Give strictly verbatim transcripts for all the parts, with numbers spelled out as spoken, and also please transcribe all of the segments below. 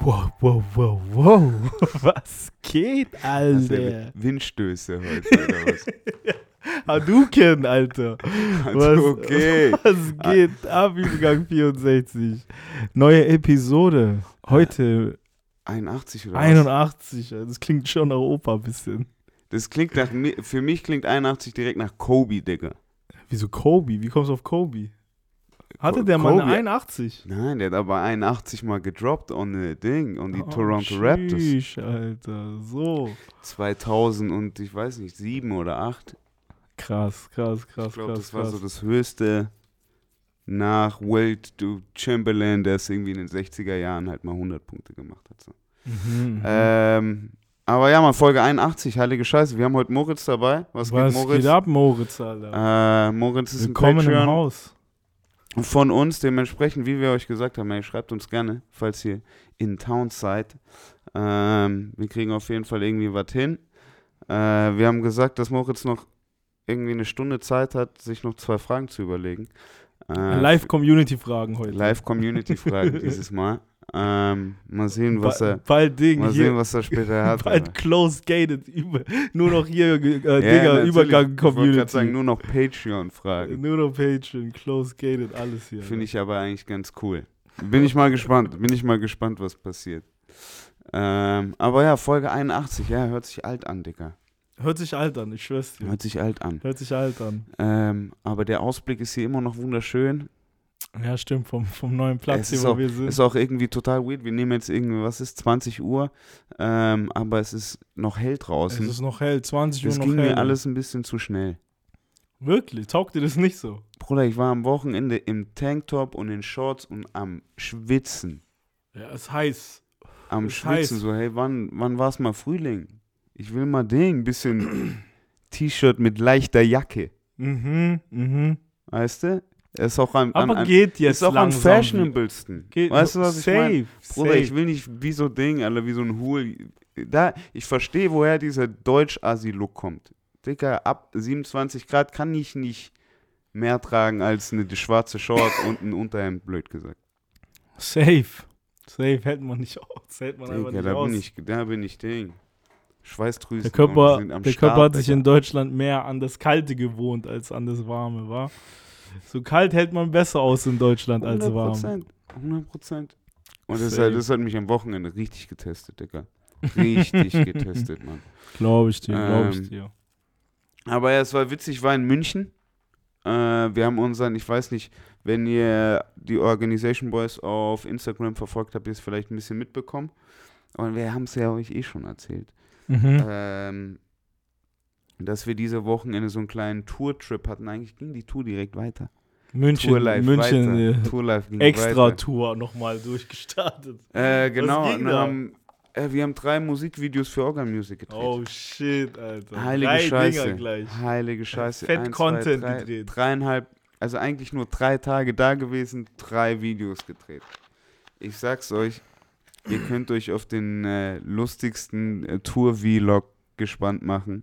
Wow, wow, wow, wow. Was geht, Hast du Alter? Windstöße heute oder was? Hadouken, Alter. Was, Okay. was geht ab, Übergang vierundsechzig? Neue Episode. Heute einundachtzig oder was? einundachtzig. Das klingt schon nach Opa ein bisschen. Das klingt nach, mi- für mich klingt einundachtzig direkt nach Kobe, Digga. Wieso Kobe? Wie kommst du auf Kobe? Hatte Ko- der mal eine Kobe- einundachtzig? Nein, der hat aber einundachtzig mal gedroppt on the Ding, on die Oh, Toronto Raptors. sheesh, Alter. So. zweitausend und ich weiß nicht, sieben oder acht. Krass, krass, krass, Ich glaube, krass, das war krass. so das höchste nach Wilt Chamberlain, der es irgendwie in den sechziger Jahren halt mal hundert Punkte gemacht hat. So. Mhm, mhm. Ähm, aber ja, mal Folge einundachtzig, heilige Scheiße. Wir haben heute Moritz dabei. Was, Was geht, Moritz? geht ab, Moritz, Alter? Äh, Moritz ist Willkommen ein im Patreon Haus. von uns. Dementsprechend, wie wir euch gesagt haben, ey, schreibt uns gerne, falls ihr in Town seid. Ähm, wir kriegen auf jeden Fall irgendwie was hin. Äh, wir haben gesagt, dass Moritz noch irgendwie eine Stunde Zeit hat, sich noch zwei Fragen zu überlegen. Äh, Live-Community-Fragen heute. Live-Community-Fragen dieses Mal. Ähm, mal sehen, was Ba- er, bald Ding mal hier. sehen, was er später hat. Bald Alter. closed gated. Über, nur noch hier, äh, Ja, Digga, natürlich. Übergang Ich wollte gerade sagen, Community. nur noch Patreon-Fragen. Nur noch Patreon, closed gated, alles hier. Finde ich aber eigentlich ganz cool. Bin ich mal gespannt. Bin ich mal gespannt, was passiert. Ähm, aber ja, Folge einundachtzig, ja, hört sich alt an, Digga. Hört sich alt an, ich schwör's dir. Hört sich alt an. Hört sich alt an. Ähm, aber der Ausblick ist hier immer noch wunderschön. Ja, stimmt, vom, vom neuen Platz Es hier, ist wo auch, wir sind. ist auch irgendwie total weird. Wir nehmen jetzt irgendwie, was ist, zwanzig Uhr, ähm, aber es ist noch hell Es draußen. ist noch hell, zwanzig Uhr Das noch ging hell. mir alles ein bisschen zu schnell. Wirklich? Taugt dir das nicht so? Bruder, ich war am Wochenende im Tanktop und in Shorts und am Schwitzen. Ja, es ist heiß. Am Ist Schwitzen, heiß. so, hey, wann, wann war es mal Frühling? Ich will mal Ding, bisschen T-Shirt mit leichter Jacke, Mhm, mhm. weißt du? Er ist auch am, an, Aber an, geht jetzt ist auch am langsam. fashionablesten. Geht Weißt du, was ich safe, meine? Bruder, safe. ich will nicht wie so Ding, Alter, wie so ein Hul. Da, ich verstehe, woher dieser Deutsch-Asi-Look kommt. Dicker, ab siebenundzwanzig Grad kann ich nicht mehr tragen als eine schwarze Short und ein Unterhemd, blöd gesagt. Safe. Safe hält man nicht aus. Hält man einfach Digga, nicht da aus. bin ich, da bin ich Ding. Schweißdrüsen. Der Körper, und sind am der Start, Körper hat sich Digga. in Deutschland mehr an das Kalte gewohnt als an das Warme, wa? So kalt hält man besser aus in Deutschland als warm. hundert Prozent. Und das Safe. hat, das hat mich am Wochenende richtig getestet, Digga. Richtig getestet, Mann. Glaube ich dir, glaube ich Ähm, dir. Aber ja, es war witzig, ich war in München. Äh, wir haben unseren, ich weiß nicht, wenn ihr die Organization Boys auf Instagram verfolgt habt, ihr es vielleicht ein bisschen mitbekommen. Und wir haben es ja euch eh schon erzählt. Mhm. Ähm, dass wir diese Wochenende so einen kleinen Tour-Trip hatten. Eigentlich ging die Tour direkt weiter. München, Tourlife München weiter. äh, Tourlife ging weiter. Extra-Tour nochmal durchgestartet. Äh, genau. ging Und da? haben, äh, wir haben drei Musikvideos für Organ Music gedreht. Oh shit, Alter. Heilige Drei Scheiße. Dinger gleich. Heilige Scheiße. Fett Eins, Content zwei, drei, gedreht. Dreieinhalb, also eigentlich nur drei Tage da gewesen, drei Videos gedreht. Ich sag's euch, ihr könnt euch auf den äh, lustigsten äh, Tour-Vlog gespannt machen.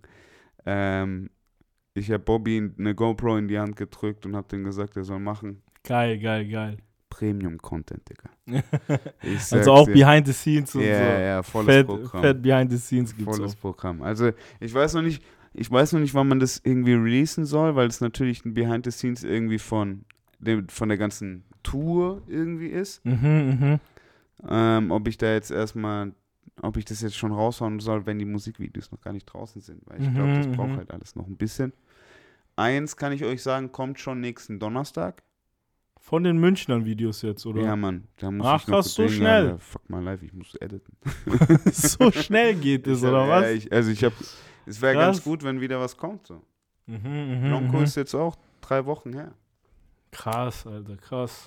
Ähm, ich habe Bobby eine GoPro in die Hand gedrückt und habe dem gesagt, er soll machen. Geil, geil, geil. Premium-Content, Digga. Ich sag's Also auch dir. Behind the Scenes und Ja, so. ja, volles Fett, Programm. fett Behind the Scenes gibt's Volles auch. Programm. Also ich weiß noch nicht, ich weiß noch nicht, wann man das irgendwie releasen soll, weil es natürlich ein Behind the Scenes irgendwie von dem, von der ganzen Tour irgendwie ist. Mhm, mhm. Ähm, ob ich da jetzt erstmal, ob ich das jetzt schon raushauen soll, wenn die Musikvideos noch gar nicht draußen sind, weil ich glaube, das Mhm, braucht mhm. halt alles noch ein bisschen. Eins kann ich euch sagen, kommt schon nächsten Donnerstag. Von den Münchnern Videos jetzt, oder? Ja, Mann, da muss Ach, ich noch krass, so Dinge, schnell. Alter, fuck my life, ich muss editen. So schnell geht es, Ich hab- oder ja, was? Ich, also ich habe, es wäre Krass. ganz gut, wenn wieder was kommt. So. Mhm, mhm, Blanco mhm. ist jetzt auch drei Wochen her. Krass, Alter, krass.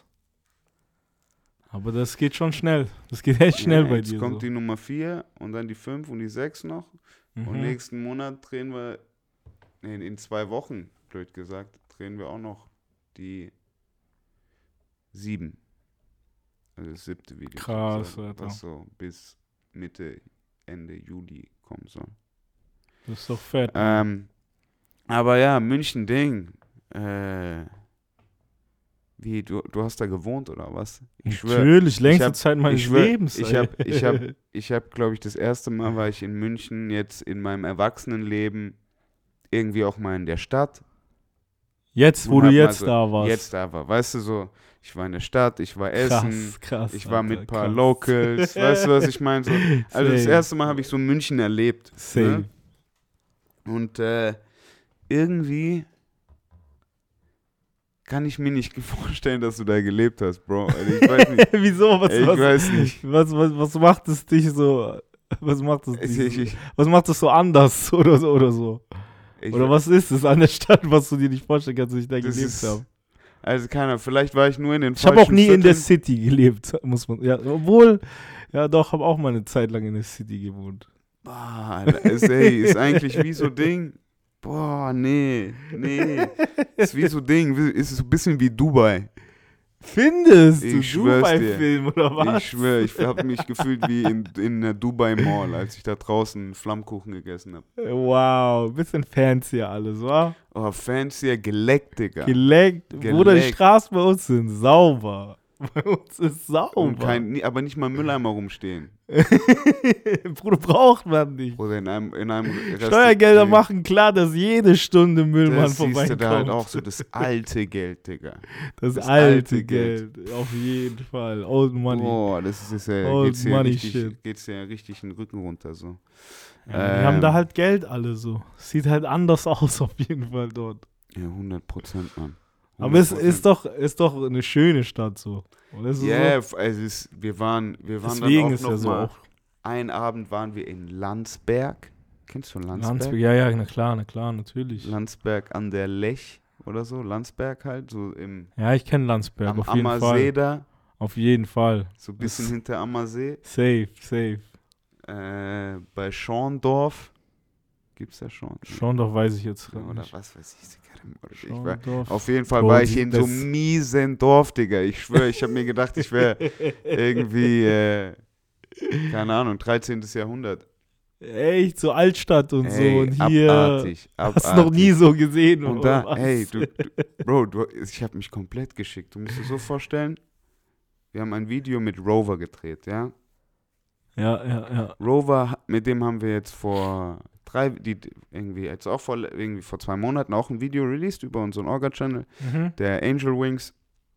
Aber das geht schon schnell. Das geht echt schnell ja, bei jetzt dir. kommt so. die Nummer vier und dann die fünf und die sechs noch. Und Mhm. nächsten Monat drehen wir, nee, in zwei Wochen, blöd gesagt, drehen wir auch noch die sieben. Also das siebte Video. Krass, sozusagen, Alter. was so bis Mitte, Ende Juli kommen soll. Das ist doch fett. Ähm, aber ja, München-Ding. Äh, Wie, du, du hast da gewohnt oder was? Ich schwöre. Natürlich, längste ich hab, Zeit meines ich schwör, Lebens. Ich habe, ich habe, ich habe, glaube ich, das erste Mal war ich in München jetzt in meinem Erwachsenenleben irgendwie auch mal in der Stadt. Jetzt, wo Und du hab mal jetzt so, da warst. Jetzt da war, weißt du so, ich war in der Stadt, ich war krass, essen, krass. ich war mit Alter, ein paar krass. Locals, weißt du, was ich meine? So, also das Safe. erste Mal habe ich so München erlebt. Safe. Ne? Und äh, irgendwie kann ich mir nicht vorstellen, dass du da gelebt hast, Bro. Also ich weiß nicht. Wieso? Was, ich was, weiß nicht. Was, was, was macht es dich so? Was macht es dich Ich, so? ich, Was macht es so anders oder so oder so? ich, Oder was ist es an der Stadt, was du dir nicht vorstellen kannst, dass ich da das gelebt ist- habe? Also keiner, vielleicht war ich nur in den Ich habe auch falschen nie in der Vierteln. City gelebt, muss man. Ja, obwohl, ja doch, habe auch mal eine Zeit lang in der City gewohnt. Boah, Alter, ist, ey, ist eigentlich wie so Ding. Boah, nee, nee. Ist wie so Ding, wie- ist so ein bisschen wie Dubai. Findest du Ich schwör's dir. Dubai-Film oder was? Ich schwöre, ich habe mich gefühlt wie in, in der Dubai Mall, als ich da draußen Flammkuchen gegessen habe. Wow, bisschen fancier alles, wa? Oh, fancier, geleckt, Digga. Geleckt. Bruder, die Geleckt. Straßen bei uns sind sauber. Bei uns ist sauber. Und kein, nie- aber nicht mal Mülleimer rumstehen. Bruder, braucht man nicht. Oder in einem, in einem Rest- Steuergelder nee, machen klar, dass jede Stunde Müllmann Das siehst vorbeikommt. du da halt auch so, das alte Geld, Digga. Das, das alte, alte Geld. Auf jeden Fall. Old Money. Boah, das ist, ist ja, Old geht's ja money richtig, shit. geht's ja richtig den Rücken runter, so. Ja, die haben da Ähm, halt Geld alle so. Sieht halt anders aus auf jeden Fall dort. Ja, hundert Prozent, Mann. Aber es ist doch, ist doch eine schöne Stadt so. Oder ist es Ja, so? f- also es, wir waren, wir waren Deswegen dann auch ist noch ja so mal, auch. einen Abend waren wir in Landsberg. Kennst du Landsberg? Landsberg, ja, ja, na klar, na klar, natürlich. Landsberg an der Lech oder so, Landsberg halt, so im Ja, ich kenne Landsberg, am auf jeden Ammersee Fall. da, Auf jeden Fall. so ein bisschen Das- hinter Ammersee. Safe, safe. Äh, bei Schorndorf. Gibt's da schon? Schon doch weiß ich jetzt Ja, gar oder nicht. was weiß ich. Ich war, Schorndorf. auf jeden Fall Bro, war ich die- in so das- einem miesen Dorf, Digga. Ich schwöre, ich habe mir gedacht, ich wäre irgendwie, äh, keine Ahnung, dreizehntes Jahrhundert. Echt, so Altstadt und so. Ey, Und hier abartig, abartig. hast du noch nie so gesehen. Und oder da, was? ey, du, du Bro, du, ich habe mich komplett geschickt. Du musst dir so vorstellen, wir haben ein Video mit Rover gedreht, ja? Ja, ja, ja. Rover, mit dem haben wir jetzt vor drei, die irgendwie jetzt auch vor, irgendwie vor zwei Monaten auch ein Video released über unseren Orga-Channel, Mhm. der Angel Wings.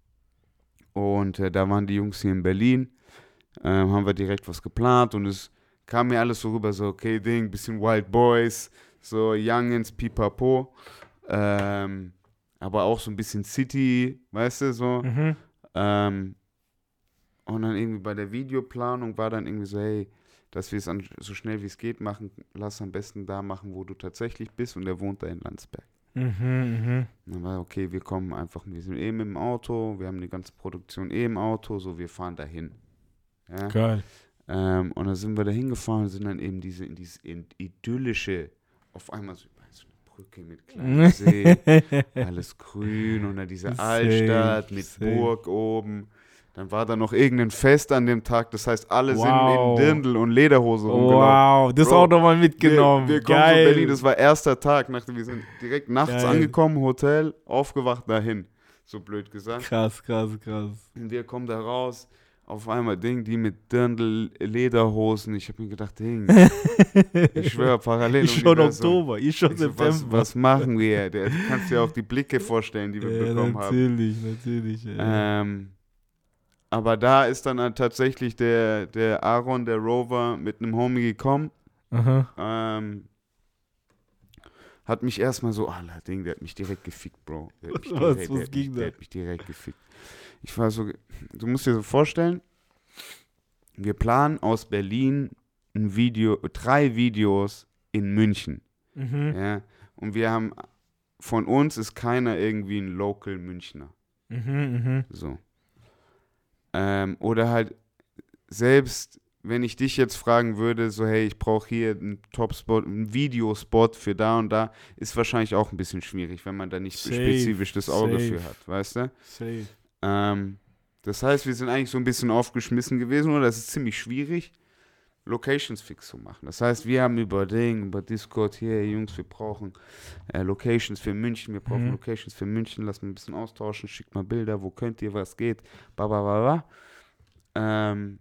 Und äh, da waren die Jungs hier in Berlin, ähm, haben wir direkt was geplant und es kam mir alles so rüber, so okay, Ding, bisschen Wild Boys, so Youngins, Pipapo, ähm, aber auch so ein bisschen City, weißt du, so. Mhm. Ähm, und dann irgendwie bei der Videoplanung war dann irgendwie so, hey, dass wir es an, so schnell wie es geht machen, lass am besten da machen, wo du tatsächlich bist und er wohnt da in Landsberg. Mhm, mhm. Und dann war okay, wir kommen einfach, wir sind eh mit dem Auto, wir haben die ganze Produktion eh im Auto, so wir fahren dahin. Ja? Geil. Ähm, und dann sind wir da hingefahren und sind dann eben diese, in dieses in, idyllische, auf einmal so über so eine Brücke mit kleinem See, alles grün und dann diese Safe, Altstadt mit safe. Burg oben. Dann war da noch irgendein Fest an dem Tag, das heißt, alle Wow. sind in Dirndl und Lederhose rumgelaufen. Wow, das Bro, auch nochmal mitgenommen. Wir, wir kommen Geil. von Berlin, das war erster Tag, nachdem wir sind direkt nachts Geil. angekommen, Hotel, aufgewacht dahin, so blöd gesagt. Krass, krass, krass. Und wir kommen da raus, auf einmal Ding, die mit Dirndl, Lederhosen, ich habe mir gedacht, Ding, ich schwöre, parallel. Ich schon Universum. Oktober, ich schon Ich so, September. was, was machen wir? Der, du kannst dir auch die Blicke vorstellen, die wir ja, bekommen haben. natürlich, natürlich. Ey. Ähm, aber da ist dann halt tatsächlich der, der Aaron, der Rover, mit einem Homie gekommen. Aha. Ähm, hat mich erstmal so, ah, Ding, der hat mich direkt gefickt, Bro. Der hat mich Was- direkt, was der hat ging mich, da? der hat mich direkt gefickt. Ich war so, du musst dir so vorstellen, wir planen aus Berlin ein Video, drei Videos in München. Mhm. Ja, und wir haben, von uns ist keiner irgendwie ein Local Münchner. Mhm, mhm. So. Ähm, oder halt, selbst wenn ich dich jetzt fragen würde, so hey, ich brauche hier einen Top-Spot, einen Videospot für da und da, ist wahrscheinlich auch ein bisschen schwierig, wenn man da nicht Safe, spezifisch das Auge safe. für hat, weißt du? Safe. Ähm, das heißt, wir sind eigentlich so ein bisschen aufgeschmissen gewesen, oder das ist ziemlich schwierig. Locations fix zu machen. Das heißt, wir haben über Ding, über Discord hier, Jungs, wir brauchen äh, Locations für München, wir brauchen Mhm. Locations für München, lass mal ein bisschen austauschen, schickt mal Bilder, wo könnt ihr, was geht, ba, ba, ba, ba. Ähm,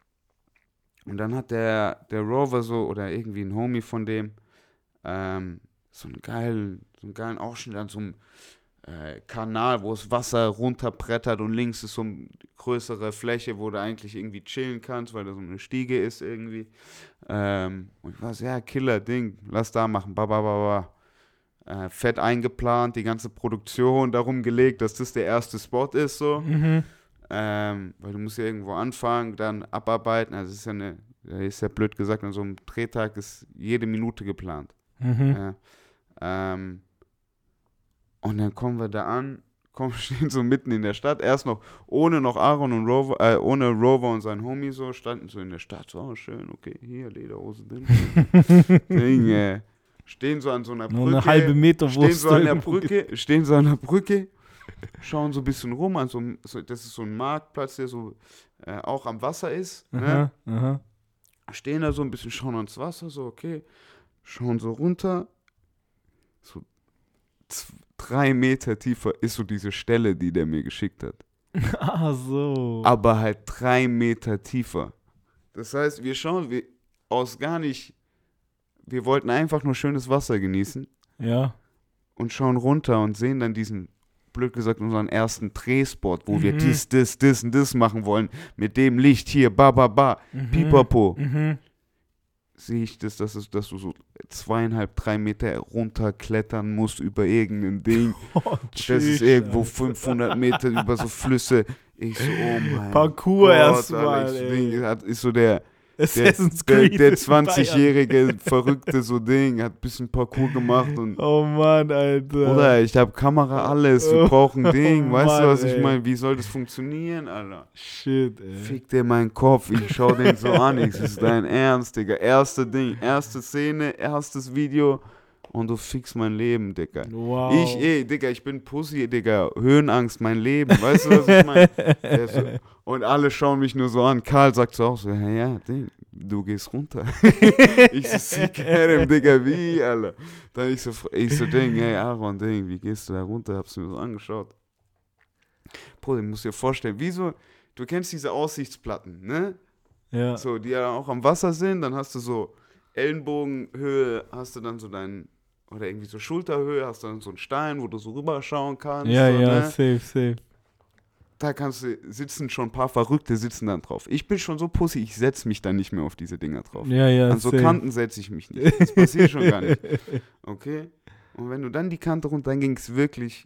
und dann hat der, der Rover so, oder irgendwie ein Homie von dem, ähm, so einen geilen, so einen geilen Ausschnitt an so einem äh, Kanal, wo das Wasser runterbrettert und links ist so eine größere Fläche, wo du eigentlich irgendwie chillen kannst, weil da so eine Stiege ist irgendwie. Ähm, und ich war so, ja, Killer-Ding, lass da machen, ba, ba, ba, ba. Äh, fett eingeplant, die ganze Produktion darum gelegt, dass das der erste Spot ist, so. Mhm. Ähm, weil du musst ja irgendwo anfangen, dann abarbeiten, also es ist ja eine, da ist ja blöd gesagt, an so einem Drehtag ist jede Minute geplant. Mhm. Ja. Ähm, und dann kommen wir da an, kommen, stehen so mitten in der Stadt, erst noch ohne noch Aaron und Rover, äh, ohne Rover und sein Homie so, standen so in der Stadt, so, oh, schön, okay, hier, Lederhose, Ding, Ding, äh, stehen so an so einer Brücke, Nur eine halbe Meter stehen Wurst so an der irgendwo Brücke, stehen so an der Brücke, schauen so ein bisschen rum, an so, einem- so das ist so ein Marktplatz, der so äh, auch am Wasser ist, ne? Aha, aha. Stehen da so ein bisschen, schauen ans Wasser, so, okay, schauen so runter, so z- drei Meter tiefer ist so diese Stelle, die der mir geschickt hat. Ah, so. Aber halt drei Meter tiefer. Das heißt, wir schauen, wir aus gar nicht, wir wollten einfach nur schönes Wasser genießen Ja. und schauen runter und sehen dann diesen, blöd gesagt, unseren ersten Drehspot, wo wir Mhm. dies, das, das und das machen wollen, mit dem Licht hier, ba, ba, ba, pipapo. Mhm. Sehe ich das, dass, es, dass du so zweieinhalb, drei Meter runterklettern musst über irgendein Ding. Oh, Das ist tschüss, irgendwo Alter. fünfhundert Meter über so Flüsse. Ich so, oh mein Parkour Gott, erstmal, Alter, ich ey. Ding, hat- ist so der, der, Assassin's der, Creed. der in zwanzigjährige Verrückte so Ding, hat ein bisschen Parkour gemacht und Bayern. Oh Mann, Alter. Bruder, ich habe Kamera, alles, wir Oh, brauchen Ding, oh weißt du, Mann, was ich ey. meine? Wie soll das funktionieren, Alter? Shit, ey. Fick dir meinen Kopf, ich schau den so an, ich, das ist dein Ernst, Digga. Erste Ding, erste Szene, erstes Video und du fickst mein Leben, Digga. Wow. Ich, eh, Digga, ich bin Pussy, Digga, Höhenangst, mein Leben, weißt du, was ich meine? Der so, und alle schauen mich nur so an, Karl sagt so auch so, ja, ja, Ding, du gehst runter. Ich so, sick Adam, Digga, wie, Alter? Dann ich so, ich so, Ding, hey, Aaron, Ding, wie gehst du da runter? Hab's mir so angeschaut. Bruder, du musst dir vorstellen, wie so, du kennst diese Aussichtsplatten, ne? Ja. So, die ja auch am Wasser sind, dann hast du so Ellenbogenhöhe, hast du dann so deinen, oder irgendwie so Schulterhöhe, hast du dann so einen Stein, wo du so rüberschauen kannst. Ja, so, ja, ne? safe, safe. Da kannst du, sitzen schon ein paar Verrückte, sitzen dann drauf. Ich bin schon so pussy, ich setze mich dann nicht mehr auf diese Dinger drauf. Ja, ja, An so safe. Kanten setze ich mich nicht. Das passiert schon gar nicht. Okay? Und wenn du dann die Kante runter, dann ging es wirklich,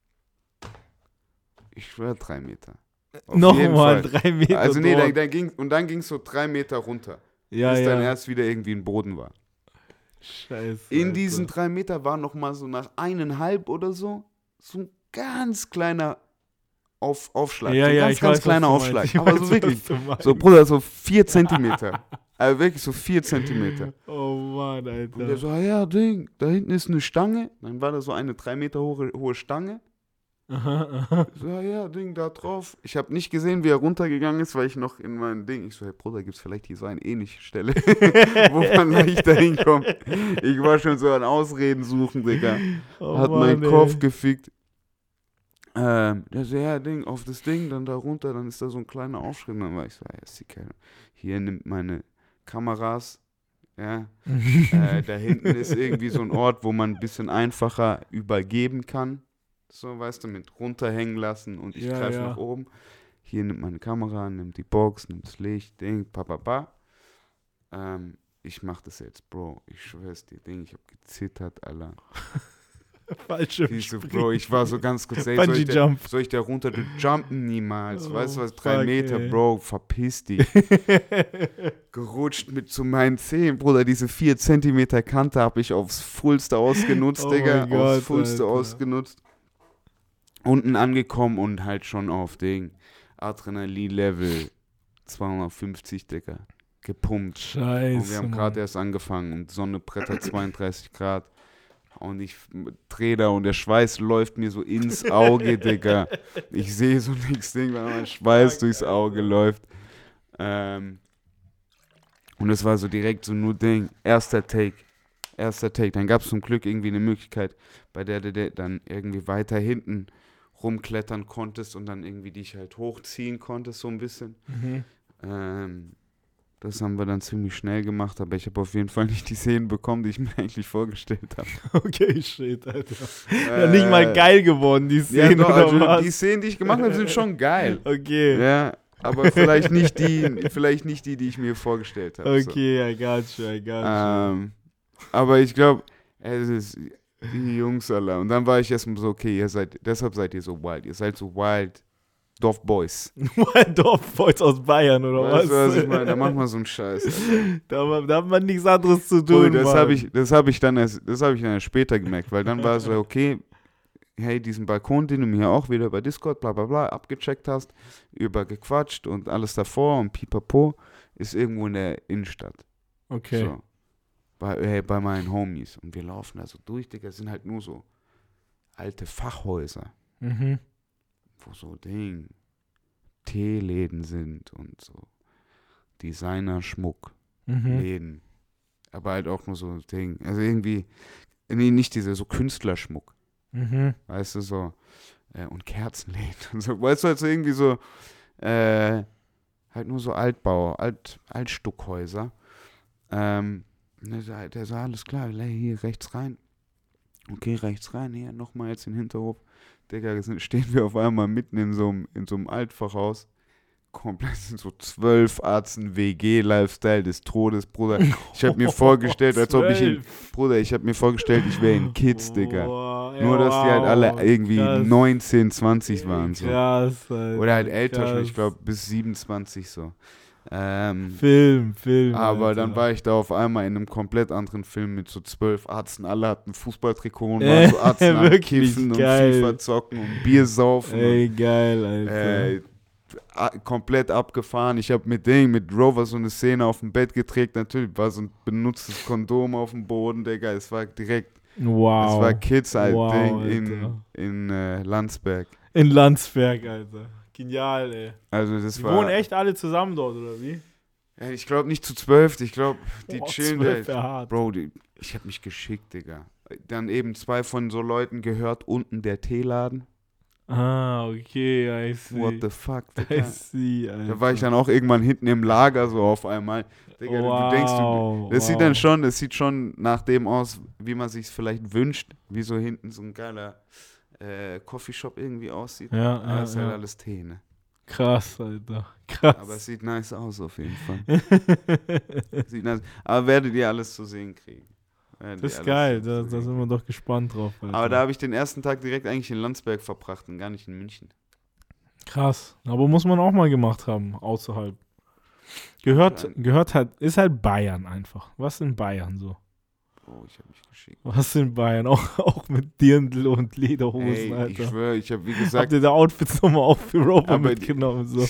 ich schwöre, drei Meter. Auf jeden Nochmal Fall. drei Meter. Also nee, dann, dort. dann ging, und dann ging es so drei Meter runter, ja, bis ja. dann erst wieder irgendwie ein Boden war. Scheiße. In Alter. diesen drei Meter war noch mal so nach eineinhalb oder so, so ein ganz kleiner Auf, Aufschlag. Ja, so ein ja, ganz, ich ganz weiß, kleiner was du Aufschlag. meinst. Ich Aber weiß, so was wirklich, du meinst. so Bruder, so vier Zentimeter. Also wirklich so vier Zentimeter. Oh Mann, Und der Alter. so, ah ja, Ding, da hinten ist eine Stange. Dann war da so eine drei Meter hohe, hohe Stange. Aha, aha. So, ah ja, Ding, da drauf. Ich habe nicht gesehen, wie er runtergegangen ist, weil ich noch in mein Ding, ich so, hey Bruder, gibt's vielleicht hier so eine ähnliche Stelle, wo man leichter hinkommt. Ich war schon so an Ausreden suchen, Digga. Oh Hat Mann, meinen ey. Kopf gefickt. Ähm, der so, ja, Ding, auf das Ding, dann da runter, dann ist da so ein kleiner Aufschritt. Dann war ich so, ja, ist die Kerl. Hier nimmt meine Kameras, ja. äh, da hinten ist irgendwie so ein Ort, wo man ein bisschen einfacher übergeben kann. So, weißt du, mit runterhängen lassen und ich Ja, greife ja. nach oben. Hier nimmt meine Kamera, nimmt die Box, nimmt das Licht, Ding, pa, pa, pa. Ähm, ich mach das jetzt, Bro. Ich schwör's dir, Ding, ich hab gezittert, Alter. Falsche Ich so, Bro, ich war so ganz kurz, ey, soll Bungee ich, da, Jump. soll ich da runter? Du jumpen niemals. Oh, weißt du was? Drei fuck, Meter, ey. Bro, verpiss dich. Gerutscht mit zu meinen Zehen, Bruder. Diese vier Zentimeter Kante habe ich aufs Fullste ausgenutzt, Oh Digga. mein Gott, aufs Fullste Alter. ausgenutzt. Unten angekommen und halt schon auf Ding. Adrenalin-Level zweihundertfünfzig, Digga. Gepumpt. Scheiße. Und wir haben Mann. gerade erst angefangen und die Sonne brettert zweiunddreißig Grad. Und ich drehe da und der Schweiß läuft mir so ins Auge, Digga. Ich sehe so nichts, Ding, weil mein Schweiß durchs Auge läuft. Ähm, Und es war so direkt so nur Ding, erster Take, erster Take. Dann gab es zum Glück irgendwie eine Möglichkeit, bei der du dann irgendwie weiter hinten rumklettern konntest und dann irgendwie dich halt hochziehen konntest, so ein bisschen. Mhm. Ähm, das haben wir dann ziemlich schnell gemacht, aber ich habe auf jeden Fall nicht die Szenen bekommen, die ich mir eigentlich vorgestellt habe. Okay, shit, Alter. Äh, Ja, nicht mal geil geworden, die Ja, Szene, doch, oder also was? die Szenen, die ich gemacht habe, sind schon geil. Okay. Ja, aber vielleicht nicht die, vielleicht nicht die, die ich mir vorgestellt habe. Okay, I got you, I got So. you. Ähm, aber ich glaube, es ist die Jungs alle. Und dann war ich erstmal so, okay, ihr seid, deshalb seid ihr so wild. Ihr seid so wild Dorfboys. Wild Dorfboys aus Bayern, oder Weißt du, was? was ich meine? Da macht man so einen Scheiß. Alter. Da, da hat man nichts anderes zu tun, Cool, das Mann. habe ich, das habe ich dann erst, das habe ich dann erst später gemerkt, weil dann war es so, okay, hey, diesen Balkon, den du mir auch wieder bei Discord, bla bla bla, abgecheckt hast, übergequatscht und alles davor und pipapo, ist irgendwo in der Innenstadt. Okay. So. Bei, hey, bei meinen Homies. Und wir laufen da so durch, Digga, das sind halt nur so alte Fachhäuser, Mhm. wo so Ding, Teeläden sind und so Designer-Schmuck. Mhm. Läden. Aber halt auch nur so Ding. Also irgendwie, nee, nicht diese, so Künstlerschmuck. Mhm. Weißt du, so. Äh, und Kerzenläden und so. Weißt du, halt so irgendwie so, äh, halt nur so Altbau, Alt, Altstuckhäuser. Ähm, der sah, der sah alles klar, hier rechts rein. Okay, rechts rein, hier nochmal jetzt in den Hinterhof. Digga, sind- stehen wir auf einmal mitten in so einem, in so einem Altfachhaus. Komplett sind so zwölf Arzen W G-Lifestyle des Todes, Bruder. Ich habe mir vorgestellt, als ob ich in, Bruder, ich habe mir vorgestellt, ich wäre in Kids, Digga. Boah, Nur, dass die halt alle irgendwie krass. neunzehn, zwanzig waren, so. Krass, Alter. Oder halt älter schon, krass. ich glaube bis siebenundzwanzig so. Ähm, Film, Film. aber Alter. dann war ich da auf einmal in einem komplett anderen Film mit so zwölf Arzten. Alle hatten Fußballtrikot und Äh, waren so Arzten am wirklich Kiffen geil. und FIFA zocken und Bier saufen. Ey, geil, und, Alter. äh, a- komplett abgefahren. Ich habe mit Ding, mit Rover so eine Szene auf dem Bett geträgt. Natürlich war so ein benutztes Kondom auf dem Boden, Digga. Es war direkt, Wow. es war Kids halt Wow, Ding in, Alter. in äh, Landsberg. In Landsberg, Alter. Genial, ey. Also das Die war. wohnen echt alle zusammen dort, oder wie? Ja, ich glaube nicht zu zwölf, ich glaube, die Boah, chillen zwölf da. wär hart. Bro, die, ich habe mich geschickt, Digga. Dann eben zwei von so Leuten gehört, unten der Teeladen. Ah, okay, I see. What the fuck, I Digga. see, Alter. Da war ich dann auch irgendwann hinten im Lager so auf einmal. Digga, du- wow, du denkst, du, das wow. sieht dann schon, das sieht schon nach dem aus, wie man sich vielleicht wünscht, wie so hinten so ein geiler äh, Coffeeshop irgendwie aussieht. Ja, Aber ja, das ist halt ja. alles Tee, ne? Krass, Alter. Krass. Aber es sieht nice aus auf jeden Fall. Sieht nice. Aber werdet ihr alles zu sehen kriegen. Werdet Das ihr ist alles geil, zu da, sehen da sind wir doch gespannt drauf. Alter. Aber da habe ich den ersten Tag direkt eigentlich in Landsberg verbracht und gar nicht in München. Krass. Aber muss man auch mal gemacht haben, außerhalb. Gehört, gehört halt, ist halt Bayern einfach. Was in Bayern so? Oh, ich habe mich geschickt. Was in Bayern? Auch, auch mit Dirndl und Lederhosen, Ey, ich Alter. schwöre, ich habe wie Habt gesagt, ihr da Outfits nochmal auch für Roper Aber die- mitgenommen? So.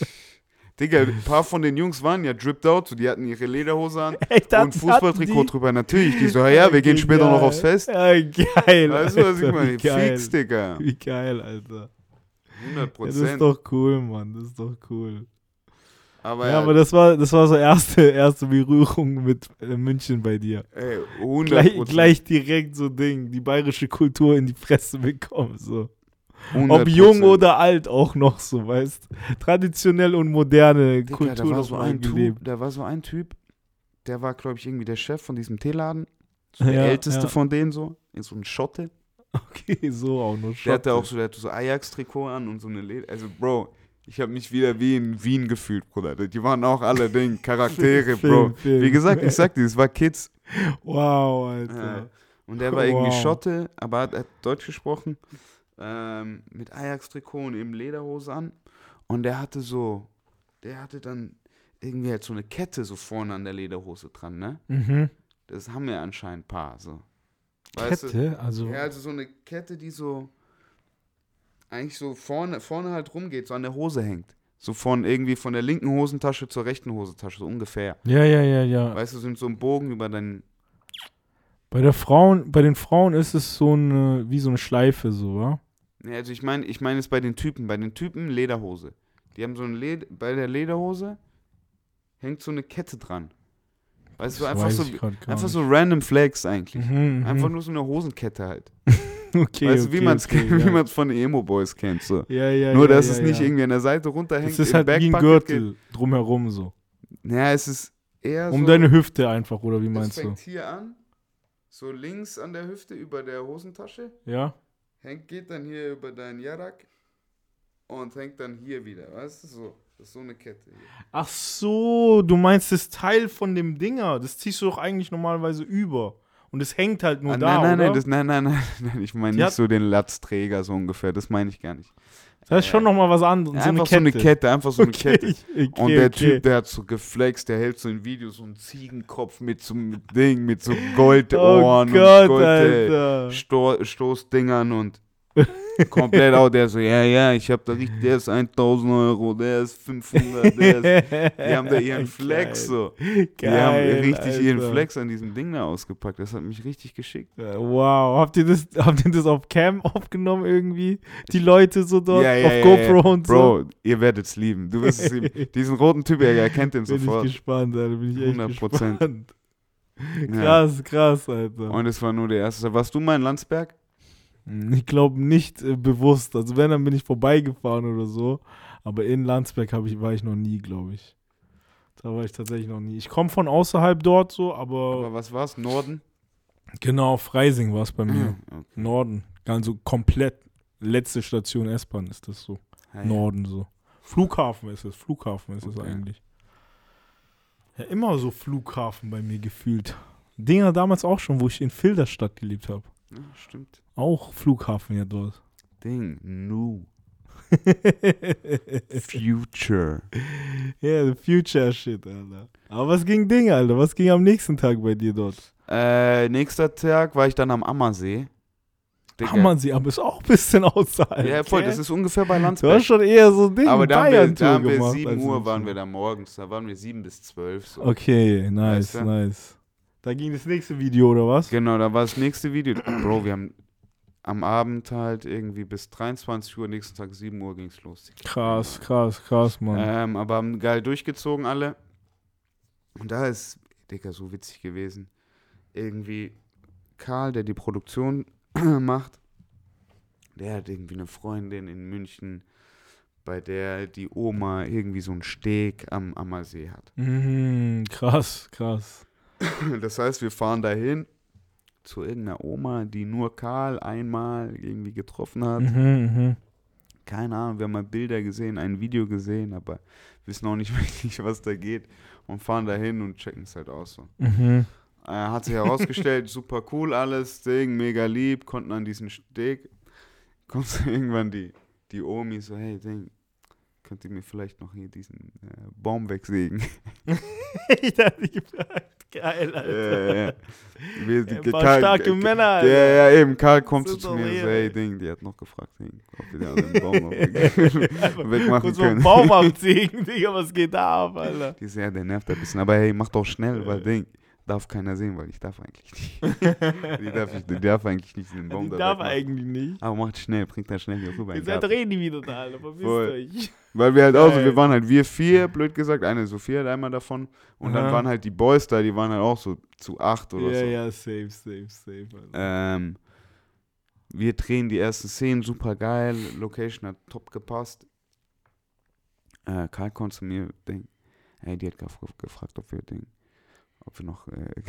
Digga, ein paar von den Jungs waren ja dripped out, so die hatten ihre Lederhose an Echt, und Fußballtrikot drüber. Natürlich, die so, ja, ja, wir gehen später noch aufs Fest. Ja, geil. Weißt du, was ich Alter, meine? wie geil. Fix, Digga. Wie geil, Alter. hundert Ja, das ist Prozent. doch cool, Mann. Das ist doch cool. aber Ja, aber das war, das war so erste, erste Berührung mit äh, München bei dir. ey, hundert Gleich, Prozent. gleich direkt so Ding, die bayerische Kultur in die Fresse bekommen. So. hundert Ob jung Prozent. oder alt auch noch so, weißt. Traditionell und moderne Digga, Kultur da war noch so mal ein gelebt. Typ, da war so ein Typ, der war, glaube ich, irgendwie der Chef von diesem Teeladen. So der Ja, älteste ja. von denen so. So ein Schotte. Okay, so auch nur Der hatte Schotte. auch so, der hatte so Ajax-Trikot an und so eine Leder. Also, Bro, ich habe mich wieder wie in Wien gefühlt, Bruder. Die waren auch alle Ding, Charaktere, Film, Bro. Film. Wie gesagt, ich sag dir, es war Kids. Wow, Alter. Äh, und der war irgendwie Wow. Schotte, aber hat, hat Deutsch gesprochen. Ähm, mit Ajax-Trikot und eben Lederhose an. Und der hatte so, der hatte dann irgendwie halt so eine Kette so vorne an der Lederhose dran, ne? Mhm. Das haben ja anscheinend ein paar, so. Weißt du? Kette, also. Ja, also so eine Kette, die so eigentlich so vorne, vorne halt rumgeht, so an der Hose hängt. So von irgendwie von der linken Hosentasche zur rechten Hosentasche, so ungefähr. Ja, ja, ja, ja. Weißt du, sind so ein Bogen über deinen. Bei der Frauen, bei den Frauen ist es so eine, wie so eine Schleife, so, wa? Ja, also ich meine, ich meine es bei den Typen, bei den Typen Lederhose. Die haben so ein Led bei der Lederhose hängt so eine Kette dran. Weißt du, Das einfach weiß so, ich grad gar einfach nicht. so random Flex eigentlich. Mhm, Einfach mhm. nur so eine Hosenkette halt. Okay, Weißt du, wie okay, man es okay, wie ja. man's von den Emo-Boys kennt. So. Ja, ja, Nur, ja, dass ja, es nicht ja. irgendwie an der Seite runterhängt, Es ist im halt wie ein Backpocket Gürtel drumherum so. geht. Ja, es ist eher Um so... deine Hüfte einfach, oder wie Es meinst du? fängt hier an, so links an der Hüfte über der Hosentasche, Ja? hängt, geht dann hier über deinen Jarak und hängt dann hier wieder. Weißt du, so. Das ist so eine Kette hier. Ach so, du meinst das Teil von dem Dinger. Das ziehst du doch eigentlich normalerweise über. Und es hängt halt nur Ah, da, nein, nein, oder? nein, das, nein, nein, nein, nein, ich meine Die nicht hat- so den Latzträger so ungefähr, das meine ich gar nicht. Das ist schon nochmal was anderes. Ja, So einfach eine Kette. so eine Kette, einfach so eine Okay, Kette. okay, Und der okay. Typ, der hat so geflext, der hält so in Videos so einen Ziegenkopf mit so einem Ding, mit so Goldohren Oh Gott, und Gold, äh, Alter. Sto Stoßdingern und komplett auch, der so, ja, ja, ich hab da richtig, der ist tausend Euro, der ist fünfhundert, der ist, die haben da ihren Flex so. Die Geil, haben richtig Alter. ihren Flex an diesem Ding da ausgepackt, das hat mich richtig geschickt. Ja, wow, habt ihr das, habt ihr das auf Cam aufgenommen irgendwie? Die Leute so dort Ja, ja, auf ja, GoPro ja. und so? Bro, ihr werdet es lieben, du wirst es lieben. Diesen roten Typ, er erkennt den Bin sofort. ich gespannt, Alter, bin ich echt hundert Prozent. gespannt. Ja. Krass, krass, Alter. Und es war nur der erste. Warst du mal in Landsberg? Ich glaube nicht äh, bewusst. Also wenn, dann bin ich vorbeigefahren oder so. Aber in Landsberg hab ich, war ich noch nie, glaube ich. Da war ich tatsächlich noch nie. Ich komme von außerhalb dort so, aber, Aber was war's? Norden? genau, Freising war es bei mir. Okay. Norden. Also komplett letzte Station S-Bahn ist das so. Ah, ja. Norden so. Flughafen ist es. Flughafen ist es Okay. eigentlich. Ja, immer so Flughafen bei mir gefühlt. Dinger damals auch schon, wo ich in Filderstadt gelebt habe. Ja, stimmt. Auch Flughafen ja dort. Ding, new. Future. Ja, the future shit, Alter. Aber was ging Ding, Alter? Was ging am nächsten Tag bei dir dort? Äh, nächster Tag war ich dann am Ammersee. Digga. Ammersee, aber ist auch ein bisschen außerhalb. Ja, voll, gell? das ist ungefähr bei Du Landsberg. hast schon eher so Ding, Aber da haben wir, da Bayern-Tour haben wir gemacht. sieben als Uhr sonst waren so. wir da morgens. Da waren wir sieben bis zwölf. So. Okay, nice, Weißt du? nice. Da ging das nächste Video, oder was? Genau, da war das nächste Video. Bro, wir haben am Abend halt irgendwie bis dreiundzwanzig Uhr, nächsten Tag sieben Uhr ging's los. Krass, krass, krass, Mann. Ähm, aber haben geil durchgezogen alle. Und da ist, Digga, so witzig gewesen. Irgendwie Karl, der die Produktion macht, der hat irgendwie eine Freundin in München, bei der die Oma irgendwie so einen Steg am Ammersee hat. Mhm, krass, krass. Das heißt, wir fahren dahin zu irgendeiner Oma, die nur Karl einmal irgendwie getroffen hat. Mhm, mhm. Keine Ahnung, wir haben mal Bilder gesehen, ein Video gesehen, aber wissen auch nicht wirklich, was da geht. Und fahren dahin und checken es halt aus. So. Mhm. Äh, hat sich herausgestellt, super cool alles, Ding, mega lieb, konnten an diesen Steg. Kommt so irgendwann die, die Omi so, hey Ding, könnt ihr mir vielleicht noch hier diesen äh, Baum wegsägen? Ich dachte, ich geil, Alter. Ja, ja. Wir, Ein die- paar Karl- starke Männer, Alter. Ja, ja, eben. Karl kommt so sind zu doch mir und so, real. hey, Ding, die hat noch gefragt, Ding, ob wir den Baum noch weg, wegmachen Kurz mal einen können. Baum absägen, Digga, was geht da ab, Alter? Die ist ja, der nervt ein bisschen. Aber hey, mach doch schnell, weil Ding, darf keiner sehen, weil ich darf eigentlich nicht. die, darf ich, die darf eigentlich nicht den Baum Die da darf wegmachen. eigentlich nicht. Aber macht schnell, bringt dann schnell hier rüber. Ihr in den seid Garten. reden wieder da, Alter, verpisst Voll. euch. Weil wir halt auch so, Geil. wir waren halt wir vier, blöd gesagt, eine Sophia hat einmal davon. Und dann Aha. waren halt die Boys da, die waren halt auch so zu acht oder Ja, so. ja, safe, safe, safe. Alter. Ähm, wir drehen die ersten Szenen, super geil, Location hat top gepasst. Äh, Karl kommt zu mir, denkt, hey, die hat gef gefragt, ob wir den, ob wir noch äh,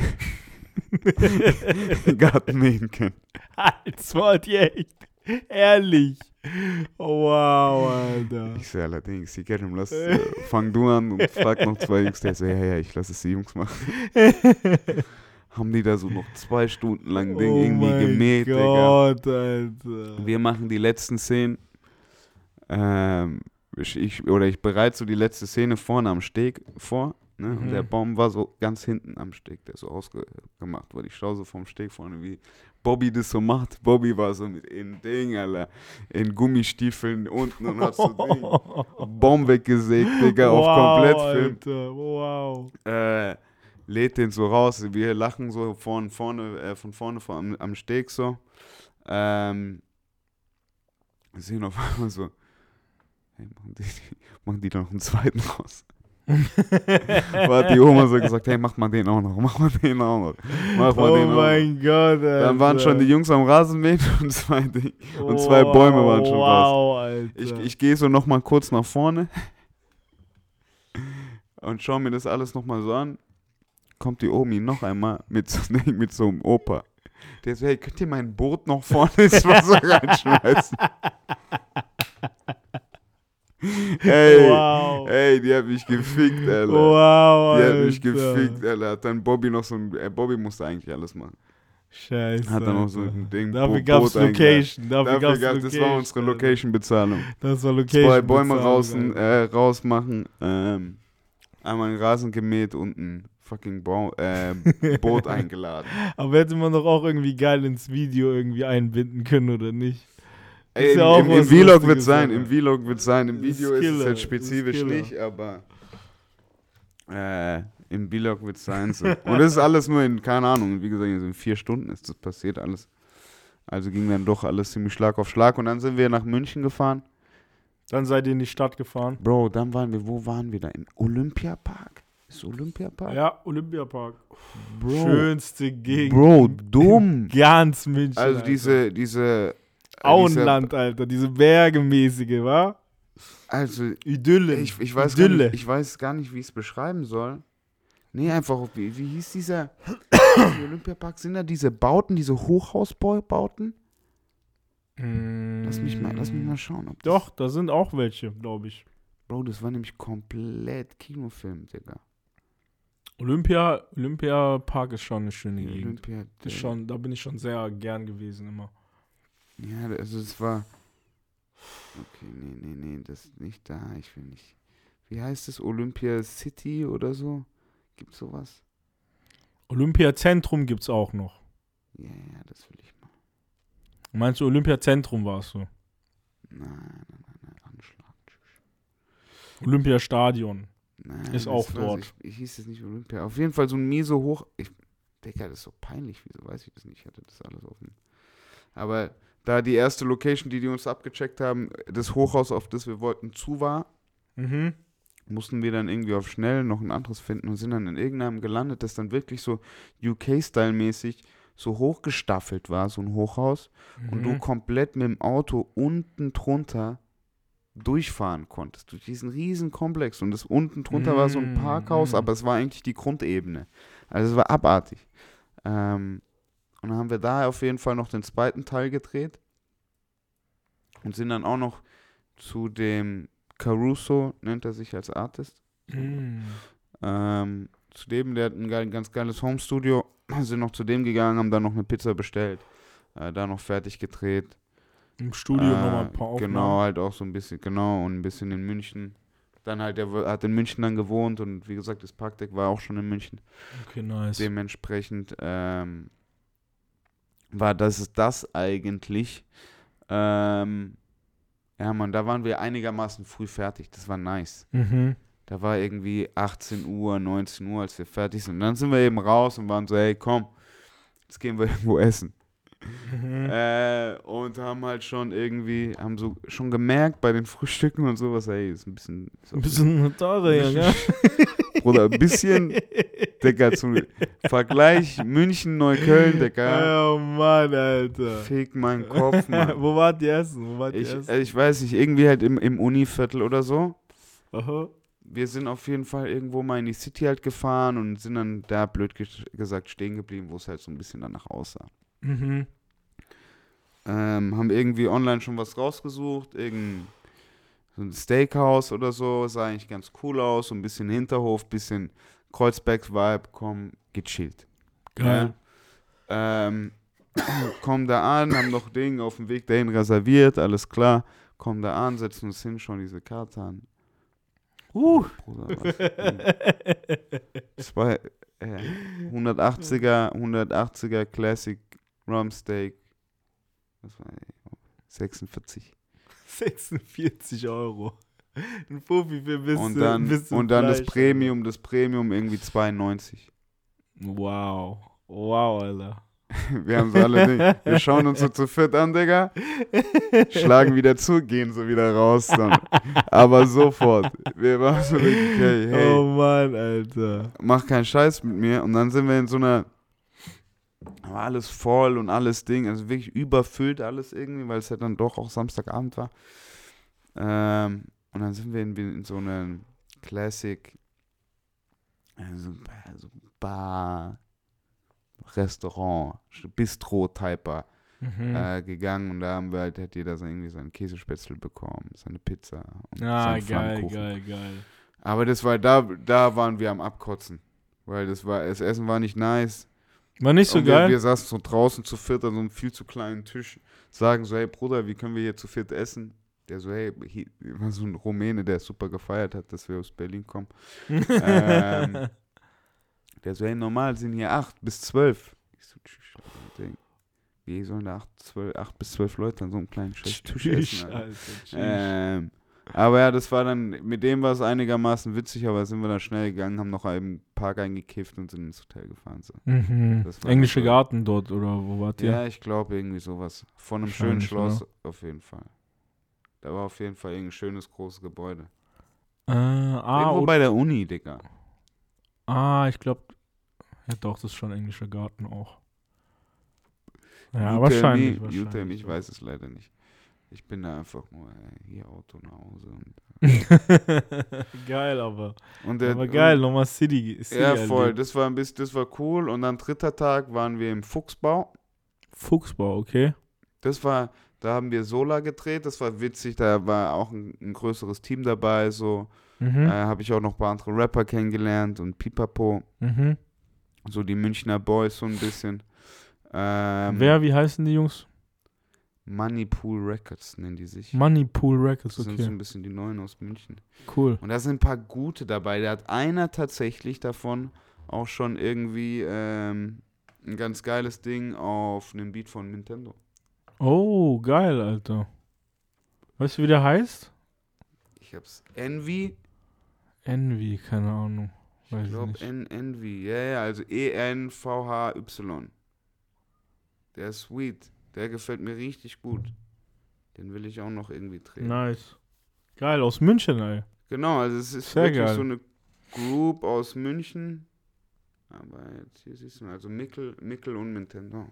den Garten mähen können. Als Wort, ja, echt. Ehrlich. Oh, wow, Alter. Ich so, allerdings, die Kerem, lass, äh, fang du an und frag noch zwei Jungs. Der so, ja, ja, ich lass es die Jungs machen. Haben die da so noch zwei Stunden lang Ding oh irgendwie mein gemäht, Digga. Gott, Alter. Wir machen die letzten Szenen. Ähm, ich, ich, oder ich bereite so die letzte Szene vorne am Steg vor. Ne? Mhm. Und der Baum war so ganz hinten am Steg, der ist so ausgemacht wurde. Ich schaue so vom Steg vorne, wie Bobby das so macht. Bobby war so mit in Ding, Alter, in Gummistiefeln unten und hat so Ding, Baum weggesägt, Digga, auf Komplettfilm. Alter, wow. Äh, lädt den so raus, wir lachen so von vorne, äh, von vorne vor, am, am Steg so. Ähm, wir sehen auf einmal so, hey, machen die, machen die da noch einen zweiten raus? Hat die Oma so gesagt, hey, mach mal den auch noch, mach mal den auch noch. Mach mal oh den auch mein noch. Gott, Alter. Dann waren schon die Jungs am Rasenmähen und zwei, Ding, und zwei Bäume waren schon wow, raus. Wow, Alter. Ich, ich gehe so nochmal kurz nach vorne und schaue mir das alles nochmal so an. Kommt die Omi noch einmal mit so, mit so einem Opa. Der so, hey, könnt ihr mein Boot noch vorne ins Wasser reinschmeißen? Ey, wow. ey, die hat mich gefickt, Alter. Wow, Die Alter. hat mich gefickt, Alter. Hat dann Bobby noch so ein, äh, Bobby musste eigentlich alles machen. Scheiße. Hat dann noch so Alter. ein Ding, Dafür Bo- gab's Boot Location. Dafür, Dafür gab's gab, Location. das war unsere Alter. Location-Bezahlung. Das war Location. Zwei Bäume Bezahlung, draußen, Alter. äh, rausmachen, ähm, einmal einen Rasen gemäht und ein fucking Bau, äh, Boot eingeladen. Aber hätte man doch auch irgendwie geil ins Video irgendwie einbinden können, oder nicht? Ey, Ist im, ja auch im, was im Vlog Lustiges, wird sein, Alter. im Vlog wird sein, im Video Ist ist es Killer, halt ist spezifisch Killer. nicht, aber äh, im Vlog wird es sein. So. Und das ist alles nur in, keine Ahnung, wie gesagt, in vier Stunden ist das passiert alles. Also ging dann doch alles ziemlich Schlag auf Schlag und dann sind wir nach München gefahren. Dann seid ihr in die Stadt gefahren. Bro, dann waren wir, wo waren wir da? Im Olympiapark? Ist Olympiapark? Ja, Olympiapark. Bro, Schönste Gegend. Bro, in- dumm. in Ganz München. Also Alter. diese, diese... äh, Auenland, Alter. Diese bergemäßige, wa? Diese, also, Idylle. ich, ich, weiß gar Idylle. nicht, ich weiß gar nicht, wie ich es beschreiben soll. Nee, einfach, wie, wie hieß dieser im Olympiapark? Sind da diese Bauten, diese Hochhausbauten? Lass mich mal, lass mich mal schauen. Ob das, Doch, da sind auch welche, glaube ich. Bro, das war nämlich komplett Kinofilm, Digga. Olympia, Olympiapark ist schon eine schöne Die Gegend. Olympia, Ist schon, da bin ich schon sehr gern gewesen immer. Ja, also es war. Okay, nee, nee, nee, das ist nicht da. Ich will nicht. Wie heißt es? Olympia City oder so? Gibt's sowas? Olympiazentrum gibt's auch noch. Ja, ja, das will ich mal. Meinst du, Olympiazentrum warst du? Nein, nein, nein, nein, Anschlag. Olympiastadion. Nein, Ist das auch weiß dort. Ich, ich hieß es nicht Olympia. Auf jeden Fall so ein miese Hoch. Ich, Digga, das ist so peinlich. Wieso weiß ich das nicht? Ich hatte das alles offen. Aber da die erste Location, die die uns abgecheckt haben, das Hochhaus, auf das wir wollten, zu war, Mhm. mussten wir dann irgendwie auf schnell noch ein anderes finden und sind dann in irgendeinem gelandet, das dann wirklich so U K-Style-mäßig so hochgestaffelt war, so ein Hochhaus, und du Mhm. komplett mit dem Auto unten drunter durchfahren konntest, durch diesen riesen Komplex, und das unten drunter war so ein Mm, Parkhaus, mm. aber es war eigentlich die Grundebene. Also es war abartig. Ähm, und dann haben wir da auf jeden Fall noch den zweiten Teil gedreht und sind dann auch noch zu dem Caruso, nennt er sich als Artist, Mhm. ähm, zu dem, der hat ein geil, ganz geiles Homestudio, sind noch zu dem gegangen, haben dann noch eine Pizza bestellt, äh, da noch fertig gedreht. Im Studio Äh, nochmal ein paar Aufnahmen. Genau, halt auch so ein bisschen, genau, und ein bisschen in München. Dann halt, der wo- hat in München dann gewohnt und wie gesagt, das Parkdeck war auch schon in München. Okay, nice. Dementsprechend ähm, war das das eigentlich. Ähm, ja, Mann, da waren wir einigermaßen früh fertig. Das war nice. Mhm. Da war irgendwie achtzehn Uhr, neunzehn Uhr, als wir fertig sind. Und dann sind wir eben raus und waren so, hey, komm, jetzt gehen wir irgendwo essen. Mhm. Äh, und haben halt schon irgendwie, haben so schon gemerkt bei den Frühstücken und sowas, ey, ist ein bisschen, ist auch Ein bisschen teurer, ja, gell? Bruder, ein bisschen, Digga, zum Vergleich München, Neukölln, Digga, Oh Mann, Alter. fick meinen Kopf, Mann. Wo wart ihr essen? Wo wart ihr Ich, essen? äh, ich weiß nicht, irgendwie halt im, im Univiertel oder so. Aha. Wir sind auf jeden Fall irgendwo mal in die City halt gefahren und sind dann da, blöd ges- gesagt, stehen geblieben, wo es halt so ein bisschen danach aussah. Mhm. Ähm, haben irgendwie online schon was rausgesucht, irgendein so ein Steakhouse oder so, sah eigentlich ganz cool aus, so ein bisschen Hinterhof, bisschen Kreuzberg-Vibe, komm, gechillt. Geil. Ja. Ähm, kommen da an, haben noch Ding auf dem Weg dahin reserviert, alles klar, kommen da an, setzen uns hin, schauen diese Karte an. Uh. Bruder, was für ein Ding. Zwei, äh, hundertachtziger, hundertachtziger Classic Rum Steak. Das war ey, sechsundvierzig. sechsundvierzig Euro. Ein Fuffi für ein bisschen, Und dann, bisschen und dann das Fleisch, Premium, das Premium irgendwie zweiundneunzig. Alter. Wow. Wow, Alter. Wir haben so alle Dinge. Wir schauen uns so zu viert an, Digga. Schlagen wieder zu, gehen so wieder raus. Dann. Aber sofort. Wir waren so wirklich, hey, hey. Oh Mann, Alter. Mach keinen Scheiß mit mir. Und dann sind wir in so einer, war alles voll und alles Ding, also wirklich überfüllt alles irgendwie, weil es ja dann doch auch Samstagabend war. Ähm, und dann sind wir in, in so einem Classic, also, also Bar, Restaurant, Bistro-Typer Mhm. äh, gegangen und da haben wir halt, hat jeder so irgendwie seinen Käsespätzle bekommen, seine Pizza und Ah, seinen geil, Pfannkuchen. geil, geil. Aber das war, da, da waren wir am Abkotzen, weil das war, das Essen war nicht nice. War nicht so und geil? Wir, wir saßen so draußen zu viert an so einem viel zu kleinen Tisch, sagen so, hey Bruder, wie können wir hier zu viert essen? Der so, hey, hier war so ein Rumäne, der super gefeiert hat, dass wir aus Berlin kommen. ähm, der so, hey, normal sind hier acht bis zwölf. Ich so, tschüss, Alter, wie sollen da acht, zwölf, acht bis zwölf Leute an so einem kleinen Tisch essen? Alter. Alter, tschüss. Ähm, aber ja, das war dann, mit dem war es einigermaßen witzig, aber sind wir dann schnell gegangen, haben noch einen Park eingekifft und sind ins Hotel gefahren. So. Mhm. Das war Englische so- Garten dort, oder wo wart ihr? Ja, ich glaube irgendwie sowas. Von einem schönen Wahrscheinlich, Schloss oder? auf jeden Fall. Da war auf jeden Fall irgendein schönes, großes Gebäude. Äh, ah, Irgendwo und, bei der Uni, Digga. ah, ich glaube, ja doch, das ist schon englischer Garten auch. Ja, You wahrscheinlich. tell me, you tell me, wahrscheinlich ich ja. weiß es leider nicht. Ich bin da einfach nur, ey, hier Auto nach Hause. Und, Geil, aber. und der, Aber geil, und, nochmal City. City ja, voll. erlebt. Das war ein bisschen, das war cool. Und dann dritter Tag waren wir im Fuchsbau. Fuchsbau, okay. Das war, da haben wir Sola gedreht. Das war witzig. Da war auch ein, ein größeres Team dabei. So Mhm. äh, habe ich auch noch ein paar andere Rapper kennengelernt und Pipapo. Mhm. So die Münchner Boys so ein bisschen. Ähm, Wer, wie heißen die Jungs? Moneypool Records nennen die sich. Moneypool Records, Das sind so okay. ein bisschen die Neuen aus München. Cool. Und da sind ein paar gute dabei. Da hat einer tatsächlich davon auch schon irgendwie ähm, ein ganz geiles Ding auf einem Beat von Nintendo. Oh, geil, Alter. Weißt du, wie der heißt? Ich hab's. Envy. Envy, keine Ahnung. Weiß Ich ich glaube nicht. Envy. Ja, ja, also E N V H Y. Der ist sweet. Der gefällt mir richtig gut. Den will ich auch noch irgendwie drehen. Nice. Geil, aus München, ey. Genau, also es ist Sehr wirklich geil. so eine Group aus München. Aber jetzt hier siehst du mal, also Mickel, Mickel und Nintendo.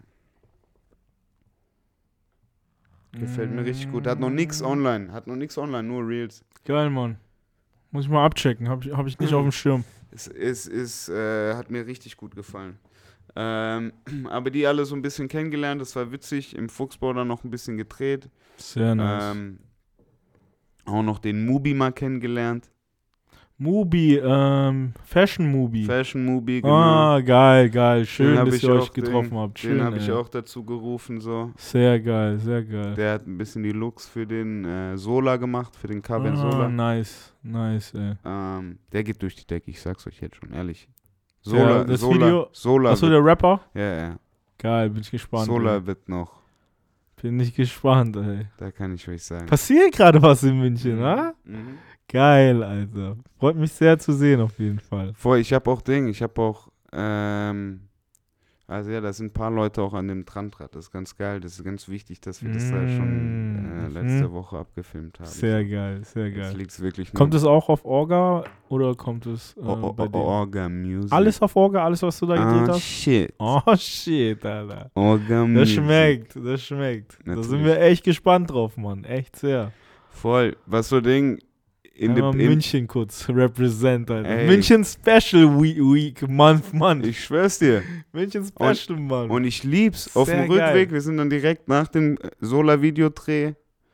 Gefällt mir richtig gut. Hat noch nix online. Hat noch nix online, nur Reels. Geil, Mann. Muss ich mal abchecken. Hab ich, hab ich nicht auf dem Schirm. Es ist, ist, äh, hat mir richtig gut gefallen. Ähm, aber die alle so ein bisschen kennengelernt. Das war witzig. Im Fuchsbau dann noch ein bisschen gedreht. Sehr nice. Ähm, auch noch den Mubi mal kennengelernt. Mubi, ähm, Fashion Mubi. Fashion Mubi, genau. Ah, geil, geil. Schön, hab dass ich ihr euch auch- getroffen den, habt. Schön, Den habe ich ey. auch dazu gerufen, so. Sehr geil, sehr geil. Der hat ein bisschen die Looks für den äh, Sola gemacht, für den Carbon ah, Sola. nice, nice, ey. Ähm, der geht durch die Decke, ich sag's euch jetzt schon, ehrlich. Ja, Sola, das Sola, Video- Sola, Achso, wird, der Rapper? ja, ja. Geil, bin ich gespannt. Sola ey. wird noch, Bin ich gespannt, ey. da kann ich euch sagen. Passiert gerade was in München, Mhm. ah? Mhm. Geil, Alter. Freut mich sehr zu sehen, auf jeden Fall. Voll, ich habe auch Ding, ich habe auch, ähm, also ja, da sind ein paar Leute auch an dem Trandrad. Das ist ganz geil, das ist ganz wichtig, dass wir das da schon äh, Mhm. letzte Woche abgefilmt haben. Sehr geil, sehr Jetzt geil. liegt's wirklich nur Kommt es auch auf Orga oder kommt es äh, O- O- bei O- dir? Orga Music. Alles auf Orga, alles, was du da gedreht ah, hast? shit. Oh, shit, Alter. Orga Das Music. schmeckt, das schmeckt. Da sind Natürlich. wir echt gespannt drauf, Mann. Echt sehr. Voll, was so Ding, in Einmal de, in, München kurz represent, Alter. Ey. München Special Week, Week Month, Mann. ich schwör's dir. München Special, Mann. Und ich lieb's. Auf Sehr dem Rückweg, geil. wir sind dann direkt nach dem Solar-Videodreh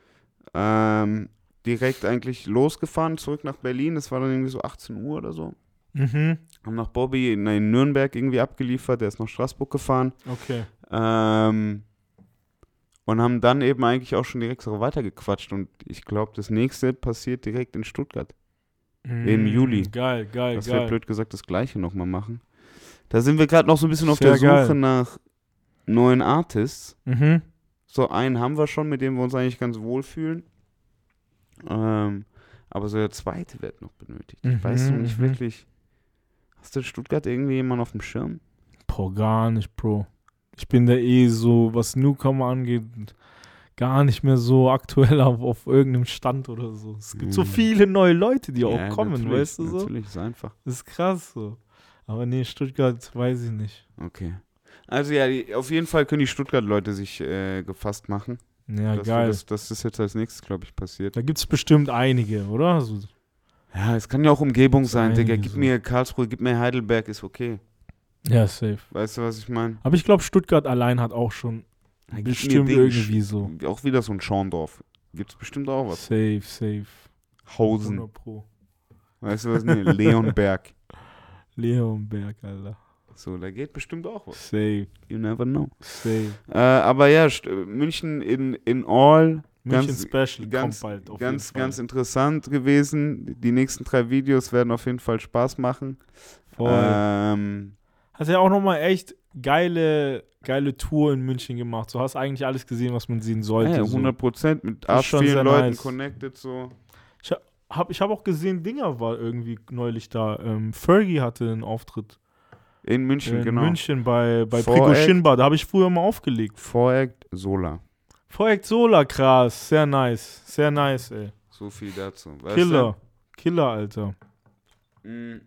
ähm, direkt eigentlich losgefahren, zurück nach Berlin. Das war dann irgendwie so achtzehn Uhr oder so. mhm. Haben nach Bobby in, in Nürnberg irgendwie abgeliefert. Der ist nach Straßburg gefahren. Okay. Ähm, und haben dann eben eigentlich auch schon direkt so weitergequatscht. Und ich glaube, das nächste passiert direkt in Stuttgart. Im Mm, Juli. Geil, geil, Das wäre geil. blöd gesagt das Gleiche nochmal machen. Da sind wir gerade noch so ein bisschen auf Sehr der Suche geil. nach neuen Artists. Mhm. So einen haben wir schon, mit dem wir uns eigentlich ganz wohl fühlen. Ähm, aber so der zweite wird noch benötigt. Ich Mhm, weiß noch nicht mhm. wirklich. Hast du in Stuttgart irgendwie jemanden auf dem Schirm? Boah, gar nicht, Bro. Ich bin da eh so, was Newcomer angeht, gar nicht mehr so aktuell auf, auf irgendeinem Stand oder so. Es gibt so Mhm. viele neue Leute, die Ja, auch kommen, natürlich, weißt du so? Natürlich, ist einfach. Das ist krass so. Aber nee, Stuttgart weiß ich nicht. Okay. Also ja, die, auf jeden Fall können die Stuttgart-Leute sich äh, gefasst machen. Ja, dass wir geil. Das, das ist jetzt als nächstes, glaube ich, passiert. Da gibt es bestimmt einige, oder? So, Ja, es kann ja auch Umgebung Das sein, Digga. einige Gib so. mir Karlsruhe, gib mir Heidelberg, ist okay. ja, safe. Weißt du, was ich meine? Aber ich glaube, Stuttgart allein hat auch schon Ja, gib mir bestimmt Ding, irgendwie so. Auch wieder so ein Schorndorf. Gibt's bestimmt auch was. Safe, safe. Hausen. hundert Pro. Weißt du was? Nee, Leonberg. Leonberg, Alter. So, da geht bestimmt auch was. Safe, You never know. safe. Äh, aber ja, St- München in, in all. München Ganz- Special ganz- kommt bald auf Ganz, jeden Fall. ganz interessant gewesen. Die nächsten drei Videos werden auf jeden Fall Spaß machen. Voll. Ähm, Hast ja auch nochmal echt geile, geile Tour in München gemacht. So hast eigentlich alles gesehen, was man sehen sollte. ja, so. hundert Prozent mit Das ist arsch schon vielen sehr Leuten nice. connected so. Hab, ich habe auch gesehen, Dinger war irgendwie neulich da. Ähm, Fergie hatte einen Auftritt In München, in genau. München bei, bei Voreck. Prigo Shinba. Da habe ich früher mal aufgelegt. Voreact Sola. Projekt Sola, krass. Sehr nice. Sehr nice, ey. So viel dazu. Weißt Killer. Killer, Alter. du? Mm.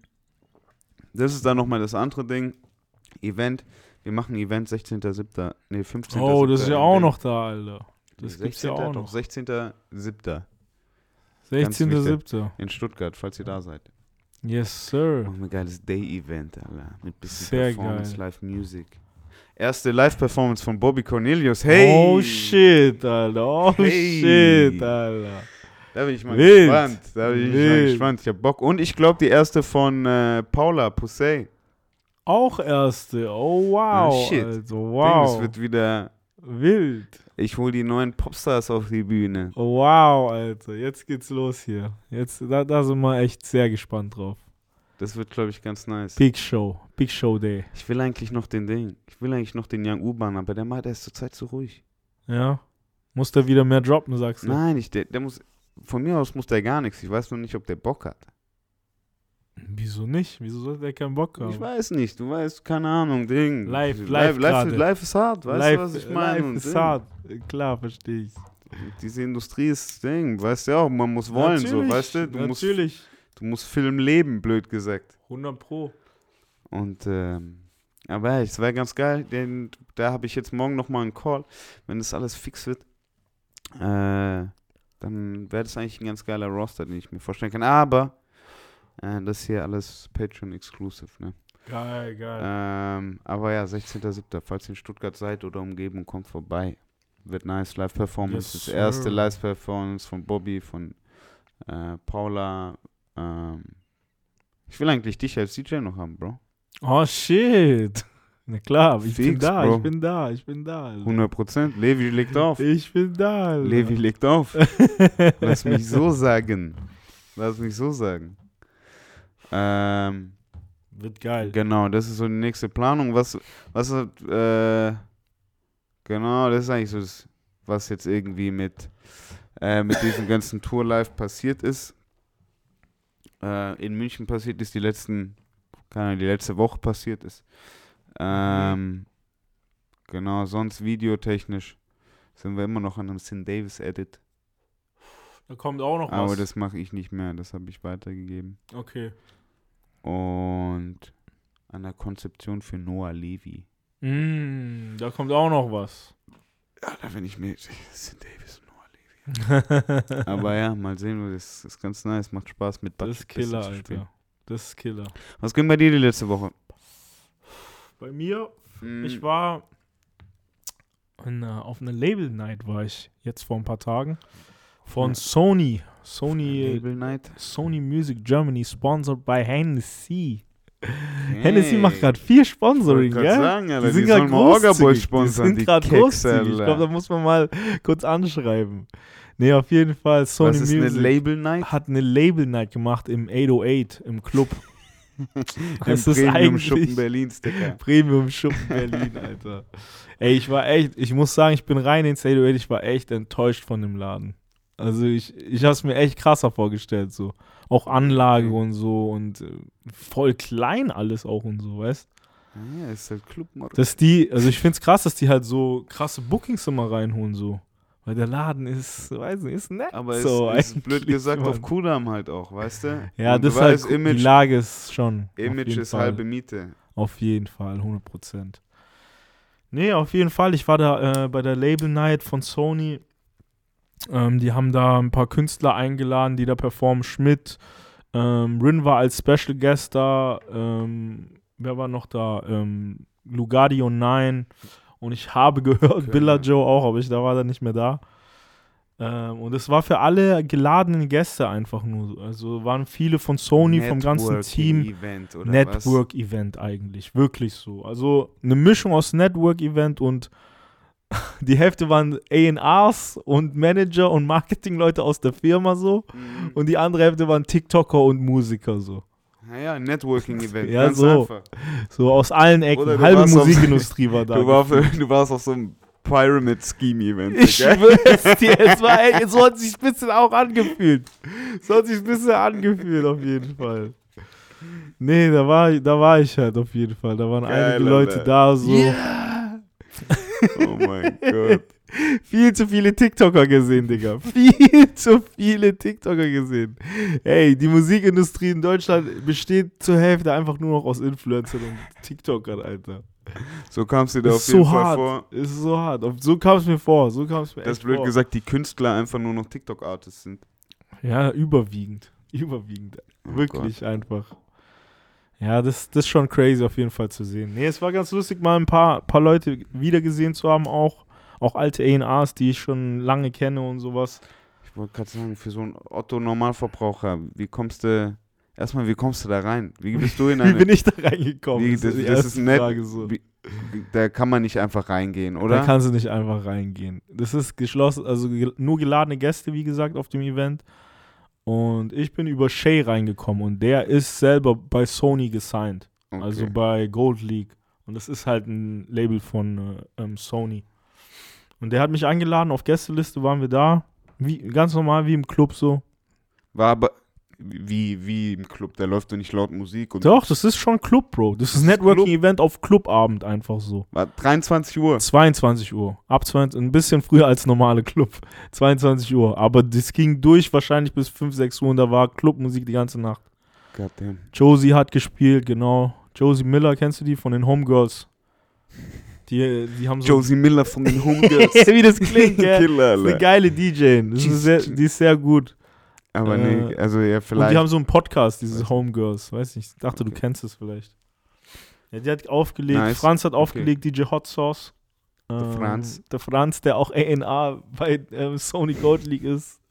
Das ist dann nochmal das andere Ding. Event. Wir machen Event sechzehnter siebter Nee, fünfzehnter Oh, das ist ja auch in noch da, Alter. Das Nee, gibt's ja sechzehnter auch Doch, noch. sechzehnter siebter sechzehnter siebter in Stuttgart, falls ihr da seid. Yes, sir. Machen wir ein geiles Day-Event, Alter. Mit bisschen Sehr Performance, geil. Live-Music. Erste Live-Performance von Bobby Cornelius. Hey! Oh, shit, Alter. Oh, Hey. shit, Alter. Da bin ich mal Wild. gespannt. Da bin ich mal Wild. gespannt. Ich hab Bock. Und ich glaube, die erste von äh, Paula Poussey. Auch erste. Oh, wow. Ah, shit. Also, Das wow. wird wieder. Wild. Ich hol die neuen Popstars auf die Bühne. Oh, wow, Alter. Jetzt geht's los hier. Jetzt, da, da sind wir echt sehr gespannt drauf. Das wird, glaube ich, ganz nice. Big Show. Big Show Day. Ich will eigentlich noch den Ding. Ich will eigentlich noch den Young U-Bahn, aber der meint, der ist zurzeit zu ruhig. Ja. Muss der wieder mehr droppen, sagst du? Nein, ich, der, der muss. Von mir aus muss der gar nichts. Ich weiß nur nicht, ob der Bock hat. Wieso nicht? Wieso sollte der keinen Bock haben? Ich weiß nicht. Du weißt, keine Ahnung, Ding. Live, live, live live, gerade. ist, live ist hart. Weißt live, du, was ich meine? live Und ist Ding. hart. Klar, verstehe ich. Diese Industrie ist Ding. Weißt du ja auch, man muss wollen, so, weißt du? Du musst, natürlich. du musst Film leben, blöd gesagt. hundert Pro. Und, ähm, aber hey, es wäre ganz geil. Den, da habe ich jetzt morgen nochmal einen Call. Wenn das alles fix wird, äh, dann wäre das eigentlich ein ganz geiler Roster, den ich mir vorstellen kann. Aber äh, das hier alles Patreon-exclusive, ne? Geil, geil. Ähm, aber ja, sechzehnter siebter Falls ihr in Stuttgart seid oder Umgebung, kommt vorbei. Wird nice. Live-Performance. Yes, das erste sir. Live-Performance von Bobby, von äh, Paula. Ähm, ich will eigentlich dich als D J noch haben, Bro. Oh, shit. Na klar, aber ich bin Fix, da, Bro. ich bin da, ich bin da. Alter. hundert Prozent. Levi legt auf. Ich bin da, Alter. Levi legt auf. Lass mich so sagen. Lass mich so sagen. Ähm, Wird geil. genau, das ist so die nächste Planung. Was, was, äh, genau, das ist eigentlich so das, was jetzt irgendwie mit, äh, mit diesem ganzen Tour live passiert ist. Äh, in München passiert ist, die letzten, keine Ahnung, die letzte Woche passiert ist. Ähm, genau, sonst videotechnisch sind wir immer noch an einem Sin Davis Edit. Da kommt auch noch Aber was. das mache ich nicht mehr, das habe ich weitergegeben. Okay. Und an der Konzeption für Noah Levy. Mm, da kommt auch noch was. Ja, da bin ich mir. Sin Davis und Noah Levy. Aber ja, mal sehen, das ist ganz nice, macht Spaß mit Das ist Bucket Killer, zu spielen. Alter. Das ist Killer. Was ging bei dir die letzte Woche? Bei mir, Hm, ich war in, äh, auf einer Label Night war ich jetzt vor ein paar Tagen von Ja. Sony. Sony Label Night. Sony Music Germany, sponsored by Hennessy. Okay. Hennessy macht gerade viel Sponsoring, Ich wollte gell? grad sagen, Alter, Die sind die gerade sollen mal Orga Boys großzügig. Die sponsern, sind die gerade Keks, großzügig. Ich Alter. glaube, da muss man mal kurz anschreiben. Nee, auf jeden Fall Sony Was ist Music eine Label Night? hat eine Label Night gemacht im achthundertacht im Club. Im Es ist Premium-Schuppen eigentlich Berlins, Digga. Premium Schuppen Berlin, Alter. Ey, ich war echt, ich muss sagen, ich bin rein ins achthundertacht, ich war echt enttäuscht von dem Laden. Also ich, ich habe es mir echt krasser vorgestellt, so. Auch Anlage Okay. und so und äh, voll klein alles auch und so, weißt? Ja, ist halt Club Marokko. Dass die, also ich find's krass, dass die halt so krasse Bookings immer reinholen, so. Weil der Laden ist, weiß nicht, ist nett. Aber so es ist blöd eigentlich, gesagt Mann. auf Kudam halt auch, weißt du? Ja, Und das du ist halt, weißt, Image, die Lage ist schon. Image auf jeden ist Fall. halbe Miete. Auf jeden Fall, hundert Prozent. Nee, auf jeden Fall. Ich war da äh, bei der Label Night von Sony. Ähm, die haben da ein paar Künstler eingeladen, die da performen. Schmidt, ähm, Rin war als Special Guest da. Ähm, wer war noch da? Ähm, Lugardio neun. Und ich habe gehört, Okay. Billa Joe auch, aber ich da war dann nicht mehr da. Ähm, und es war für alle geladenen Gäste einfach nur so. Also waren viele von Sony, vom ganzen Team. Event oder was? Network-Event eigentlich, wirklich so. Also eine Mischung aus Network-Event und die Hälfte waren A and Rs und Manager und Marketingleute aus der Firma so Mhm. und die andere Hälfte waren TikToker und Musiker so. Naja, Networking-Event, Ja, ganz so. einfach. So aus allen Oder Ecken. du Halbe warst auf- Musikindustrie war da. Du, war, du warst auf so einem Pyramid-Scheme-Event. Ich Digga. schwör's dir, es war, ey, so hat sich ein bisschen auch angefühlt. So hat sich ein bisschen angefühlt, auf jeden Fall. Nee, da war, da war ich halt auf jeden Fall. Da waren Geil, einige Leute Alter. da, so. Oh mein Gott. Viel zu viele TikToker gesehen, Digga. Viel zu viele TikToker gesehen. Ey, die Musikindustrie in Deutschland besteht zur Hälfte einfach nur noch aus Influencern und TikTokern, Alter. So kamst du dir auf Ist jeden so Fall hart. vor. Ist so hart. Auf- So kam es mir vor. So kam es mir Dass echt blöd vor. gesagt die Künstler einfach nur noch TikTok-Artists sind. Ja, überwiegend. Überwiegend. Oh Wirklich einfach. Ja, das, das ist schon crazy auf jeden Fall zu sehen. Nee, es war ganz lustig, mal ein paar, paar Leute wiedergesehen zu haben, auch. Auch alte A and Rs, die ich schon lange kenne und sowas. Ich wollte gerade sagen, für so einen Otto-Normalverbraucher, wie kommst du, erstmal, wie kommst du da rein? Wie bist du in Wie eine, bin ich da reingekommen? wie, ist das, die das ist erste nett, Frage so. wie, wie, da kann man nicht einfach reingehen, Da oder? kannst du nicht einfach reingehen. Das ist geschlossen, also gel- nur geladene Gäste, wie gesagt, auf dem Event. Und ich bin über Shay reingekommen und der ist selber bei Sony gesigned. Okay. Also bei Gold League. Und das ist halt ein Label von äh, ähm, Sony. Und der hat mich eingeladen, auf Gästeliste waren wir da. Wie, ganz normal wie im Club so. War aber, wie, wie im Club, da läuft doch nicht laut Musik. Und Doch, das ist schon Club, Bro. Das ist ein Networking-Event auf Clubabend einfach so. War dreiundzwanzig Uhr. zweiundzwanzig Uhr. Ab zweiundzwanzig, ein bisschen früher als normale Club. zweiundzwanzig Uhr. Aber das ging durch wahrscheinlich bis fünf, sechs Uhr und da war Clubmusik die ganze Nacht. Goddamn. Josie hat gespielt, genau. Josie Miller, kennst du die? Von den Homegirls. Die, die haben so... Josie Miller von den Homegirls. Wie das klingt, gell? Killer, Das ist eine Alter. geile D J. Das ist sehr, die ist sehr gut. Aber Äh, nee, also ja, Und vielleicht. die haben so einen Podcast, dieses Weiß Homegirls. Weiß nicht, ich dachte, du Okay. kennst es vielleicht. Ja, die hat aufgelegt, Nice. Franz hat Okay. aufgelegt, D J Hot Sauce. Der Ähm, Franz. Der Franz, der auch A and R bei ähm, Sony Gold League ist.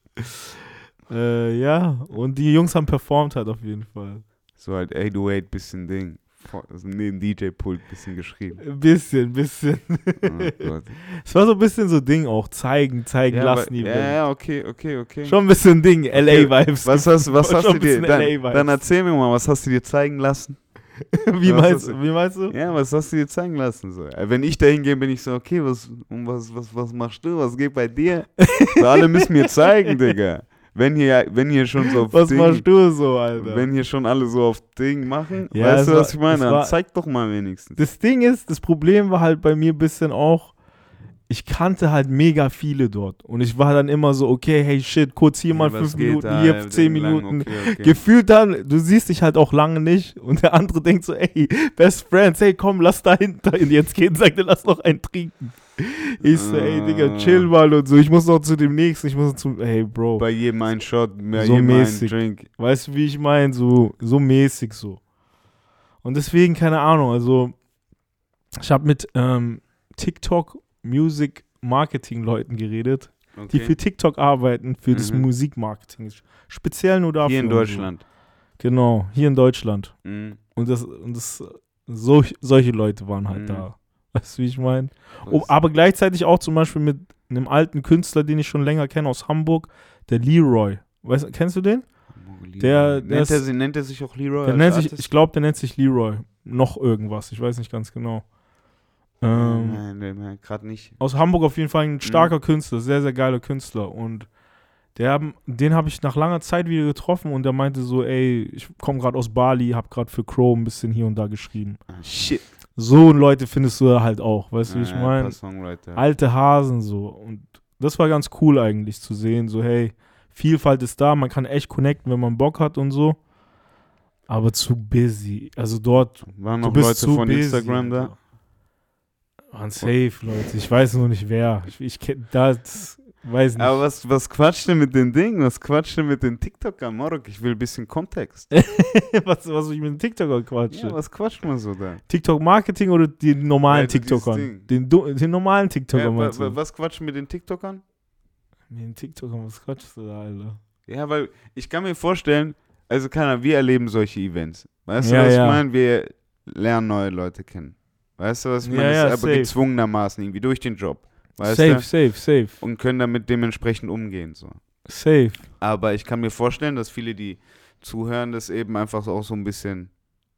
äh, ja, und die Jungs haben performt halt auf jeden Fall. So halt acht null acht bisschen Ding. Vor- Also neben D J-Pult bisschen geschrieben. Ein bisschen, ein bisschen. Oh Gott. Es war so ein bisschen so Ding auch, zeigen, zeigen Ja, lassen. aber, Event. ja, ja, okay, okay, okay. Schon ein bisschen Ding, L A-Vibes. Was hast, was Schon hast ein du dir, bisschen dann, L A-Vibes. dann erzähl mir mal, was hast du dir zeigen lassen? wie, was meinst, hast du- wie meinst du? Ja, was hast du dir zeigen lassen? So? Äh, Wenn ich da hingehe, bin ich so, okay, was, um was, was, was machst du? Was geht bei dir? So, alle müssen mir zeigen, Digga. Wenn hier, wenn hier schon so auf Was Ding, machst du so, Alter? wenn hier schon alle so auf Ding machen, Ja, es weißt du, war- was ich meine? es Dann war- zeig doch mal wenigstens. Das Ding ist, das Problem war halt bei mir ein bisschen auch, ich kannte halt mega viele dort. Und ich war dann immer so, okay, hey shit, kurz hier mal Ja, was fünf geht Minuten, da, hier Ding zehn lang, Minuten. Okay, okay. Gefühlt dann, du siehst dich halt auch lange nicht und der andere denkt so, ey, Best Friends, hey komm, lass da hinten jetzt gehen, sagt er, lass noch einen trinken. Ich so, ey Digga, chill mal und so, ich muss noch zu dem nächsten, ich muss noch zu, hey Bro, Bei jedem ein Shot, bei So jedem mäßig. ein Drink. weißt du, wie ich meine, so, so mäßig so. Und deswegen, keine Ahnung, also ich habe mit ähm, TikTok Music Marketing Leuten geredet, die Okay. für TikTok arbeiten, für das Mhm. Musikmarketing. Speziell nur dafür. Hier in und so. Deutschland. Genau, hier in Deutschland. Mhm. Und das, und das so, solche Leute waren halt Mhm. da. Weißt du, wie ich meine? Was- Oh, aber gleichzeitig auch zum Beispiel mit einem alten Künstler, den ich schon länger kenne aus Hamburg, der Leroy. Weißt, kennst du den? der- der nennt, er, ist- sie- nennt er sich auch Leroy? Der als nennt sich, Artist? ich glaube, der nennt sich Leroy. Noch irgendwas, ich weiß nicht ganz genau. Ähm, Nein, nein, nein, gerade nicht. aus Hamburg auf jeden Fall Mhm. ein starker Künstler, sehr, sehr geiler Künstler. Und der, haben- den habe ich nach langer Zeit wieder getroffen und der meinte so, ey, ich komme gerade aus Bali, habe gerade für Crow ein bisschen hier und da geschrieben. Ah, shit. So Leute findest du halt auch, weißt du, Ja, wie ich ja, ein meine? paar Songwriter. Alte Hasen so. Und das war ganz cool eigentlich zu sehen, so hey, Vielfalt ist da, man kann echt connecten, wenn man Bock hat und so. Aber zu busy. Also dort, Waren du noch bist Leute zu von busy, Instagram da? Alter. Waren safe, Leute. Ich weiß nur nicht wer. Ich, ich kenn das, weiß nicht. Aber was, was quatscht denn mit den Dingen? Was quatscht denn mit den TikTokern? Morok, ich will ein bisschen Kontext. was, was ich mit den TikTokern quatsche. Ja, was quatscht man so da? TikTok-Marketing oder die normalen Ja, so dieses TikTokern? Ding. Den, du- den normalen TikTokern Ja, wa, meinst wa, du? was quatscht mit den TikTokern? Mit den TikTokern, was quatschst du da, Alter? Ja, weil ich kann mir vorstellen, also keiner, wir erleben solche Events. Weißt Ja, du, was ja. ich meine? Wir lernen neue Leute kennen. Weißt du, was ich Ja, meine? ja, Das ist aber safe. gezwungenermaßen irgendwie durch den Job. Weißt Safe, du? safe, safe. Und können damit dementsprechend umgehen. So. Safe. Aber ich kann mir vorstellen, dass viele, die zuhören, das eben einfach auch so ein bisschen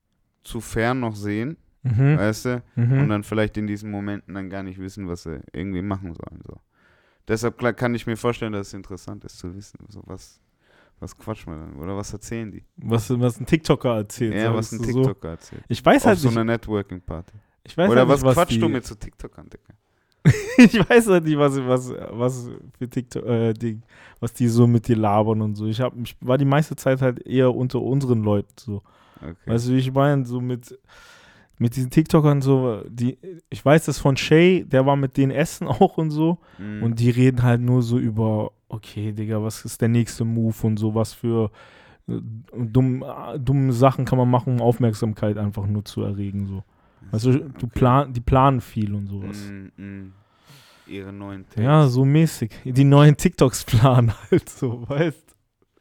zu fern noch sehen. Mhm. Weißt du? Mhm. Und dann vielleicht in diesen Momenten dann gar nicht wissen, was sie irgendwie machen sollen. So. Deshalb klar, kann ich mir vorstellen, dass es interessant ist zu wissen, so was, was quatscht man dann oder was erzählen die. was, was ein TikToker erzählt. Ja, was sagst ein du so. TikToker erzählt. Ich weiß Auf halt so nicht. einer Networking-Party. Ich weiß Oder halt was nicht, was quatschst die, du mit so TikTokern, Digga? Ich weiß halt nicht, was, was, was für TikTok, äh, Ding, was die so mit dir labern und so. Ich, hab, ich war die meiste Zeit halt eher unter unseren Leuten so. Okay. Weißt du, wie ich meine? So mit, mit diesen TikTokern so, die, ich weiß das von Shay, der war mit denen essen auch und so. Mhm. Und die reden halt nur so über, okay, Digga, was ist der nächste Move und so, was für äh, dumm, äh, dumme Sachen kann man machen, um Aufmerksamkeit einfach nur zu erregen. So. Weißt du, du Okay. plan, die planen viel und sowas. Mhm, mhm. Ihre neuen Takes. Ja, so mäßig. Die neuen TikToks planen halt so, weißt.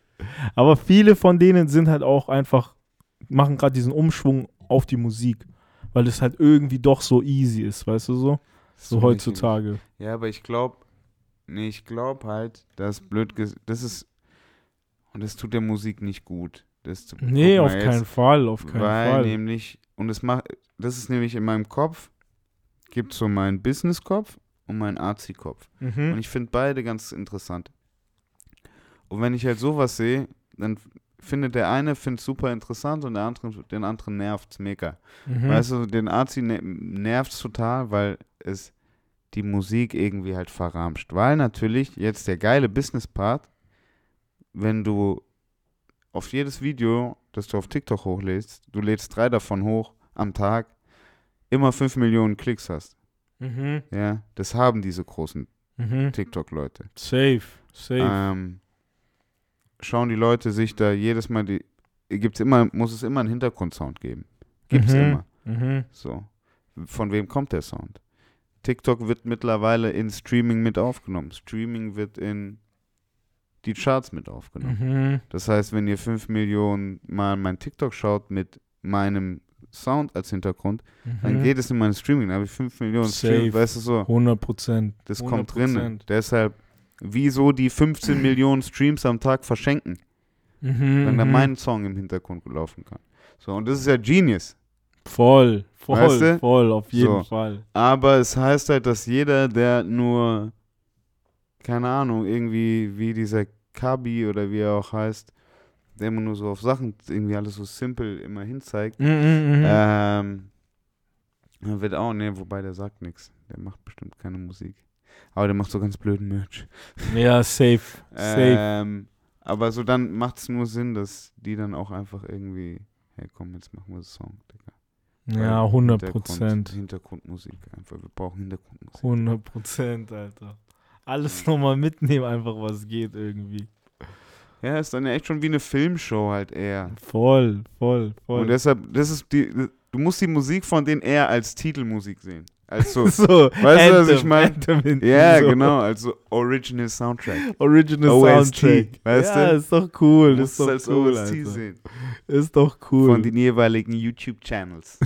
Aber viele von denen sind halt auch einfach, machen gerade diesen Umschwung auf die Musik, weil es halt irgendwie doch so easy ist, weißt du so? So nicht heutzutage. irgendwie- Ja, aber ich glaube, nee, ich glaube halt, dass blöd, ges- das ist, und das tut der Musik nicht gut. Das, guck Nee, mal auf jetzt, keinen Fall, auf keinen weil Fall. nämlich, und es macht, das ist nämlich in meinem Kopf, gibt so meinen Business-Kopf und meinen Arzi-Kopf. Und Mhm. ich finde beide ganz interessant. Und wenn ich halt sowas sehe, dann f- findet der eine findet super interessant und der andere, den anderen nervt's mega. Mhm. Weißt du, den Arzi ne nervt's total, weil es die Musik irgendwie halt verramscht. Weil natürlich jetzt der geile Business-Part, wenn du auf jedes Video, das du auf TikTok hochlädst, du lädst drei davon hoch am Tag, immer fünf Millionen Klicks hast. Mhm. Ja, das haben diese großen Mhm. TikTok-Leute. Safe, safe. Ähm, schauen die Leute sich da jedes Mal, die, gibt's immer, muss es immer einen Hintergrundsound geben. Gibt's Mhm. immer. Mhm. So. Von wem kommt der Sound? TikTok wird mittlerweile in Streaming mit aufgenommen. Streaming wird in die Charts mit aufgenommen. Mhm. Das heißt, wenn ihr fünf Millionen Mal mein TikTok schaut mit meinem Sound als Hintergrund, dann Mhm. geht es in mein Streaming. Dann habe ich fünf Millionen Safe. Streams, weißt du so. hundert Prozent. Das hundert kommt drin. Prozent. Deshalb, wieso die fünfzehn Millionen Streams am Tag verschenken, Mhm. wenn da mhm. mein Song im Hintergrund laufen kann. So, und das ist ja Genius. Voll, voll, Weißt du? voll, auf jeden So. Fall. Aber es heißt halt, dass jeder, der nur, keine Ahnung, irgendwie wie dieser Kabi oder wie er auch heißt, der immer nur so auf Sachen, irgendwie alles so simpel immer hinzeigt, Mhm, mhm. ähm, der wird auch, ne, wobei der sagt nichts. Der macht bestimmt keine Musik. Aber der macht so ganz blöden Merch. Ja, safe, safe. Ähm, aber so dann macht es nur Sinn, dass die dann auch einfach irgendwie, hey komm, jetzt machen wir einen Song, Digga. Ja, Weil hundert Hintergrund- Prozent. Hintergrundmusik einfach. Wir brauchen Hintergrundmusik. hundert Prozent, Alter. Alles nochmal mitnehmen, einfach was geht irgendwie. Ja, ist dann ja echt schon wie eine Filmshow halt eher. Voll, voll, voll. Und deshalb, das ist die, du musst die Musik von denen eher als Titelmusik sehen. Als so, so, weißt du, was ich meine? Anthem hinten ja, so. genau, also Original Soundtrack. Original O S T, Soundtrack. weißt ja, du? ist doch cool, Du ist musst es doch als cool, O S T Alter. sehen. Ist doch cool. Von den jeweiligen YouTube-Channels.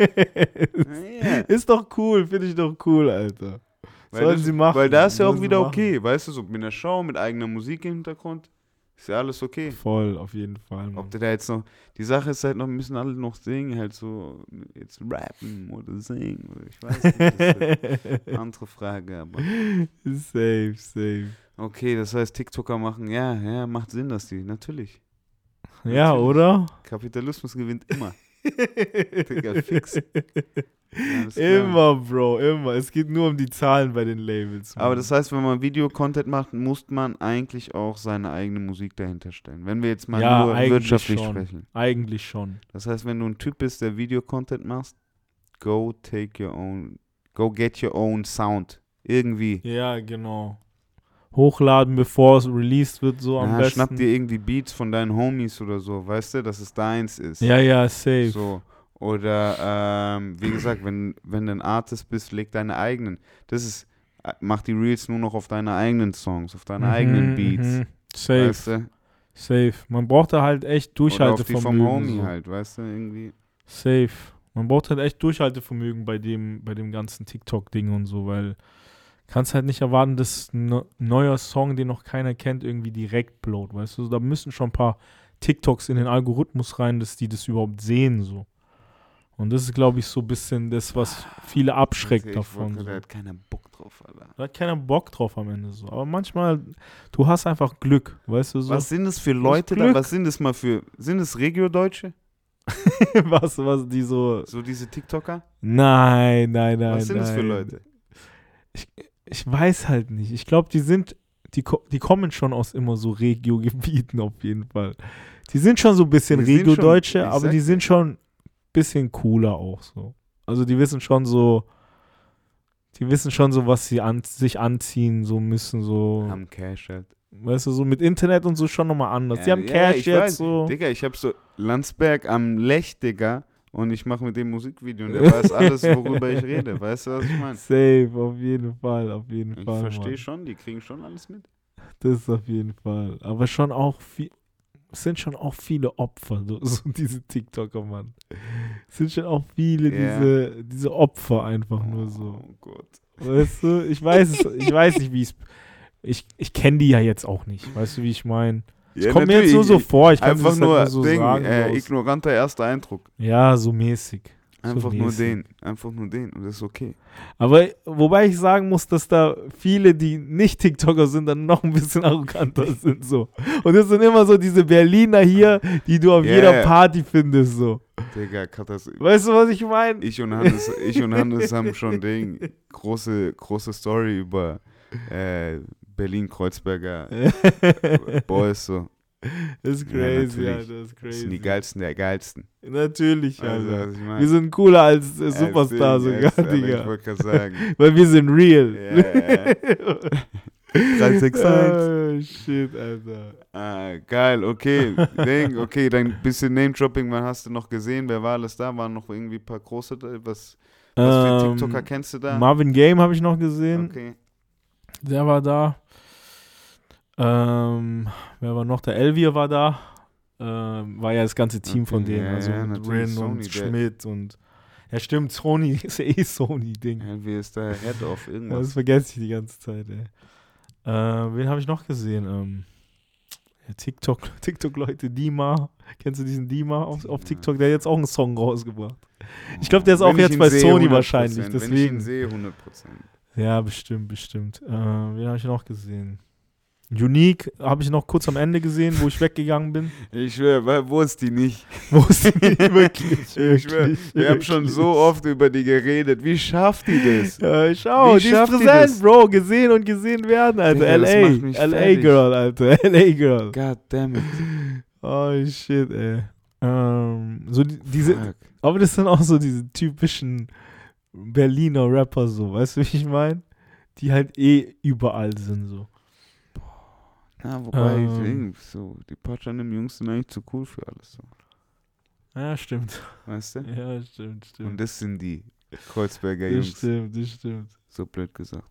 ja. Ist doch cool, finde ich doch cool, Alter. Weil Sollen das, sie machen. Weil da ist ja auch Sollen sie wieder machen. okay, weißt du, so mit einer Show, mit eigener Musik im Hintergrund, ist ja alles okay. Voll, auf jeden Fall. Mann. Ob der da jetzt noch, die Sache ist halt noch, müssen alle noch singen, halt so, jetzt rappen oder singen, oder ich weiß nicht, das ist halt eine andere Frage, aber Safe, safe. okay, das heißt, TikToker machen, ja, ja, macht Sinn, dass die, natürlich. Ja, Natürlich. oder? Kapitalismus gewinnt immer. Digga, fix. Alles klar. Immer, Bro, immer. Es geht nur um die Zahlen bei den Labels. Aber Mann. das heißt, wenn man Video-Content macht, muss man eigentlich auch seine eigene Musik dahinter stellen. Wenn wir jetzt mal Ja, nur eigentlich wirtschaftlich schon. sprechen. Eigentlich schon. Das heißt, wenn du ein Typ bist, der Video-Content machst, go take your own, go get your own sound. Irgendwie. Ja, genau. Hochladen, bevor es released wird, so am Ja, besten. schnapp dir irgendwie Beats von deinen Homies oder so, weißt du, dass es deins ist. Ja, ja, safe. So. Oder, ähm, wie gesagt, wenn, wenn du ein Artist bist, leg deine eigenen. Das ist, äh, mach die Reels nur noch auf deine eigenen Songs, auf deine Mhm, eigenen Beats. mhm. Safe, Weißt du? safe. Man braucht da halt echt Oder auf die Durchhaltevermögen. vom Homie so. halt, weißt du, irgendwie. Safe. Man braucht halt echt Durchhaltevermögen bei dem, bei dem ganzen TikTok-Ding und so, weil kannst halt nicht erwarten, dass ein ne- neuer Song, den noch keiner kennt, irgendwie direkt blowt, weißt du? Da müssen schon ein paar TikToks in den Algorithmus rein, dass die das überhaupt sehen, so. Und das ist, glaube ich, so ein bisschen das, was viele abschreckt Ich davon. wollte, So. Da hat keiner Bock drauf, Alter. Da hat keiner Bock drauf am Ende so. Aber manchmal, du hast einfach Glück, weißt du so. Was sind das für Leute da? Glück. Was sind das mal für, sind es Regio-Deutsche? was, was die so. So diese TikToker? Nein, nein, nein. Was sind nein. das für Leute? Ich, ich weiß halt nicht. Ich glaube, die sind, die, ko- die kommen schon aus immer so Regio-Gebieten auf jeden Fall. Die sind schon so ein bisschen Die sind schon- Regio-Deutsche, ich aber sag die dir. sind schon ein bisschen cooler auch so. Also die wissen schon so, die wissen schon so, was sie an, sich anziehen, so müssen so, Haben Cash halt. weißt du, so mit Internet und so schon nochmal anders. die Ja, haben ja, Cash ich jetzt weiß. so. Digga, ich hab so Landsberg am Lech, Digga, und ich mache mit dem Musikvideo und der weiß alles, worüber ich rede. Weißt du, was ich meine? Safe, auf jeden Fall, auf jeden Ich Fall. verstehe Mann. schon, die kriegen schon alles mit. Das ist auf jeden Fall. Aber schon auch viel, es sind schon auch viele Opfer, so, so diese TikToker, Mann. Es sind schon auch viele Ja. diese, diese Opfer einfach nur so. Oh Gott. Weißt du, ich weiß es, ich weiß nicht, wie es. Ich, ich kenne die ja jetzt auch nicht. Weißt du, wie ich meine? Es Ja, kommt mir jetzt nur so natürlich. vor, ich kann Einfach es nur, halt nur so Ding, sagen. äh, so aus- ignoranter erster Eindruck. ja, so mäßig. Einfach so nur mäßig. den. Einfach nur den. Und das ist okay. Aber wobei ich sagen muss, dass da viele, die nicht TikToker sind, dann noch ein bisschen arroganter sind. So. Und das sind immer so diese Berliner hier, die du auf Yeah. jeder Party findest. So. Digga, Katastrophe. Weißt du, was ich meine? Ich und Hannes, ich und Hannes haben schon Ding, große, große Story über äh, Berlin-Kreuzberger Boys so. Das ist Ja, crazy, natürlich. Alter, das ist Das crazy. sind die geilsten der geilsten. Natürlich, Also, Alter. was ich meine. Wir sind cooler als äh, Als Superstar Ding, sogar, als- Alter, Ich Digga. wollte gerade sagen. Weil wir sind real. Ja, drei sechs eins. Oh, shit, Alter. Ah, geil, okay. Ding, okay, dann ein bisschen Name-Dropping, wann hast du noch gesehen? Wer war alles da? Waren noch irgendwie ein paar große, da? was, was für Ähm, TikToker kennst du da? Marvin Game habe ich noch gesehen. Okay. Der war da. Ähm, wer war noch? Der Elvier war da. Ähm, war ja das ganze Team Okay, von denen. ja, also ja, mit natürlich, Rin Sony, und der- Schmidt und. Ja, stimmt, Sony ist ja eh Sony-Ding. Ja, wie ist da Head of Ja, das irgendwas? vergesse ich die ganze Zeit, ey. Äh, wen habe ich noch gesehen? Ähm, ja, TikTok, TikTok-Leute, Dima. Kennst du diesen Dima auf, auf Dima. TikTok? Der hat jetzt auch einen Song rausgebracht. Ich glaub, der ist Wenn auch ich jetzt ihn bei sehe, Sony hundert wahrscheinlich, Prozent. Wenn ich deswegen. ihn sehe, hundert Prozent. Ja, bestimmt, bestimmt. Äh, wen habe ich noch gesehen? Unique habe ich noch kurz am Ende gesehen, wo ich weggegangen bin. Ich schwöre, wo ist die nicht? Wo ist die wirklich? Ich schwöre, wirklich, wir haben schon so oft über die geredet. Wie schafft die das? Ja, schau, Wie die ist schafft die präsent, das? Bro. Gesehen und gesehen werden, Alter. Digga, das macht mich L A. L A fertig. Girl, Alter. L A Girl. God damn it. Oh, shit, ey. Ähm, so die, diese, Fuck. aber das sind auch so diese typischen Berliner Rapper, so. Weißt du, wie ich meine? Die halt eh überall sind, so. Ja, wobei, Ähm. ich denk, so, die Patschan Jungs sind eigentlich zu cool für alles. So. Ja, stimmt. Weißt du? Ja, stimmt, stimmt. Und das sind die Kreuzberger Das Jungs. stimmt, das stimmt. So blöd gesagt.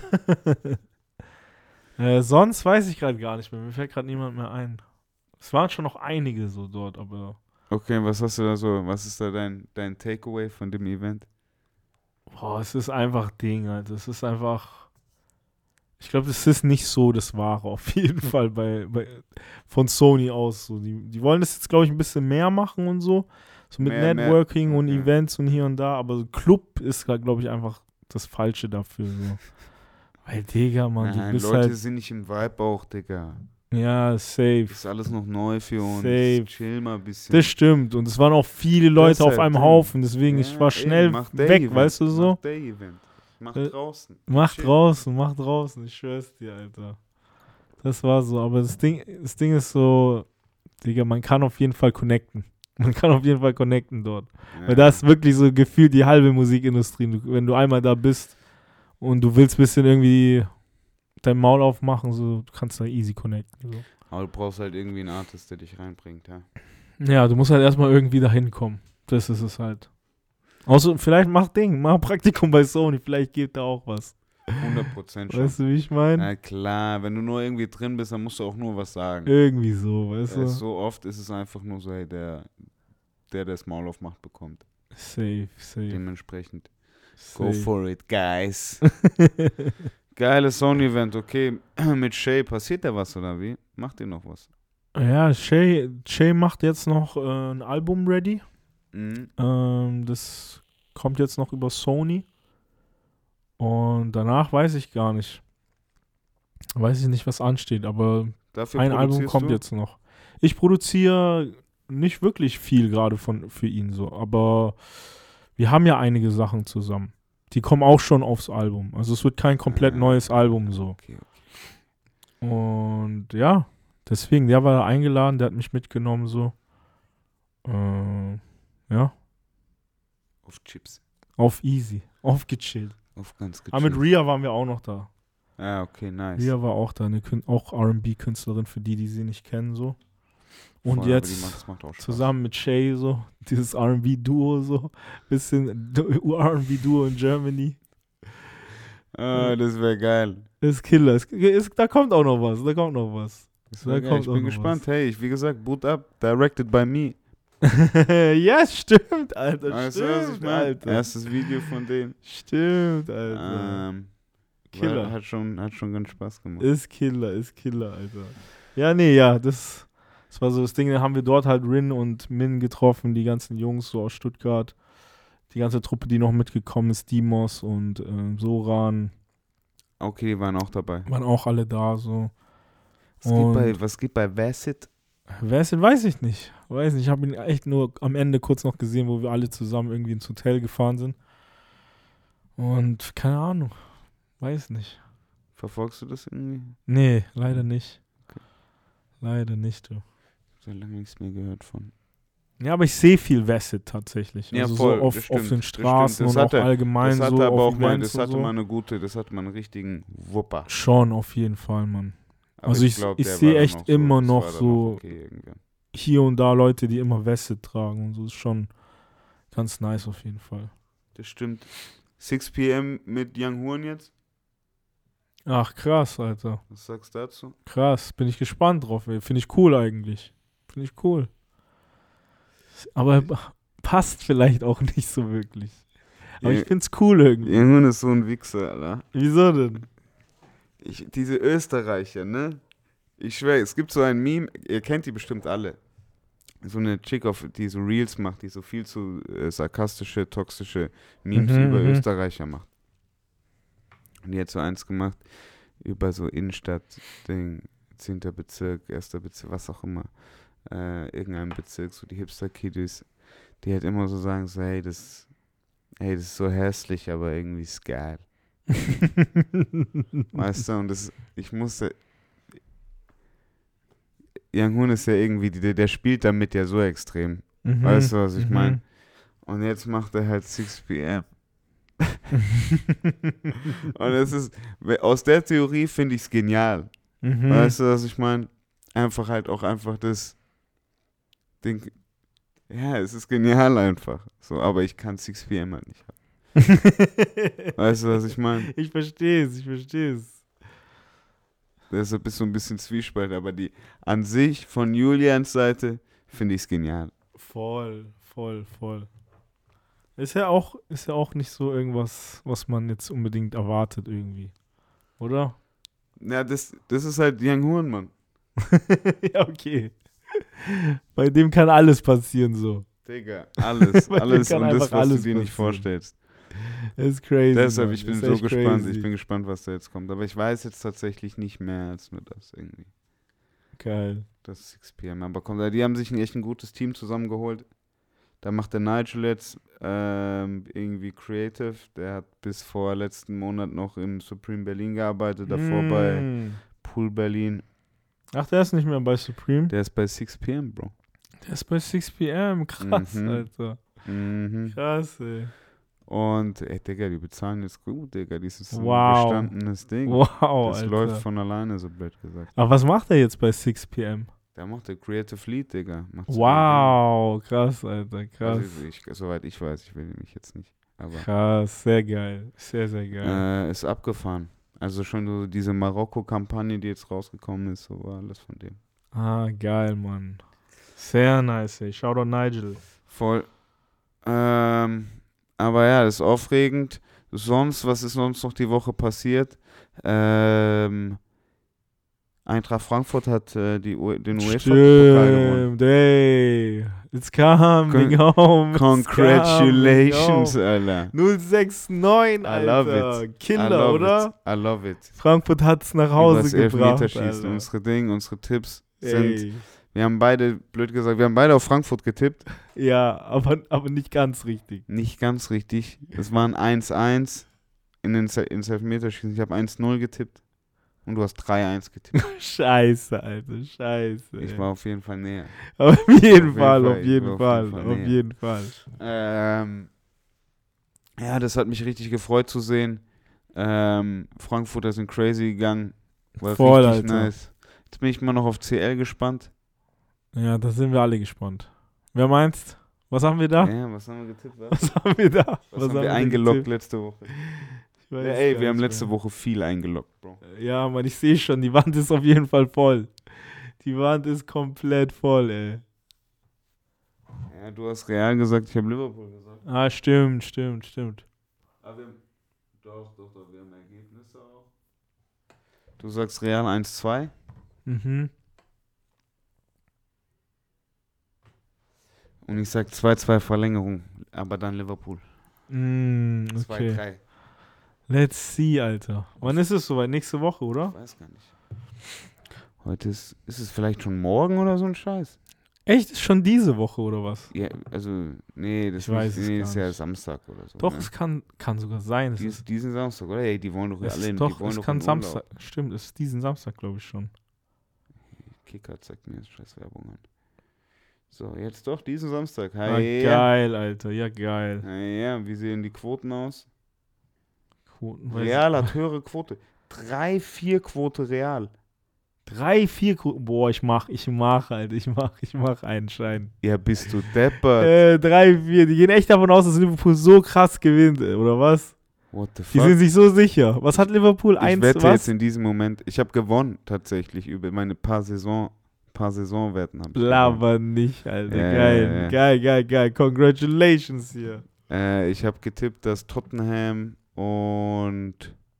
äh, sonst weiß ich gerade gar nicht mehr. Mir fällt gerade niemand mehr ein. Es waren schon noch einige so dort, aber Okay, was hast du da so? Was ist da dein, dein Takeaway von dem Event? boah, es ist einfach Ding, Alter. Es ist einfach. Ich glaube, das ist nicht so das Wahre auf jeden Fall bei, bei von Sony aus. So. Die, die wollen das jetzt, glaube ich, ein bisschen mehr machen und so. So mit Mehr, mehr, Networking und okay. Events und hier und da. Aber so Club ist, glaube ich, einfach das Falsche dafür. So. Weil, Digga, Mann, Nein, du bist Leute halt. sind nicht im Vibe auch, Digga. Ja, safe. Das ist alles noch neu für uns. Safe. Chill mal ein bisschen. Das stimmt. Und es waren auch viele Leute auf Deshalb, einem Ding. Haufen, deswegen Ja, ich war eben, schnell mach weg, Day-Event. weißt du so? Mach Day-Event. Mach Äh, draußen. Mach Chill. draußen, mach draußen, ich schwör's dir, Alter. Das war so, aber das Ding, das Ding ist so, Digga, man kann auf jeden Fall connecten. Man kann auf jeden Fall connecten dort. Ja. Weil da ist wirklich so gefühlt die halbe Musikindustrie. Du, wenn du einmal da bist und du willst ein bisschen irgendwie dein Maul aufmachen, so, du kannst da easy connecten. So. Aber du brauchst halt irgendwie einen Artist, der dich reinbringt, ja. Ja, du musst halt erstmal irgendwie dahin kommen. Das ist es halt. Außer, vielleicht mach Ding, mach Praktikum bei Sony, vielleicht geht da auch was. hundert Prozent schon. Weißt du, wie ich meine? Na klar, wenn du nur irgendwie drin bist, dann musst du auch nur was sagen. Irgendwie so, weißt Äh, du? so oft ist es einfach nur so, hey, der, der das Maul aufmacht, bekommt. Safe, safe. Dementsprechend. safe. Go for it, guys. Geiles Sony-Event, okay. Mit Shay, passiert da was oder wie? Macht ihr noch was? Ja, Shay, Shay macht jetzt noch äh, ein Album ready. Mhm. Ähm, das kommt jetzt noch über Sony. Und danach weiß ich gar nicht. Weiß ich nicht, was ansteht, aber Dafür ein Album produzierst kommt du? jetzt noch. Ich produziere nicht wirklich viel gerade von für ihn so, aber wir haben ja einige Sachen zusammen. Die kommen auch schon aufs Album. Also es wird kein komplett Ah, neues Album so. Okay, okay. Und ja, deswegen, der war da eingeladen, der hat mich mitgenommen so. Äh, ja, Auf Chips. auf easy, auf gechillt. Auf ganz Aber mit gechillt. Rhea waren wir auch noch da. Ah, okay, nice. Rhea war auch da, eine Kün- auch R and B-Künstlerin, für die, die sie nicht kennen so. Und Voll, aber jetzt die macht, das macht auch Spaß. zusammen mit Shay so, dieses R and B-Duo so, bisschen R and B-Duo in Germany. Ah, das wäre geil. Das ist Killer, es, es, da kommt auch noch was, da kommt noch was. Das Da wär geil. kommt Ich auch bin noch gespannt. was. Hey, ich, wie gesagt, Boot Up, directed by me. Ja, stimmt, Alter, Weißt du, was ich stimmt, meine? Alter. Erstes Video von denen. Stimmt, Alter. Ähm, Killer. war- Hat schon, hat schon ganz Spaß gemacht. Ist Killer, ist Killer, Alter. Ja, nee, ja, das, das war so das Ding. Dann haben wir dort halt Rin und Min getroffen, die ganzen Jungs so aus Stuttgart. Die ganze Truppe, die noch mitgekommen ist, Dimos und ähm, Soran, Okay, die waren auch dabei. waren auch alle da so. Was geht Und- bei, was geht bei Vassit? Wer ist denn, weiß ich nicht. Weiß nicht, ich habe ihn echt nur am Ende kurz noch gesehen, wo wir alle zusammen irgendwie ins Hotel gefahren sind. Und keine Ahnung, weiß nicht. Verfolgst du das irgendwie? Nee, leider nicht. Leider nicht, du. Ich habe lange nichts mehr gehört von. Ja, aber ich sehe viel Vassit tatsächlich. Ja, Also voll, so auf, das auf stimmt, den das Straßen stimmt. Das und auch hatte- allgemein Das hatte so aber auf auch mal, Events das und hatte so. mal eine gute, das hatte mal einen richtigen Wupper. Schon, auf jeden Fall, Mann. Aber Also ich- glaub, ich der seh war dann echt auch so, immer das noch war dann so- okay irgendwann. Hier und da Leute, die immer Vassit tragen und so. Ist schon ganz nice auf jeden Fall. Das stimmt. six p m mit Young Horn jetzt? Ach, krass, Alter. Was sagst du dazu? Krass. Bin ich gespannt drauf, ey. Finde ich cool eigentlich. Finde ich cool. Aber passt vielleicht auch nicht so wirklich. Aber ich find's cool irgendwie. Young Horn ist so ein Wichser, Alter. Wieso denn? Ich, diese Österreicher, ne? Ich schwöre, es gibt so ein Meme, ihr kennt die bestimmt alle. So eine Chick, auf, die so Reels macht, die so viel zu äh, sarkastische, toxische Memes Mhm, über mhm. Österreicher macht. Und die hat so eins gemacht über so Innenstadt-Ding, zehnter Bezirk, erster Bezirk, was auch immer. Äh, irgendein Bezirk, so die Hipster-Kiddies, die halt immer so sagen, so, hey, das, hey, das ist so hässlich, aber irgendwie ist geil. Weißt du, und das, ich musste, Young Horn ist ja irgendwie, der, der spielt damit ja so extrem. Mhm, Weißt du, was ich mhm. meine? Und jetzt macht er halt six p m. Und es ist, aus der Theorie finde ich es genial. Mhm. Weißt du, was ich meine? Einfach halt auch einfach das Ding. Ja, es ist genial einfach. So, aber ich kann six p m halt nicht haben. Weißt du, was ich meine? Ich verstehe es, ich verstehe es. Deshalb ist so ein bisschen Zwiespalt, aber die an sich von Julians Seite finde ich es genial. Voll, voll, voll. Ist ja auch, ist ja auch nicht so irgendwas, was man jetzt unbedingt erwartet irgendwie. Oder? Ja, das, das ist halt Young Horn, Mann. Ja, okay. Bei dem kann alles passieren so. Digga, alles, Bei dem alles kann und das, einfach was alles du dir nicht passieren. vorstellst. Das ist crazy. Deshalb, Mann. ich bin Das ist so echt gespannt, crazy. ich bin gespannt, was da jetzt kommt. Aber ich weiß jetzt tatsächlich nicht mehr als nur das irgendwie. Geil. Das ist six p m. Aber kommt, die haben sich ein echt ein gutes Team zusammengeholt. Da macht der Nigel jetzt ähm, irgendwie Creative. Der hat bis vor letzten Monat noch im Supreme Berlin gearbeitet, davor Mm. bei Pool Berlin. Ach, der ist nicht mehr bei Supreme? Der ist bei six p m, Bro. Der ist bei six p m. Krass, Mhm. Alter. Mhm. Krass, ey. Und, ey, Digga, die bezahlen jetzt gut, Digga. Dieses so Wow. ein gestandenes Ding. Wow, das Alter. läuft von alleine, so blöd gesagt. Aber was macht er jetzt bei six p m? Der macht der Creative Lead, Digga. Macht so Wow, krass, Alter, ein Ding. krass. Also ich, soweit ich weiß, ich will mich jetzt nicht. Aber Krass, sehr geil. Sehr, sehr geil. äh, ist abgefahren. Also schon so diese Marokko-Kampagne, die jetzt rausgekommen ist, so war alles von dem. Ah, geil, Mann. Sehr nice, ey. Shoutout Nigel. Voll. Ähm, aber ja, das ist aufregend. Sonst, was ist sonst noch die Woche passiert? Ähm, Eintracht Frankfurt hat äh, die U- den UEFA-Pokal gewonnen. Stimmt, ey. It's coming Con- home. it's Congratulations, coming Alter. home. null sechs neun, I Alter. love it. I Killer, love oder? It. I love it. Frankfurt hat's nach Hause Übers gebracht, Elfmeterschießen. Alter. Unsere Dinge, unsere Tipps sind, Ey. wir haben beide, blöd gesagt, wir haben beide auf Frankfurt getippt. Ja, aber, aber nicht ganz richtig. Nicht ganz richtig. Es waren eins eins in den Se- ins Elfmeterschießen. Ich habe eins null getippt und du hast drei eins getippt. Scheiße, Alter, scheiße. Ich ey. war auf jeden Fall näher. Auf jeden jeden Fall, Fall, auf ich jeden war auf Fall, jeden Fall auf näher. jeden Fall. Ähm, ja, das hat mich richtig gefreut zu sehen. Ähm, Frankfurter sind crazy gegangen. War Voll, richtig Alter. nice. Jetzt bin ich mal noch auf C L gespannt. Ja, da sind wir alle gespannt. Wer meinst? Was haben wir da? Ja, was haben wir getippt? Was, Was haben wir da? was haben wir eingeloggt letzte Woche? Ich weiß Ja, ey, gar wir haben nicht letzte mehr. Woche viel eingeloggt, Bro. Ja, Mann, ich sehe schon, die Wand ist auf jeden Fall voll. Die Wand ist komplett voll, ey. Ja, du hast Real gesagt, ich habe Liverpool gesagt. Ah, stimmt, stimmt, stimmt. Aber wir haben, doch, doch, doch, wir haben Ergebnisse auch. Du sagst Real eins zwei. Mhm. Und ich sag zwei zwei Verlängerung, aber dann Liverpool. Mm, zwei okay. drei. Let's see, Alter. Wann ist es soweit? Nächste Woche, oder? Ich weiß gar nicht. Heute ist, ist es vielleicht schon morgen oder so ein Scheiß? Echt? Ist schon diese Woche, oder was? Ja, also, nee, das Ich weiß nicht, es nee, gar ist ja nicht. Samstag oder so. Doch, ne? es kann, kann sogar sein. Es Dies, ist, diesen Samstag, oder? Ey, die wollen doch es alle ist in, doch, die wollen es doch kann in Urlaub. Samstag. Stimmt, es ist diesen Samstag, glaube ich schon. Kicker zeigt mir jetzt scheiß Werbung an. So, jetzt doch, diesen Samstag. Ah, Hi, geil, Alter. Ja, geil. ja, ja, wie sehen die Quoten aus? Quoten, weiß Real hat höhere Quote. drei vier Quote Real. Drei, vier Quoten. Boah, ich mach, ich mach, Alter. Ich mach, ich mach einen Schein. Ja, bist du deppert. Äh, drei, vier. Die gehen echt davon aus, dass Liverpool so krass gewinnt, äh, oder was? What the Die fuck? sind sich so sicher. Was hat Liverpool? Ich Eins, wette was? jetzt in diesem Moment. Ich habe gewonnen, tatsächlich, über meine paar Saison, paar Saisonwetten. Hab ich gewonnen. Laber nicht, Alter. Ja, geil, ja, ja. geil, geil, geil. Congratulations hier. Äh, ich habe getippt, dass Tottenham und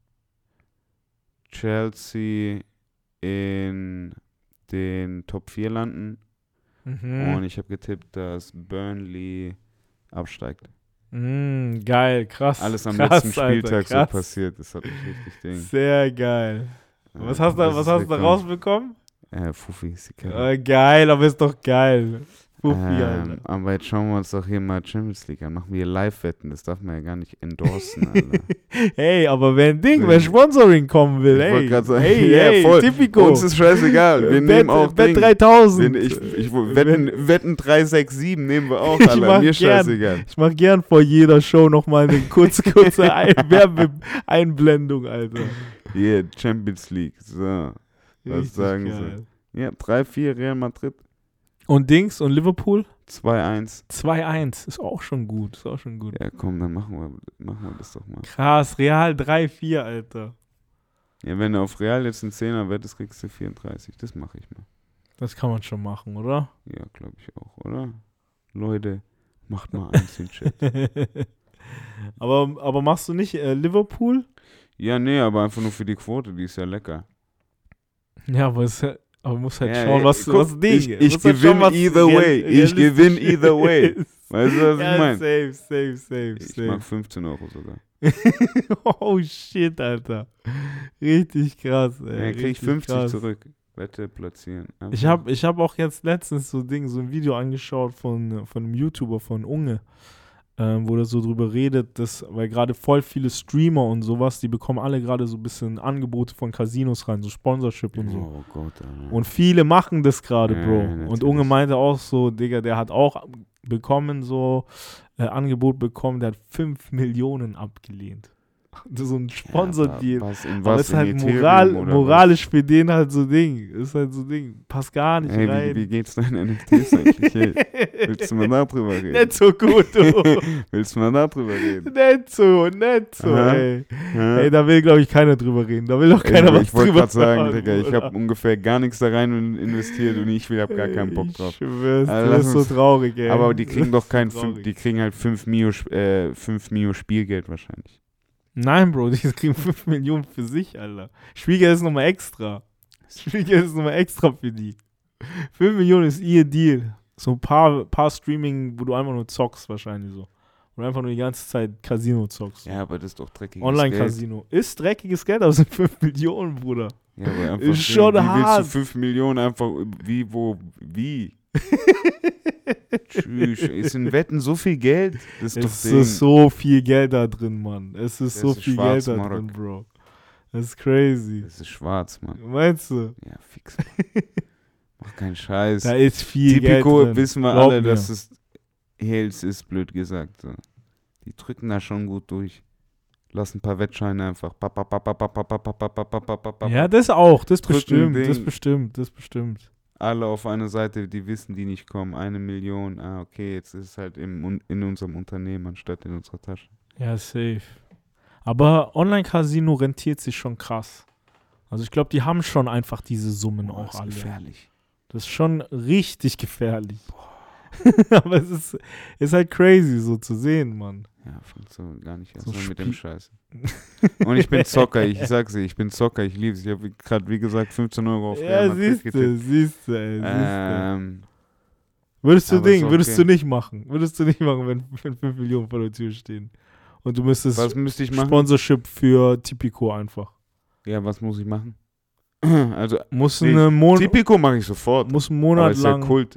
Chelsea in den Top vier landen. Mhm. Und ich habe getippt, dass Burnley absteigt. Mm, geil, krass. Alles am krass, letzten Alter, Spieltag krass. so passiert. Das hat mich richtig Ding. Sehr geil. Was Äh, hast du, das was ist hast du da willkommen. rausbekommen? Äh, Fuffi ist die Kette. Äh, geil, aber ist doch geil. Fuffi, Alter. Ähm, aber jetzt schauen wir uns doch hier mal Champions League an. Machen wir hier Live-Wetten. Das darf man ja gar nicht endorsen, Alter. Hey, aber wenn Ding, Nee. wer Sponsoring kommen will, Ich ey. wollte gerade sagen, hey, ja, hey, voll. Tipico. Uns ist scheißegal. Wir Bet, nehmen auch Bet Ding. dreitausend. Wir- Ich, ich, wetten, wetten drei sechs sieben nehmen wir auch, Ich Alter. mach Mir gern. scheißegal. Ich mach gern vor jeder Show nochmal eine kurze, kurze Ein Werbeeinblendung, Alter. Hier, Champions League. So. Was Richtig sagen geil. Sie? Ja, drei vier Real Madrid. Und Dings und Liverpool? zwei eins. zwei eins. Ist auch schon gut. Ist auch schon gut. Ja, komm, dann machen wir, machen wir das doch mal. Krass, Real drei vier, Alter. Ja, wenn du auf Real jetzt einen Zehner wettest, kriegst du vierunddreißig. Das mache ich mal. Das kann man schon machen, oder? Ja, glaube ich auch, oder? Leute, macht mal eins in den Chat. aber, aber machst du nicht äh, Liverpool? Ja, nee, aber einfach nur für die Quote, die ist ja lecker. Ja, aber, es, aber du musst halt Ja, schauen, ey, was, guck, was Ding ich- ist. ich Du musst halt gewinn schauen, was either way. real- Ich gewinn realistisch either way. ist. Weißt du, was Ja, ich meine? safe, safe, safe, Ich safe. mag fünfzehn Euro sogar. Oh shit, Alter. Richtig krass, ey. Ja, dann krieg ich richtig fünfzig krass. zurück. Wette platzieren. Einfach. Ich habe ich hab auch jetzt letztens so Ding, so ein Video angeschaut von, von einem YouTuber, von Unge, ähm, wo der so drüber redet, dass, weil gerade voll viele Streamer und sowas, die bekommen alle gerade so ein bisschen Angebote von Casinos rein, so Sponsorship und so. Oh Gott, Alter. Und viele machen das gerade, Ja, Bro. ja, Und natürlich. Unge meinte auch so, Digga, der hat auch bekommen, so äh, Angebot bekommen, der hat fünf Millionen abgelehnt. Das ist so ein Sponsor-Deal. Ja, was, in Aber was, es ist in halt Ethereum moral, oder moralisch für den halt so Ding. Ist halt so Ding. Passt gar was? nicht Ey, rein. wie, wie geht's deinen N F Ts eigentlich? Ey? Willst du mal darüber reden? Nicht so gut, du. Willst du mal darüber reden? Nicht so, nicht so, Aha. ey. Ja? Ey, da will, glaube ich, keiner drüber reden. Da will doch Ey, keiner was ich wollte drüber gerade sagen, hören, Digga, ich Bruder. habe ungefähr gar nichts da rein in- investiert und ich habe gar keinen Bock drauf. Ich schwör's, Also das lass ist so uns- traurig, ey. Aber die kriegen Das doch kein, ist so fünf, traurig. die kriegen halt fünf Mio, Sp- äh, fünf Mio Spielgeld wahrscheinlich. Nein, Bro, die kriegen fünf Millionen für sich, Alter. Spielgeld ist nochmal extra. Spielgeld ist nochmal extra für die. fünf Millionen ist ihr Deal. So ein paar, paar Streaming, wo du einfach nur zockst wahrscheinlich so. Und einfach nur die ganze Zeit Casino zockst. Ja, aber das ist doch dreckiges Online-Casino. Ist dreckiges Geld, aber es sind fünf Millionen, Bruder. Geld. Ja, aber einfach Ist schon wie hart. willst du fünf Millionen einfach, wie, wo, wie? Tschüss. Ist in Wetten so viel Geld? Das ist Es doch Ding. ist so viel Geld da drin, Mann. Es ist Das so ist viel Geld da Schwarzmarkt. drin, Bro. Das ist crazy. Das ist schwarz, Mann. Meinst du? Ja, fix. Mach keinen Scheiß. Da ist viel Typico Geld drin. wissen wir Glaub alle, mir. dass es Heels ist, blöd gesagt. So. Die drücken da schon gut durch. Lass ein paar Wettscheine einfach. Pap, pap, pap, pap, pap, pap, pap, pap, pap, pap, pap, pap. Ja, das auch. Das Drücken bestimmt. Das Ding. bestimmt. Das bestimmt. Alle auf einer Seite, die wissen, die nicht kommen. Eine Million. Ah, okay, jetzt ist es halt im, in unserem Unternehmen anstatt in unserer Tasche. Ja, safe. Aber Online-Casino rentiert sich schon krass. Also ich glaube, die haben schon einfach diese Summen Boah, auch ist alle. gefährlich. Das ist schon richtig gefährlich. Aber es ist, ist halt crazy so zu sehen, Mann. Ja, fängt so gar nicht erst So an mit dem Spiel- Scheiß. Und ich bin Zocker, ich sag's dir, ich bin Zocker, ich lieb's. Ich habe gerade, wie gesagt, fünfzehn Euro auf Real Ja, Madrid siehst du, getippt. siehst du, ey, siehst du. Ähm, Würdest du aber ist Ding, würdest okay. du nicht machen. Würdest du nicht machen, wenn, wenn fünf Millionen vor der Tür stehen. Und du müsstest was müsste ich machen? Sponsorship für Tipico einfach. Ja, was muss ich machen? Also, Muss Nee, einen Monat, Tipico mache ich sofort. muss einen Aber Monat ist ja lang. Kult.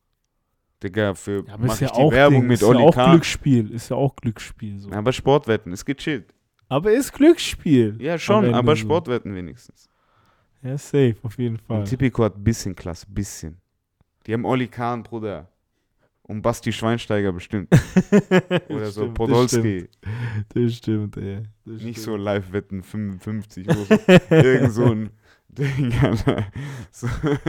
Digga, für Ja, aber mach ist ja ich die auch Werbung Ding, mit ist ja Oli auch Kahn. Glücksspiel, ist ja auch Glücksspiel so. Aber Sportwetten, ist gechillt. Aber ist Glücksspiel. Ja, am schon, Ende aber so. Sportwetten wenigstens. Ja, safe, auf jeden Fall. Und Tipico hat ein bisschen Klasse, bisschen. Die haben Oli Kahn, Bruder. Und Basti Schweinsteiger bestimmt. Oder so, Stimmt, Podolski. Das stimmt, ey. Das Nicht so stimmt. Live-Wetten fünfundfünfzig, wo so irgend so ein Ding, Alter. So,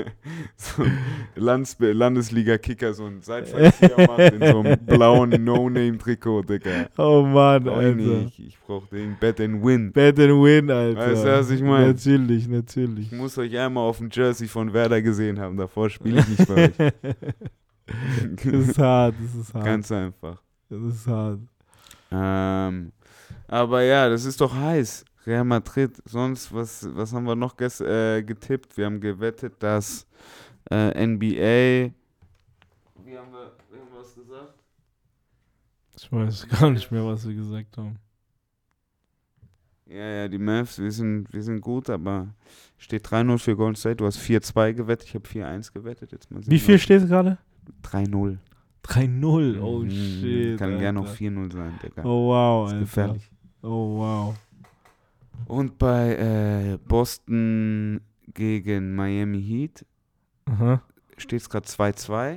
so ein Landes Landesliga-Kicker, so ein Seitfallzieher macht in so einem blauen No-Name-Trikot, Digga. Oh Mann, Brauch ich Alter. nicht. Ich brauch den Bet and Win. Bet and win, Alter. Weißt du, was ich mein? Natürlich, natürlich. Ich muss euch einmal auf dem Jersey von Werder gesehen haben. Davor spiele ich nicht bei euch. Das ist hart, das ist hart. Ganz einfach. Das ist hart. Ähm, aber ja, das ist doch heiß. Real Madrid. Sonst, was, was haben wir noch ges äh, getippt? Wir haben gewettet, dass äh, N B A. Wie haben wir, wie haben wir was gesagt? Ich weiß gar nicht mehr, was wir gesagt haben. Ja, ja, die Mavs, wir sind, wir sind gut, aber steht drei null für Golden State. Du hast vier zwei gewettet, ich habe vier eins gewettet. Jetzt mal sehen, Wie viel was- steht es gerade? drei null. drei null. Oh Mhm, shit. Kann gerne noch Alter. vier null sein, Digga. Oh wow, ist Alter. gefährlich. Oh wow. Und bei äh, Boston gegen Miami Heat Aha. steht es gerade zwei zwei.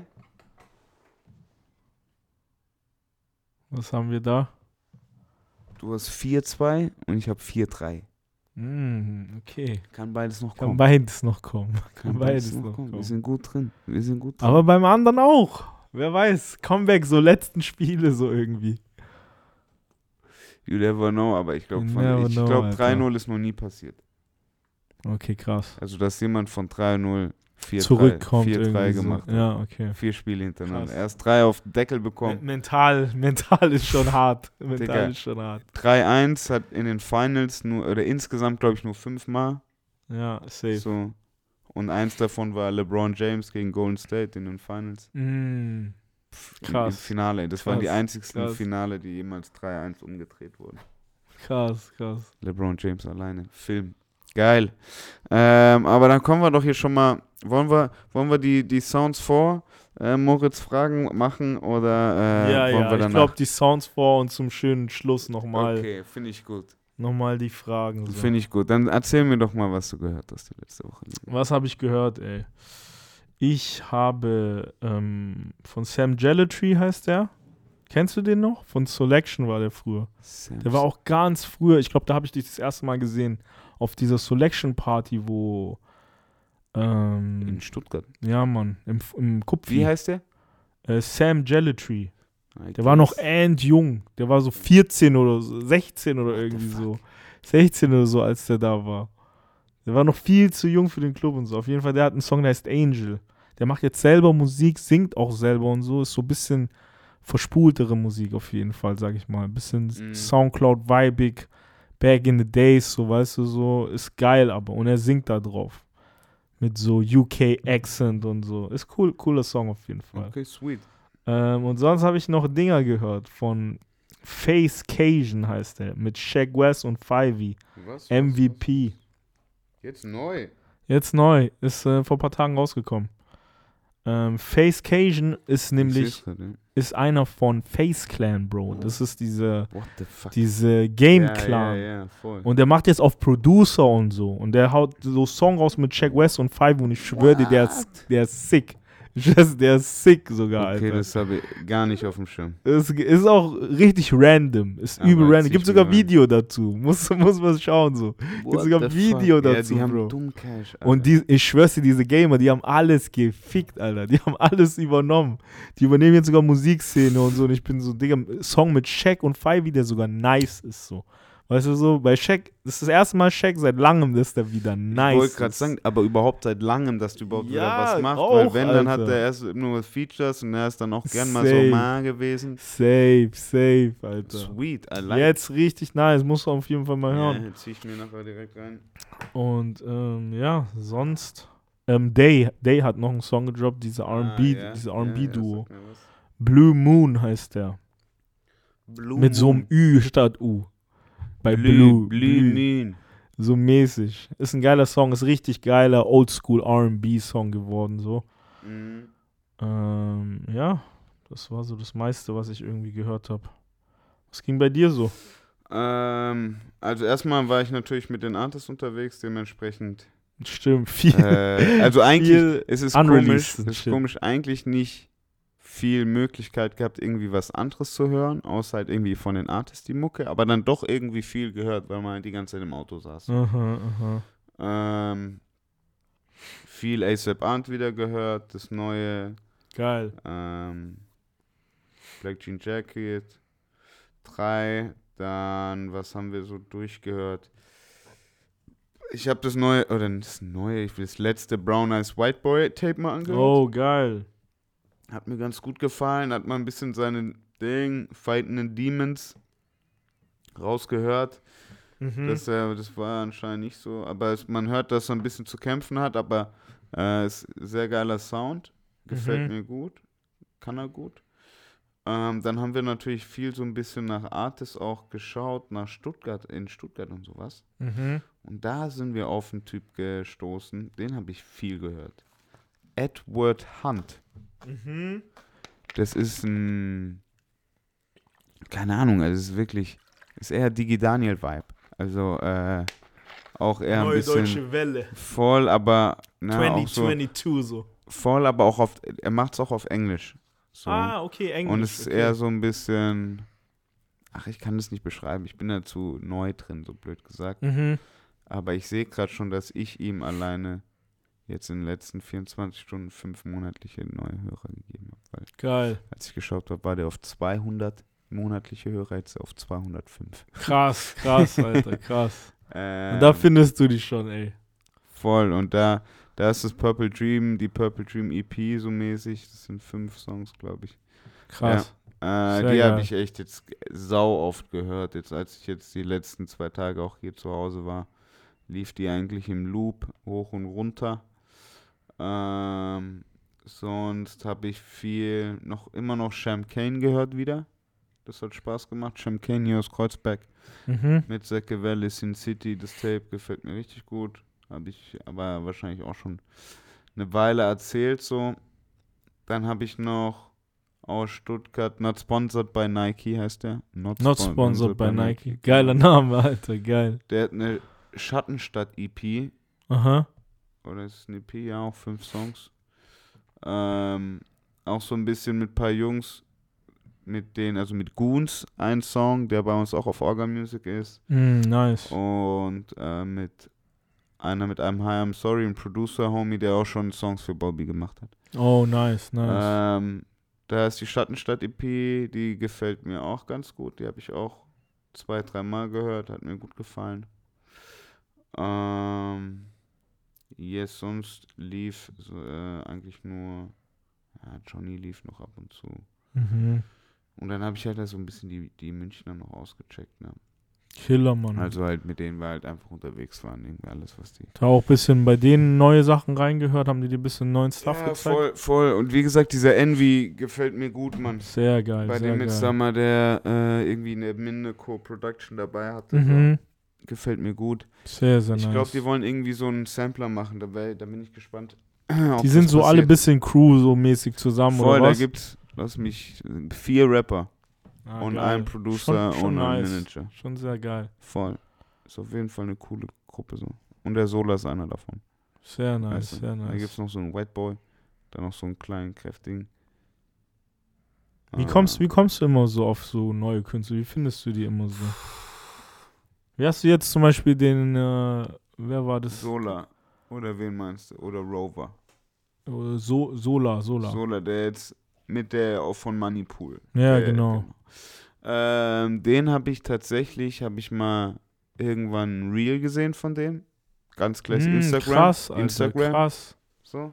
Was haben wir da? Du hast vier zwei und ich habe vier drei. Mm, okay. Kann beides noch Kann kommen. beides noch kommen. Kann Kann beides noch kommen. Wir sind gut drin. Wir sind gut drin. Aber beim anderen auch. Wer weiß. Comeback, so letzten Spiele so irgendwie. You never know, aber ich glaube, You von never ich know, glaube Alter. drei null ist noch nie passiert. Okay, krass. Also, dass jemand von drei null vier drei Zurückkommt vier drei irgendwie so. gemacht hat. Ja, okay. Vier Spiele hintereinander. Krass. Erst drei auf den Deckel Men- bekommen. Mental, mental ist schon hart. Mental Digga. ist schon hart. drei eins hat in den Finals nur, oder insgesamt, glaube ich, nur fünfmal. Ja, safe. So. Und eins davon war LeBron James gegen Golden State in den Finals. Mm, Im, Krass. Im Finale. Das waren die Krass, einzigsten krass. Finale, die jemals drei eins umgedreht wurden. krass, krass. LeBron James alleine. Film. Geil. Ähm, aber dann kommen wir doch hier schon mal. Wollen wir, wollen wir die, die Sounds vor äh, Moritz Fragen machen oder äh, ja, wollen ja, wir ich danach? glaube, die Sounds vor und zum schönen Schluss nochmal Okay, finde ich gut. noch mal die Fragen. So. Finde ich gut. Dann erzähl mir doch mal, was du gehört hast die letzte Woche. Was habe ich gehört, ey? Ich habe ähm, von Sam Gellatree heißt der. Kennst du den noch? Von Selection war der früher. Sam Der war auch ganz früher, ich glaube, da habe ich dich das erste Mal gesehen, auf dieser Selection Party, wo ähm, in Stuttgart. ja, Mann, im, im Kupfi. Wie heißt der? Äh, Sam Gellatree. I Der war noch guess. endjung. Der war so vierzehn oder so, sechzehn oder What the irgendwie fuck? so. sechzehn oder so, als der da war. Der war noch viel zu jung für den Club und so. Auf jeden Fall, der hat einen Song, der heißt Angel. Der macht jetzt selber Musik, singt auch selber und so. Ist so ein bisschen verspultere Musik auf jeden Fall, sag ich mal. Ein bisschen Mhm. Soundcloud-vibig, back in the days, so, weißt du, so. Ist geil aber. Und er singt da drauf. Mit so U K-Accent und so. Ist cool, cooler Song auf jeden Fall. Okay, sweet. Ähm, und sonst habe ich noch Dinger gehört von Face Cajun heißt der. Mit Shaq West und Fivey. Was? M V P. Jetzt neu. Jetzt neu. Ist äh, vor ein paar Tagen rausgekommen. Ähm, Face Cajun ist nämlich ist einer von Face Clan, Bro. Das ist diese, What the fuck? diese Game ja, Clan. Ja, ja, voll. Und der macht jetzt auf Producer und so. Und der haut so Song raus mit Shaq West und Fivey. Und ich schwöre dir, der ist, der ist sick. Ich weiß, der ist sick sogar, Okay, Alter. das habe ich gar nicht auf dem Schirm. Es ist auch richtig random. Ist Aber übel jetzt random. Gibt nicht sogar mehr Video dazu. Muss, muss man schauen so. Gibt sogar What the Video fuck? dazu, ja, die Bro. haben dumm Cash, Alter. Und die, ich schwör's dir, diese Gamer, die haben alles gefickt, Alter. Die haben alles übernommen. Die übernehmen jetzt sogar Musikszene und so. Und ich bin so, Digga, Song mit Shaq und Fivey, der sogar nice ist so. Weißt du so, bei Shaq, das ist das erste Mal Shaq seit langem, dass der wieder nice Ich wollte gerade ist. sagen, aber überhaupt seit langem, dass du überhaupt Ja, wieder was machst. auch, weil wenn, dann hat Alter. er erst nur Features und er ist dann auch gern mal Safe. so mal gewesen. Safe, safe, Alter. Sweet, I like Jetzt richtig nice, musst du auf jeden Fall mal hören. Ja, zieh ich mir nachher direkt rein. Und ähm, ja, sonst. Ähm, Day, Day hat noch einen Song gedroppt, diese R and B, Ah, ja, diese ja, R and B-Duo. ja, sag mir was. Blue Moon heißt der. Blue Mit so einem Moon. Ü statt U. Bei Blue, Blue. Blue Moon. So mäßig. Ist ein geiler Song, ist richtig geiler Oldschool R and B-Song geworden, so. Mhm. Ähm, ja, das war so das meiste, was ich irgendwie gehört habe. Was ging bei dir so? Ähm, also erstmal war ich natürlich mit den Artists unterwegs, dementsprechend. Stimmt, viel. Äh, also eigentlich viel ist es unreleased komisch, und es ist shit. komisch, eigentlich nicht viel Möglichkeit gehabt, irgendwie was anderes zu hören, außer halt irgendwie von den Artists die Mucke, aber dann doch irgendwie viel gehört, weil man halt die ganze Zeit im Auto saß. Aha, aha. Ähm, viel A$AP Ant wieder gehört, das neue, Geil. ähm, Black Jean Jacket, drei, dann, was haben wir so durchgehört? Ich habe das neue, oder das neue, ich will das letzte Brown Eyes White Boy Tape mal angehört. Oh, geil. Hat mir ganz gut gefallen, hat man ein bisschen seine Ding, Fighting Demons rausgehört. Mhm. Das, äh, das war anscheinend nicht so, aber es, man hört, dass er ein bisschen zu kämpfen hat, aber äh, ist sehr geiler Sound, gefällt Mhm. mir gut, kann er gut. Ähm, dann haben wir natürlich viel so ein bisschen nach Artists auch geschaut, nach Stuttgart, in Stuttgart und sowas. Mhm. Und da sind wir auf einen Typ gestoßen, den habe ich viel gehört. Edward Hunt. Mhm. Das ist ein, keine Ahnung, also es ist wirklich, ist eher Digi-Daniel-Vibe. Also äh, auch eher ein Neue bisschen Deutsche Welle. voll, aber na, auch so, zwanzig zweiundzwanzig so. voll, aber auch auf, er macht es auch auf Englisch. So. Ah, okay, Englisch. Und es ist okay. eher so ein bisschen, ach, ich kann das nicht beschreiben, ich bin da zu neu drin, so blöd gesagt. Mhm. Aber ich sehe gerade schon, dass ich ihm alleine jetzt in den letzten vierundzwanzig Stunden fünf monatliche neue Hörer gegeben habe. Weil Geil. als ich geschaut habe, war der auf zweihundert monatliche Hörer, jetzt auf zweihundertfünf. Krass, krass, Alter, krass. Ähm, Und da findest du dich schon, ey. voll. Und da, da ist das Purple Dream, die Purple Dream E P so mäßig. Das sind fünf Songs, glaube ich. Krass. Äh, Sehr die habe geil. ich echt jetzt sau oft gehört. Jetzt, als ich jetzt die letzten zwei Tage auch hier zu Hause war, lief die eigentlich im Loop hoch und runter. Ähm, sonst habe ich viel, noch immer noch Champagne gehört wieder. Das hat Spaß gemacht. Champagne aus Kreuzberg Mhm. mit Säcke Sin City. Das Tape gefällt mir richtig gut. Habe ich aber wahrscheinlich auch schon eine Weile erzählt so. Dann habe ich noch aus Stuttgart, Not Sponsored by Nike heißt der. Not sponsored by Nike. Geiler Name, Alter, geil. Der hat eine Schattenstadt-E P. Aha. Oder ist es eine E P? Ja, auch fünf Songs. Ähm, auch so ein bisschen mit ein paar Jungs, mit denen, also mit Goons, ein Song, der bei uns auch auf Orga Music ist. Mm, nice. Und äh, mit einer mit einem Hi I'm Sorry, ein Producer-Homie, der auch schon Songs für Bobby gemacht hat. Oh, nice, nice. Ähm, da ist die Schattenstadt-E P, die gefällt mir auch ganz gut. Die habe ich auch zwei, dreimal gehört, hat mir gut gefallen. Ähm, yes, sonst lief so, äh, eigentlich nur, ja, Johnny lief noch ab und zu. Mhm. Und dann habe ich halt so ein bisschen die, die Münchner noch ausgecheckt, ne? Killer, Mann. Also halt mit denen wir halt einfach unterwegs waren, irgendwie alles, was die... Da auch ein bisschen bei denen neue Sachen reingehört, haben die dir ein bisschen neuen Stuff Ja, gezeigt? voll, voll. Und wie gesagt, dieser Envy gefällt mir gut, Mann. Sehr geil, Bei sehr dem jetzt geil. da mal der äh, irgendwie eine Minne Co-Production dabei hatte. Mhm. So. Gefällt mir gut. Sehr, sehr Ich nice. glaube, die wollen irgendwie so einen Sampler machen, da, wär, da bin ich gespannt. Die sind so alle ein bisschen Crew so mäßig zusammen, voll, oder da was? gibt's, lass mich, vier Rapper Ah, und geil. ein Producer Schon- schon und ein nice. Manager. Schon sehr geil. Voll. Ist auf jeden Fall eine coole Gruppe so. Und der Sola ist einer davon. Sehr nice, Weißt du? sehr Da gibt's nice. noch so einen White Boy, dann noch so einen kleinen, kräftigen. Wie Ah, kommst, wie kommst du immer so auf so neue Künstler? Wie findest du die immer so? Wie hast du jetzt zum Beispiel den, äh, wer war das? Sola. Oder wen meinst du? Oder Rover. Äh, So, Sola, Sola. Sola, der jetzt mit der auch von Moneypool. Ja, Der- genau. Ähm, den habe ich tatsächlich, habe ich mal irgendwann ein Reel gesehen von dem. Ganz klassisch. Mm, Instagram. Krass, Alter, Instagram. krass. So.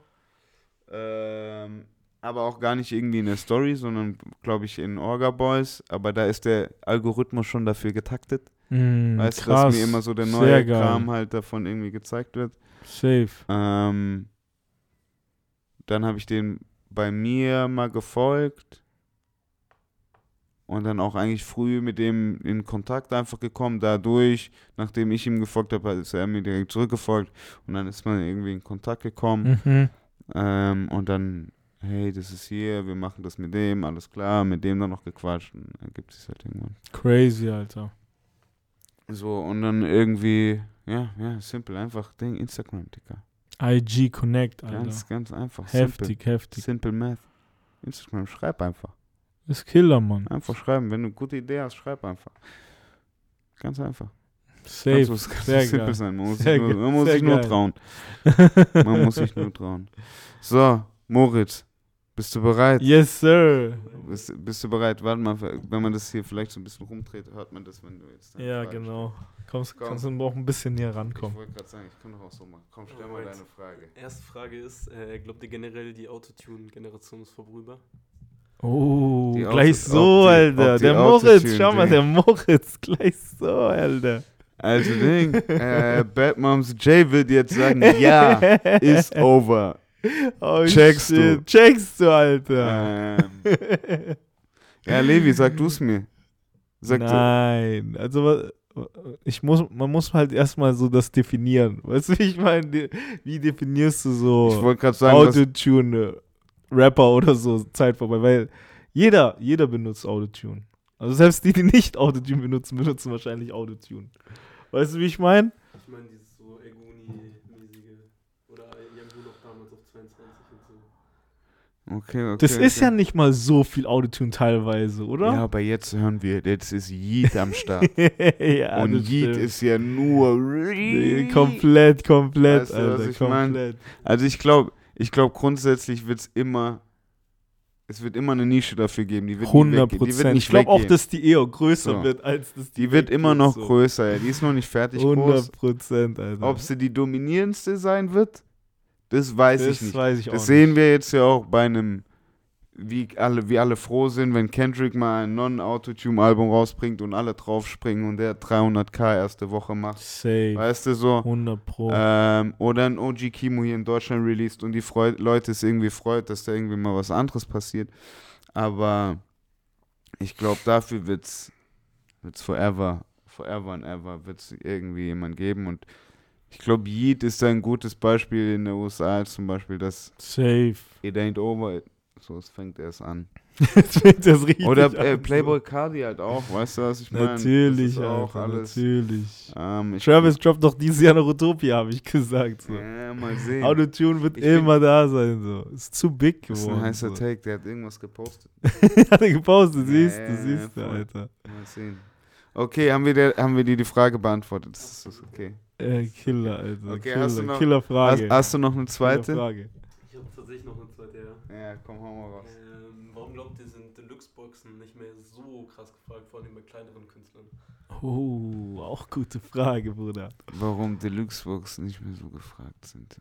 Ähm, aber auch gar nicht irgendwie in der Story, sondern glaube ich in Orga Boys. Aber da ist der Algorithmus schon dafür getaktet. Mm, Weißt du, krass. dass mir immer so der Sehr neue geil. Kram halt davon irgendwie gezeigt wird. Safe. Ähm, dann habe ich den bei mir mal gefolgt und dann auch eigentlich früh mit dem in Kontakt einfach gekommen. Dadurch, nachdem ich ihm gefolgt habe, ist er mir direkt zurückgefolgt und dann ist man irgendwie in Kontakt gekommen. Mhm. Ähm, und dann, hey, das ist hier, wir machen das mit dem, alles klar, mit dem dann noch gequatscht und dann gibt es halt irgendwann. Crazy, Alter. So, und dann irgendwie, ja, ja, simpel, einfach Ding, Instagram, Dicker. I G Connect, Alter. Ganz, ganz einfach. heftig, Simple. heftig. Simple Math. Instagram, schreib einfach. Ist Killer, Mann. Einfach schreiben. Wenn du eine gute Idee hast, schreib einfach. Ganz einfach. Safe. Ganz, es kann so Sehr simpel geil. sein. Man muss Sehr sich nur, geil. man muss Sehr sich nur geil. trauen. Man muss sich nur trauen. So, Moritz, bist du bereit? Yes, sir. Bist, bist du bereit? Warte mal, wenn man das hier vielleicht so ein bisschen rumdreht, hört man das, wenn du jetzt deine Ja, Frage genau. Kommst, Komm. kannst du auch ein bisschen näher stellst. Ich rankommen. wollte gerade sagen, ich kann doch auch so machen. Komm, stell mal Alright. deine Frage. Erste Frage ist, äh, glaubt ihr generell, die Autotune-Generation ist vorüber? Oh, Die gleich Auto- so, ob die- Alter. ob die Der Moritz, Autotune schau mal, Ding. der Moritz, gleich so, Alter. Also Ding, äh, Bad Moms J wird jetzt sagen, ja, ist over. Oh, Checkst shit. du. Checkst du, Alter. Ähm, ja, Levi, sag du's mir. Sag du. Nein, also wa- ich muss, man muss halt erstmal so das definieren. Weißt du, wie ich meine? De- Wie definierst du Ich so wollte gerade sagen, was, Autotune, äh, Rapper oder so, Zeit vorbei? Weil jeder, jeder benutzt Autotune. Also selbst die, die nicht Autotune benutzen, benutzen wahrscheinlich Autotune. Weißt du, wie ich meine? Ich meine, dieses so Egoni-mäßige oder Young noch damals auf zweiundzwanzig und so. okay, okay. Das ist okay. ja nicht mal so viel Autotune teilweise, oder? Ja, aber jetzt hören wir, jetzt ist Yeet am Start. ja, Und das Yeet stimmt. ist ja nur. Nee, komplett, komplett, Weißt du, was Alter, ich mein? komplett. Also ich glaube, ich glaube grundsätzlich wird es immer, es wird immer eine Nische dafür geben. Die wird nie hundert weggehen. Die wird Prozent. nicht Ich glaube auch, weggehen. dass die eher größer So. wird, als dass Die wird immer weggeht, noch so. größer. Ja. Die ist noch nicht fertig groß. hundert Prozent, Alter. Ob sie die dominierendste sein wird, das weiß das ich nicht. weiß ich auch Das sehen nicht. wir jetzt ja auch bei einem, wie alle, wie alle froh sind, wenn Kendrick mal ein Non-Autotune-Album rausbringt und alle draufspringen und der dreihunderttausend erste Woche macht. Safe. Weißt du so? hundert Pro. Ähm, oder ein O G Kimo hier in Deutschland released und die Freu- Leute es irgendwie freut, dass da irgendwie mal was anderes passiert. Aber ich glaube, dafür wird's, wird's forever, forever and ever wird's irgendwie jemand geben. Und ich glaube, Yeet ist da ein gutes Beispiel in den U S A zum Beispiel, dass Safe. it ain't over. So, es fängt erst an. Jetzt fängt das richtig Oder an. äh, so. Playboy Cardi halt auch, weißt du, was ich meine? Natürlich, das ist auch Alter, alles. natürlich. Ähm, ich Travis droppt doch dieses Jahr noch Utopia, habe ich gesagt. So. Ja, mal sehen. Autotune wird Ich bin- immer da sein. So. Ist zu big Das ist ein geworden. heißer so. Take, der hat irgendwas gepostet. Hat er gepostet, siehst Ja, du, ja, siehst du, voll. Alter. Mal sehen. Okay, haben wir, der, haben wir dir die Frage beantwortet? Das ist okay. Äh, Killer, Alter. Okay, Killer, hast du noch- Hast, Killerfrage. hast du noch eine zweite? Killerfrage. Ich habe tatsächlich noch eine zweite, ja. Ja, komm, hau mal raus. Ähm, warum glaubt ihr, sind Deluxe-Boxen nicht mehr so krass gefragt, vor allem bei kleineren Künstlern? Oh, auch gute Frage, Bruder. Warum Deluxe-Boxen nicht mehr so gefragt sind?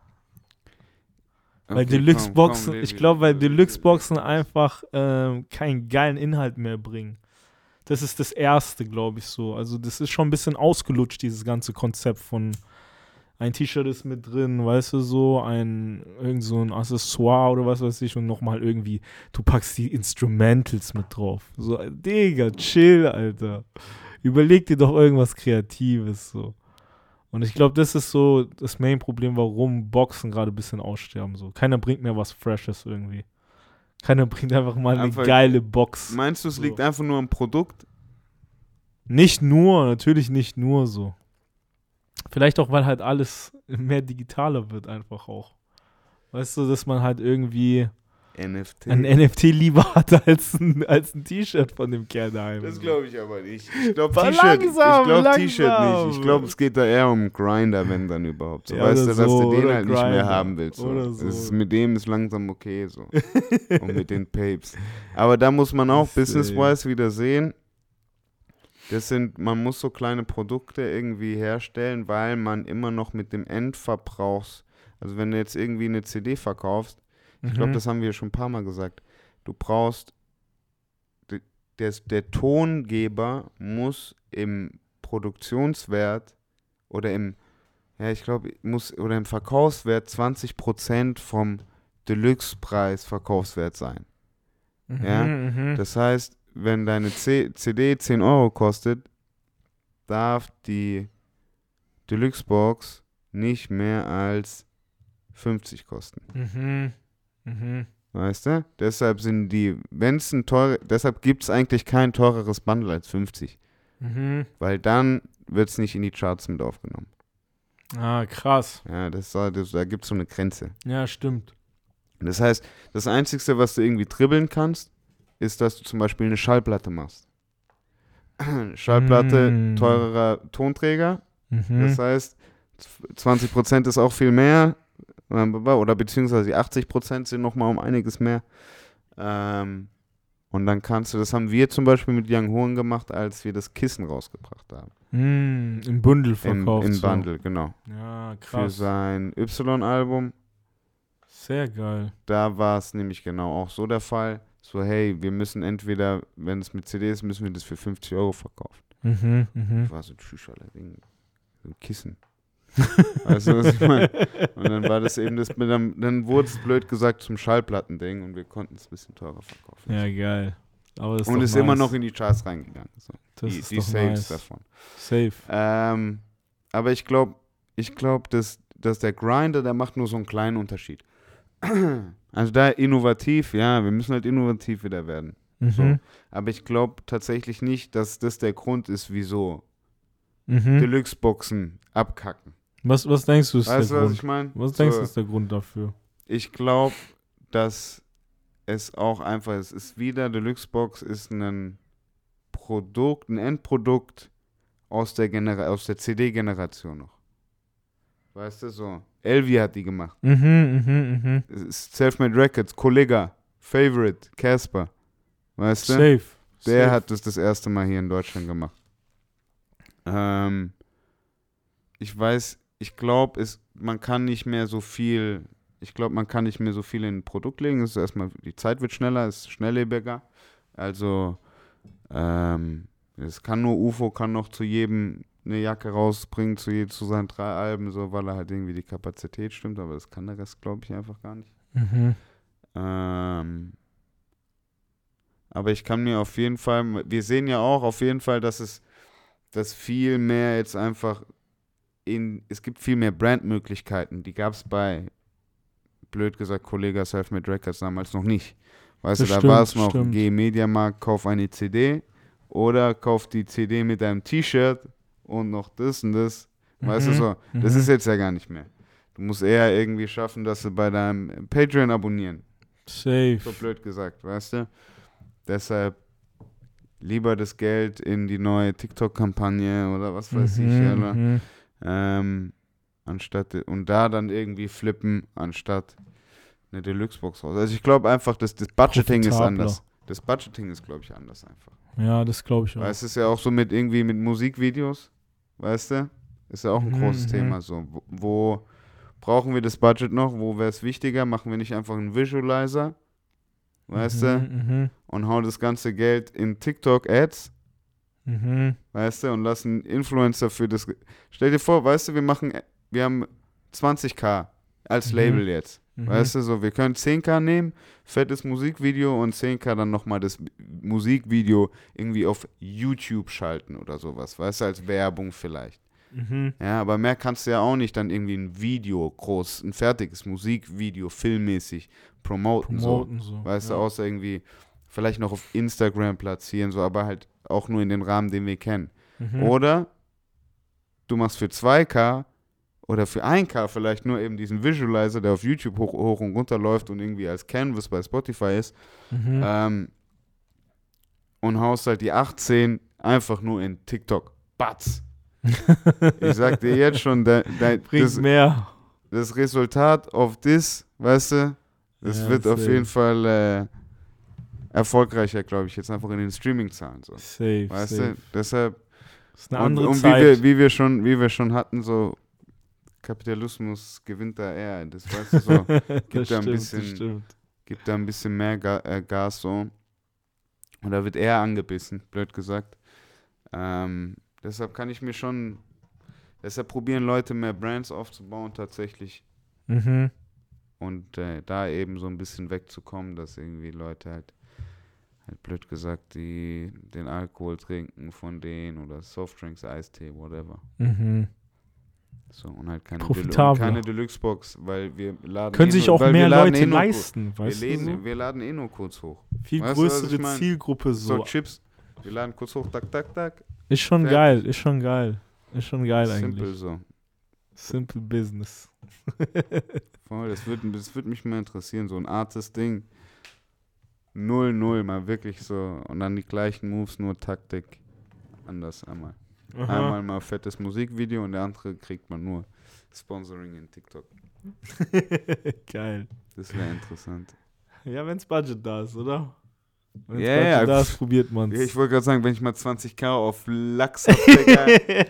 Weil Okay, Deluxe-Boxen, komm, komm, ich Levi, glaube, weil Levi, Levi, Deluxe-Boxen Levi. einfach ähm, keinen geilen Inhalt mehr bringen. Das ist das Erste, glaube ich, so. Also das ist schon ein bisschen ausgelutscht, dieses ganze Konzept von ein T-Shirt ist mit drin, weißt du, so, ein, irgend so ein Accessoire oder was weiß ich und nochmal irgendwie, du packst die Instrumentals mit drauf. So, Digga, chill, Alter. Überleg dir doch irgendwas Kreatives, so. Und ich glaube, das ist so das Main-Problem, warum Boxen gerade ein bisschen aussterben, so. Keiner bringt mehr was Freshes irgendwie. Keiner bringt einfach mal eine Einfach- geile Box. Meinst du, es So. liegt einfach nur am Produkt? Nicht nur, natürlich nicht nur so. Vielleicht auch, weil halt alles mehr digitaler wird einfach auch. Weißt du, dass man halt irgendwie N F T? ein N F T lieber hat als ein, als ein T-Shirt von dem Kerl daheim. Das so. glaube ich aber nicht. Ich glaube Aber T-Shirt. Ich langsam, glaube langsam. T-Shirt nicht. Ich glaube, es geht da eher um Grinder, wenn dann überhaupt. So, Ja, weißt du, oder dass so, du den oder halt nicht mehr Grindr, haben willst. So. oder so. Es ist, mit dem ist langsam okay so. Und mit den Papes. Aber da muss man auch Safe. business-wise wieder sehen, das sind, man muss so kleine Produkte irgendwie herstellen, weil man immer noch mit dem Endverbrauchs, also wenn du jetzt irgendwie eine C D verkaufst, ich glaube, Mhm. das haben wir schon ein paar Mal gesagt, du brauchst, de- der, der Tongeber muss im Produktionswert oder im, ja, ich glaube, muss, oder im Verkaufswert zwanzig Prozent vom Deluxe-Preis Verkaufswert sein. Mhm, ja, mhm. Das heißt, wenn deine C- CD zehn Euro kostet, darf die Deluxe-Box nicht mehr als fünfzig kosten. Mhm. Mhm. Weißt du? Deshalb sind die, wenn es ein teure, deshalb gibt es eigentlich kein teureres Bundle als fünfzig. Mhm. Weil dann wird es nicht in die Charts mit aufgenommen. Ah, krass. Ja, das, das, da gibt es so eine Grenze. Ja, stimmt. Das heißt, das Einzige, was du irgendwie dribbeln kannst, ist, dass du zum Beispiel eine Schallplatte machst. Schallplatte, Mm. teurerer Tonträger. Mhm. Das heißt, zwanzig Prozent ist auch viel mehr. Oder beziehungsweise die achtzig Prozent sind nochmal um einiges mehr. Ähm, und dann kannst du, das haben wir zum Beispiel mit Young Horn gemacht, als wir das Kissen rausgebracht haben. Mm, Im Bundle Im, verkauft. im so. Bundle, genau. Ja, Für krass. sein Y-Album. Sehr geil. Da war es nämlich genau auch so der Fall. So, hey, wir müssen entweder, wenn es mit C D ist, müssen wir das für fünfzig Euro verkaufen. Mhm, mhm. Ich war so, tschüss, Alter, Ding. So ein Kissen. Weißt du, was ich meine? Und dann war das eben das, mit einem, dann wurde es blöd gesagt zum Schallplattending und wir konnten es ein bisschen teurer verkaufen. Ja, geil. Aber das ist und doch ist nice. immer noch in die Charts reingegangen. So. Das die ist die doch Sales nice. davon. Safe. Ähm, aber ich glaube, ich glaube, dass, dass der Grinder, der macht nur so einen kleinen Unterschied. Also da innovativ, ja, wir müssen halt innovativ wieder werden. Mhm. So. Aber ich glaube tatsächlich nicht, dass das der Grund ist, wieso Mhm. Deluxe-Boxen abkacken. Was, was denkst du ist Weißt du, der was Grund? ich meine? Was denkst So, du ist der Grund dafür? Ich glaube, dass es auch einfach, es ist wieder, Deluxe-Box ist ein Produkt, ein Endprodukt aus der, Genera- aus der C D-Generation noch. Weißt du, so. Elvi hat die gemacht. Mhm, mhm, mhm. Es ist Selfmade Records, Kollega, Favorite, Casper. Weißt du? Safe. Der Safe. hat das das erste Mal hier in Deutschland gemacht. Ähm, ich weiß, ich glaube, es, man kann nicht mehr so viel, ich glaube, man kann nicht mehr so viel in ein Produkt legen. Es ist erstmal, die Zeit wird schneller, es ist schnelllebiger. Also, ähm, es kann nur U F O, kann noch zu jedem eine Jacke rausbringen, zu, je, zu seinen drei Alben, so, weil er halt irgendwie die Kapazität stimmt, aber das kann der Rest, glaube ich, einfach gar nicht. Mhm. Ähm, Aber ich kann mir auf jeden Fall, wir sehen ja auch auf jeden Fall, dass es, dass viel mehr jetzt einfach in, es gibt viel mehr Brandmöglichkeiten. Die gab es bei, blöd gesagt, Kollega Selfmade Records damals noch nicht. Weißt Das du, da stimmt, war es noch, stimmt. geh Mediamarkt, kauf eine C D oder kauf die C D mit einem T-Shirt und noch das und das. Weißt Mhm, du so, das mhm. ist jetzt ja gar nicht mehr. Du musst eher irgendwie schaffen, dass sie bei deinem Patreon abonnieren. Safe. So blöd gesagt, weißt du? Deshalb lieber das Geld in die neue TikTok-Kampagne oder was weiß ich, Mhm, oder? mhm. Ähm, anstatt, und da dann irgendwie flippen, anstatt eine Deluxe-Box raus. Also ich glaube einfach, dass das Budgeting ist Profitabler. anders. Das Budgeting ist, glaube ich, anders einfach. Ja, das glaube ich auch. Weil es ist ja auch so mit irgendwie mit Musikvideos, weißt du? Ist ja auch ein Mhm, großes mhm. Thema so. Wo, wo brauchen wir das Budget noch? Wo wäre es wichtiger? Machen wir nicht einfach einen Visualizer, weißt du? Mhm, Und hauen das ganze Geld in TikTok-Ads, mhm, mhm. weißt du? Und lassen Influencer für das... Stell dir vor, weißt du, wir machen... Wir haben zwanzigtausend als Mhm. Label jetzt. Mhm. Weißt du, so, wir können zehntausend nehmen, fettes Musikvideo und zehntausend dann nochmal das Musikvideo irgendwie auf YouTube schalten oder sowas, weißt du, als Werbung vielleicht. Mhm. Ja, aber mehr kannst du ja auch nicht dann irgendwie ein Video groß, ein fertiges Musikvideo, filmmäßig promoten, Promoten so. so. Weißt ja. du, außer irgendwie vielleicht noch auf Instagram platzieren, so, aber halt auch nur in den Rahmen, den wir kennen. Mhm. Oder du machst für zweitausend oder für tausend vielleicht nur eben diesen Visualizer, der auf YouTube hoch, hoch und runter läuft und irgendwie als Canvas bei Spotify ist, Mhm. ähm, und haust halt die achtzehn einfach nur in TikTok. Batz! Ich sag dir jetzt schon, de, de, Bringt das, mehr. das Resultat auf das, weißt du, das Ja, wird auf safe. jeden Fall äh, erfolgreicher, glaube ich, jetzt einfach in den Streaming-Zahlen. So. Safe, Weißt safe. du, deshalb, Das ist eine und, andere und wie, Zeit. wir, wie, wir schon, wie wir schon hatten, so Kapitalismus gewinnt da eher, das weißt du so, das da ein stimmt, bisschen- das stimmt. gibt da ein bisschen mehr Ga äh, Gas so. Und da wird eher angebissen, blöd gesagt. Ähm, deshalb kann ich mir schon, deshalb probieren Leute mehr Brands aufzubauen tatsächlich Mhm. und äh, da eben so ein bisschen wegzukommen, dass irgendwie Leute halt, halt blöd gesagt, die den Alkohol trinken von denen oder Softdrinks, Eistee, whatever. Mhm. So, und halt keine, Delu Profitabler. keine Deluxe-Box, weil wir laden Können eh sich nur, auch weil mehr wir laden Leute eh nur, leisten, wir, weißt du? laden, So? wir laden eh nur kurz hoch. Viel Weißt du, was größere ich mein? Zielgruppe So, so. Chips, wir laden kurz hoch, tak, tak, tak. Ist schon fertig. geil, ist schon geil. Ist schon geil Simple eigentlich. so. Simple Business. Voll, das würde das würd mich mal interessieren, so ein Artist-Ding. null null, mal wirklich so. Und dann die gleichen Moves, nur Taktik. Anders einmal. Aha. Einmal mal fettes Musikvideo und der andere kriegt man nur Sponsoring in TikTok. Geil. Das wäre interessant. Ja, wenn's Budget da ist, oder? Wenn's Ja, Budget ja, da pff. ist, probiert man's. Ja, ich wollte gerade sagen, wenn ich mal zwanzigtausend auf Lachs hab, Digga,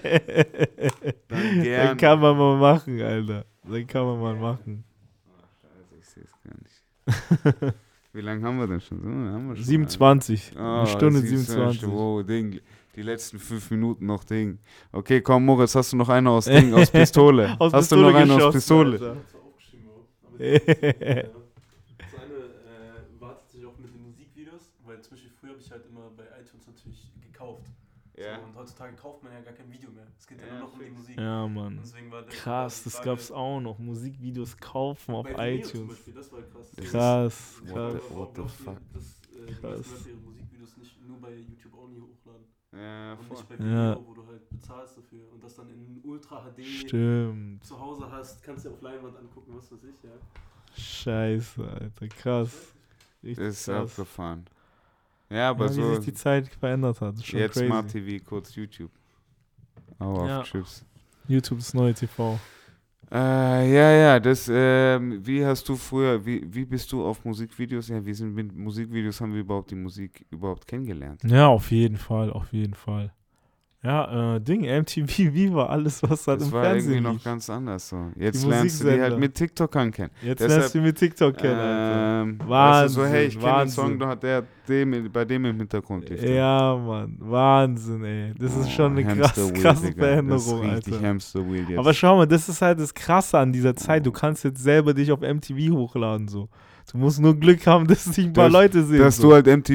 dann gern. Dann kann man mal machen, Alter. Dann kann man mal machen. Scheiße, ich sehe es gar nicht. Wie lange haben wir denn schon? So, haben wir schon siebenundzwanzig. Oh, Eine Stunde siebenundzwanzig. siebenundzwanzig. Wow, Ding. Die letzten fünf Minuten noch Ding. Okay, komm, Moritz, hast du noch eine aus Ding, aus Pistole? Aus hast Pistole du noch eine aus geschossen, Pistole? Alter. Das war aufgeschrieben, aber äh, das eine äh, war tatsächlich auch mit den Musikvideos, weil zum Beispiel früher habe ich halt immer bei iTunes natürlich gekauft. Ja. So, und heutzutage kauft man ja gar kein Video mehr. Es geht ja, Ja, nur noch um die fix. Musik. Ja, Mann. Deswegen war der, Krass, war das die Frage- gab's auch noch. Musikvideos kaufen auf bei Vimeo zum iTunes. Beispiel, das war krass. Das ist- Krass, What krass. the- what the Glaubst du, fuck? dass äh, die Krass. meisten Leute ihre Musikvideos nicht nur bei YouTube only hochladen Ja, und voll. nicht bei Ja. Vimeo, wo du halt bezahlst dafür und das dann in Ultra H D Stimmt. zu Hause hast, kannst du auf Leinwand angucken, was weiß ich, ja. Scheiße, Alter. Krass. Richtig Das ist krass. abgefahren. Ja, aber Ja, wie so sich die Zeit verändert hat. Ist schon jetzt crazy. Smart T V, kurz YouTube. Auch Ja. auf Chips. YouTube ist neue T V. Äh, ja, ja, das, ähm, wie hast du früher, wie, wie bist du auf Musikvideos? Ja, wir sind mit Musikvideos, haben wir überhaupt die Musik überhaupt kennengelernt? Ja, auf jeden Fall, auf jeden Fall. Ja, äh, Ding, M T V Viva, alles, was halt Das im war irgendwie Fernsehen noch lief. ganz anders so. Jetzt Die lernst du die halt Musiksender. mit TikTokern kennen. Jetzt deshalb- lernst du mit TikTok kennen, Alter. Ähm, Wahnsinn, weißt du, so, hey, ich kenne den Wahnsinn. Song, da hat der dem, bei dem im Hintergrund lief. der. Ja, Mann, Wahnsinn, ey. Das ist Oh, schon eine Hamster krass, Wheel, krasse Digga. Veränderung, Das ist richtig Alter. Hamster Wheel jetzt. Aber schau mal, das ist halt das Krasse an dieser Zeit. Du kannst jetzt selber dich auf M T V hochladen, so. Du musst nur Glück haben, dass dich ein paar Dass- Leute sehen. Dass so. du halt M T V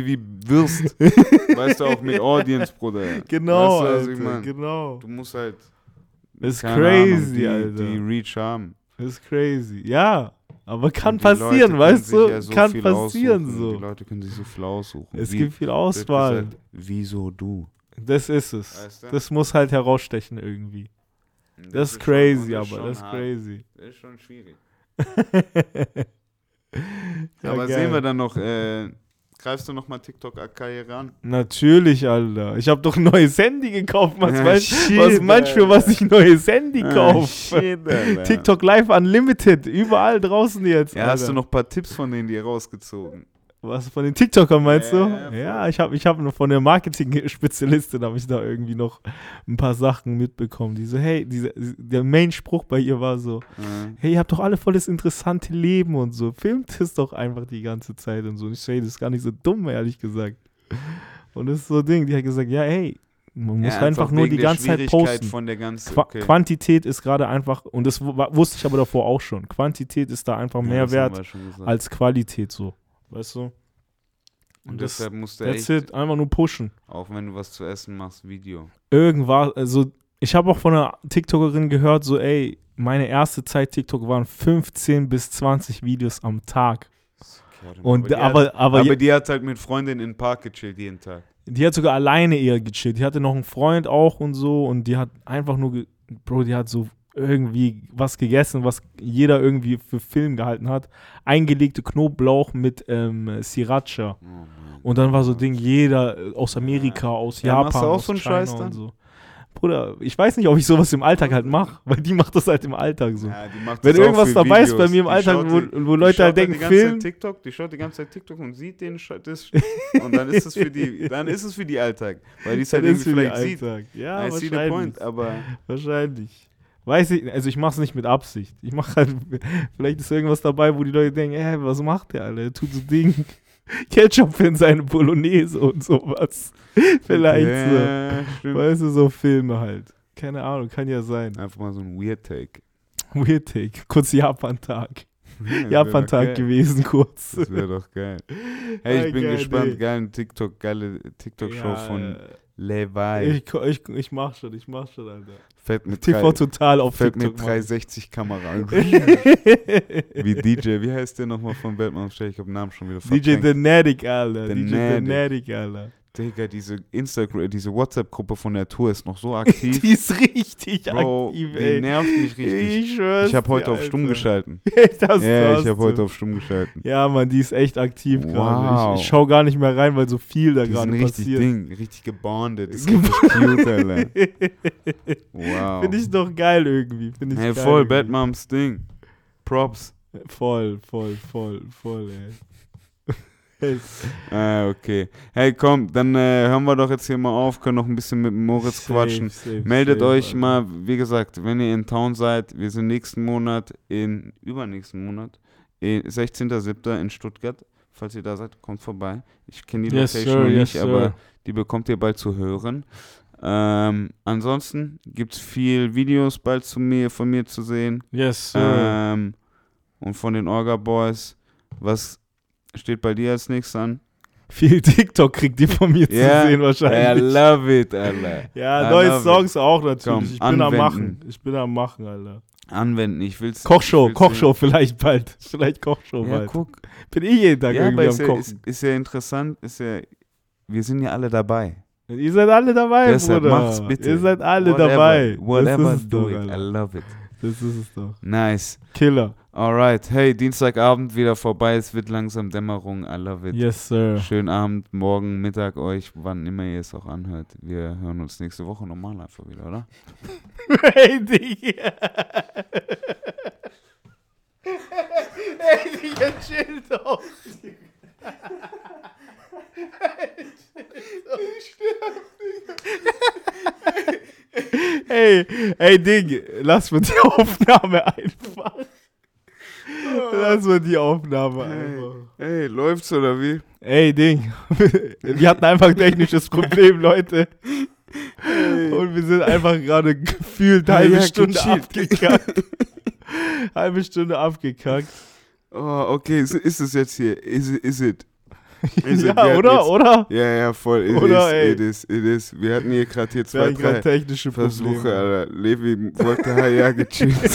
wirst. Weißt du, auch mit Audience, Bruder. Genau, weißt du, also Alter, ich mein, genau. Du musst halt Das ist keine crazy, Ahnung, die, Alter. die Reach haben. Das ist crazy. Ja, aber kann Und die Leute passieren, können weißt sich du? ja so kann viel passieren aussuchen. so. Die Leute können sich so viel aussuchen. Es Wie, gibt viel wird Auswahl. gesagt, wieso du? Das ist es. Weißt du? Das muss halt herausstechen irgendwie. Und Das ist schon- crazy, und aber schon das ist hart. crazy. Das ist schon schwierig. Ja, aber geil. sehen wir dann noch, äh, greifst du nochmal TikTok-Karriere an? Natürlich, Alter. Ich habe doch ein neues Handy gekauft. Was, Ja, meinst, shit, was meinst du, für was ich ein neues Handy Ah, kaufe? shit, Alter. TikTok Live Unlimited. Überall draußen jetzt. Ja, hast Alter. du noch ein paar Tipps von denen dir rausgezogen? Was von den TikTokern meinst Ja, du? ja, voll. Ja, ich habe ich hab nur von der Marketing-Spezialistin habe ich da irgendwie noch ein paar Sachen mitbekommen. Die so, hey, diese, der Main-Spruch bei ihr war so, Äh, hey, ihr habt doch alle voll das interessante Leben und so. Filmt es doch einfach die ganze Zeit und so. Und ich so, hey, das ist gar nicht so dumm, ehrlich gesagt. Und das ist so ein Ding, die hat gesagt, ja, hey, man muss ja, einfach nur wegen die der ganze Zeit Schwierigkeit posten. Von der ganzen, Qua okay. Quantität ist gerade einfach, und das wu- wusste ich aber davor auch schon, Quantität ist da einfach Ja, mehr das haben wert wir schon gesagt. als Qualität so. Weißt du? Und das- deshalb musst du That's echt, it, einfach nur pushen. auch wenn du was zu essen machst, Video. Irgendwas, also ich habe auch von einer TikTokerin gehört, so ey, meine erste Zeit TikTok waren fünfzehn bis zwanzig Videos am Tag. Und die aber, hat, aber, aber je- die hat halt mit Freundinnen in den Park gechillt jeden Tag. die hat sogar alleine eher gechillt. Die hatte noch einen Freund auch und so und die hat einfach nur, ge- Bro, die hat so irgendwie was gegessen, was jeder irgendwie für Film gehalten hat. Eingelegte Knoblauch mit ähm, Sriracha. Oh, Mann. Und dann war so Ding, jeder äh, aus Amerika, aus Ja, Japan, machst du auch aus so einen China Scheiß und dann? so. Bruder, ich weiß nicht, ob ich sowas im Alltag halt mache, weil die macht das halt im Alltag so. Ja, die macht Wenn das auch irgendwas für dabei ist bei Videos. mir im Die Alltag, schaut wo, die- wo die Leute schaut halt denken, die ganze Zeit Film, TikTok, die schaut die ganze Zeit TikTok und sieht den Sch das und dann ist es für die, dann ist es für die Alltag, weil die es halt dann ist irgendwie für die vielleicht sieht. Alltag. Ja, I see the wahrscheinlich. point, aber Wahrscheinlich. Weiß ich, also ich mache es nicht mit Absicht. Ich mache halt, vielleicht ist irgendwas dabei, wo die Leute denken, ey, was macht der, Alter? Er tut so Ding, Ketchup in seine Bolognese und sowas. Vielleicht ja, so. stimmt. Weißt du, so Filme halt. Keine Ahnung, kann ja sein. Einfach mal so ein Weird Take. Weird Take. Kurz Japan-Tag. Ja, Japan-Tag gewesen, kurz. Das wäre doch geil. Hey, ich Ja, bin geil, gespannt. nee. Geile TikTok, geile TikTok-Show Ja, von äh, Levi. ich, ich, ich mach schon, ich mach schon, Alter. Fährt mit, T V drei, total auf fährt TikTok. mit dreihundertsechzig Kamera. Wie D J, wie heißt der nochmal von Batman auf Stelle? Ich hab den Namen schon wieder D J verdrängt. Denatic, Alter. D J Denatic. Denatic, Alter. Digga, diese Instagram, diese WhatsApp-Gruppe von der Tour ist noch so aktiv. Die ist richtig Bro, aktiv, die ey. nervt mich richtig. Ich schwör's Ich habe heute dir, auf Stumm Alter. geschalten. Echt, hast Ja, du, ich habe hast heute du. auf Stumm geschalten. Ja, Mann, die ist echt aktiv Wow. gerade. Ich, ich schau gar nicht mehr rein, weil so viel da Die gerade sind richtig passiert. Ding, richtig gebondet. Das ist richtig cute, Alter. Wow. Finde ich doch geil irgendwie. Find ich Hey, geil voll, irgendwie. Bad Moms Ding. Props. Voll, voll, voll, voll, ey. Ah, okay. Hey, komm, dann äh, hören wir doch jetzt hier mal auf, können noch ein bisschen mit Moritz Safe, quatschen. safe, Meldet safe, euch Alter. mal, wie gesagt, wenn ihr in Town seid, wir sind nächsten Monat, in übernächsten Monat, in sechzehnter siebter in Stuttgart. Falls ihr da seid, kommt vorbei. Ich kenne die Yes, Location sir, noch yes, nicht, aber sir. die bekommt ihr bald zu hören. Ähm, ansonsten gibt es viel Videos bald zu mir, von mir zu sehen. Yes, sir. Ähm, und von den Orga Boys. Was steht bei dir als nächstes an? Viel TikTok kriegt ihr von mir Ja, zu sehen I wahrscheinlich. love it, Alter. Ja, I neue love Songs auch natürlich. Komm, ich bin am anwenden. Machen. Ich bin am Machen, Alter. Anwenden, ich will's. Kochshow, ich will's Kochshow vielleicht bald. Vielleicht Kochshow sehen. Ja, bald. guck. Bin ich jeden Tag Ja, aber irgendwie ist am ja, Kochen. ist, ist ja interessant, ist ja, wir sind ja alle dabei. Ihr seid alle dabei, Deshalb Bruder. macht's bitte. Ihr seid alle Whatever, dabei. Whatever, das ist es do doch, it. I Alter. love it. Das ist es doch. Nice. Killer. Alright, hey, Dienstagabend wieder vorbei, es wird langsam Dämmerung, I love it. Yes, sir. Schönen Abend, morgen, Mittag euch, wann immer ihr es auch anhört. Wir hören uns nächste Woche normal einfach wieder, oder? Hey, Digga. Hey, Digga, chill doch. Hey, hey, Ding, lass mal die Aufnahme einfach. Lass mal die Aufnahme einfach. Hey, läuft's oder wie? Ey, Ding, wir hatten einfach ein technisches Problem, Leute. Und wir sind einfach gerade gefühlt eine halbe Ja, Stunde gechillt. abgekackt. halbe Stunde abgekackt. Oh, okay, ist, ist es jetzt hier? Is it? Is it? Also, wir ja, hatten oder? jetzt- Oder? Ja, ja, voll. It Oder, ey. is, it is, it is. Wir hatten hier gerade hier Wir zwei, hatten gerade drei technische Versuche, Probleme. Alter. Levi wollte Haya gechillt.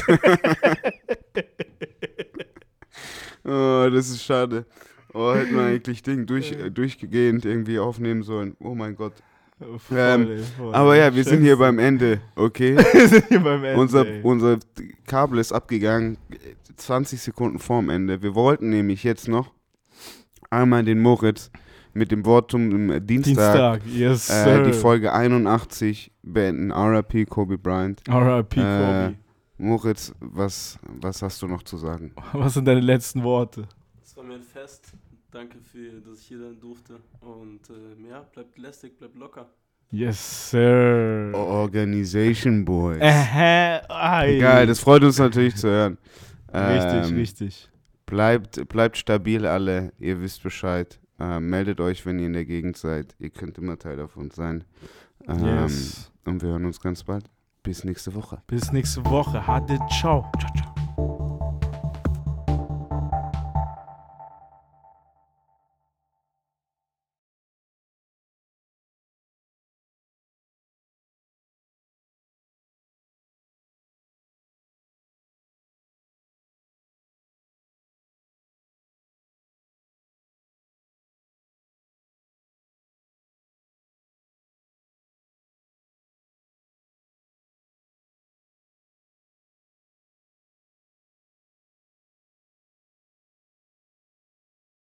Oh, das ist schade. Oh, hätten wir eigentlich Ding durch, äh, durchgehend irgendwie aufnehmen sollen. Oh mein Gott. Voll, Ähm, ey, voll. Aber ja, wir sind hier Schätze. beim Ende, okay? Wir sind hier beim Ende. unser, ey. unser Kabel ist abgegangen, zwanzig Sekunden vorm Ende. Wir wollten nämlich jetzt noch einmal den Moritz mit dem Wort zum äh, Dienstag, Dienstag, yes, äh, sir. die Folge einundachtzig beenden. R I P Kobe Bryant. R I P Äh, Kobe. Moritz, was, was hast du noch zu sagen? Was sind deine letzten Worte? Es war mir ein Fest. Danke, für, dass ich hier sein durfte. Und äh, ja, bleibt lästig, bleibt locker. Yes, sir. Organization Boys. Äh, ei. Geil, das freut uns natürlich zu hören. Richtig, Ähm, richtig. Bleibt, bleibt stabil alle, ihr wisst Bescheid. Ähm, meldet euch, wenn ihr in der Gegend seid. Ihr könnt immer Teil davon sein. Ähm, Yes. Und wir hören uns ganz bald. Bis nächste Woche. Bis nächste Woche. Hade, ciao. Ciao, ciao.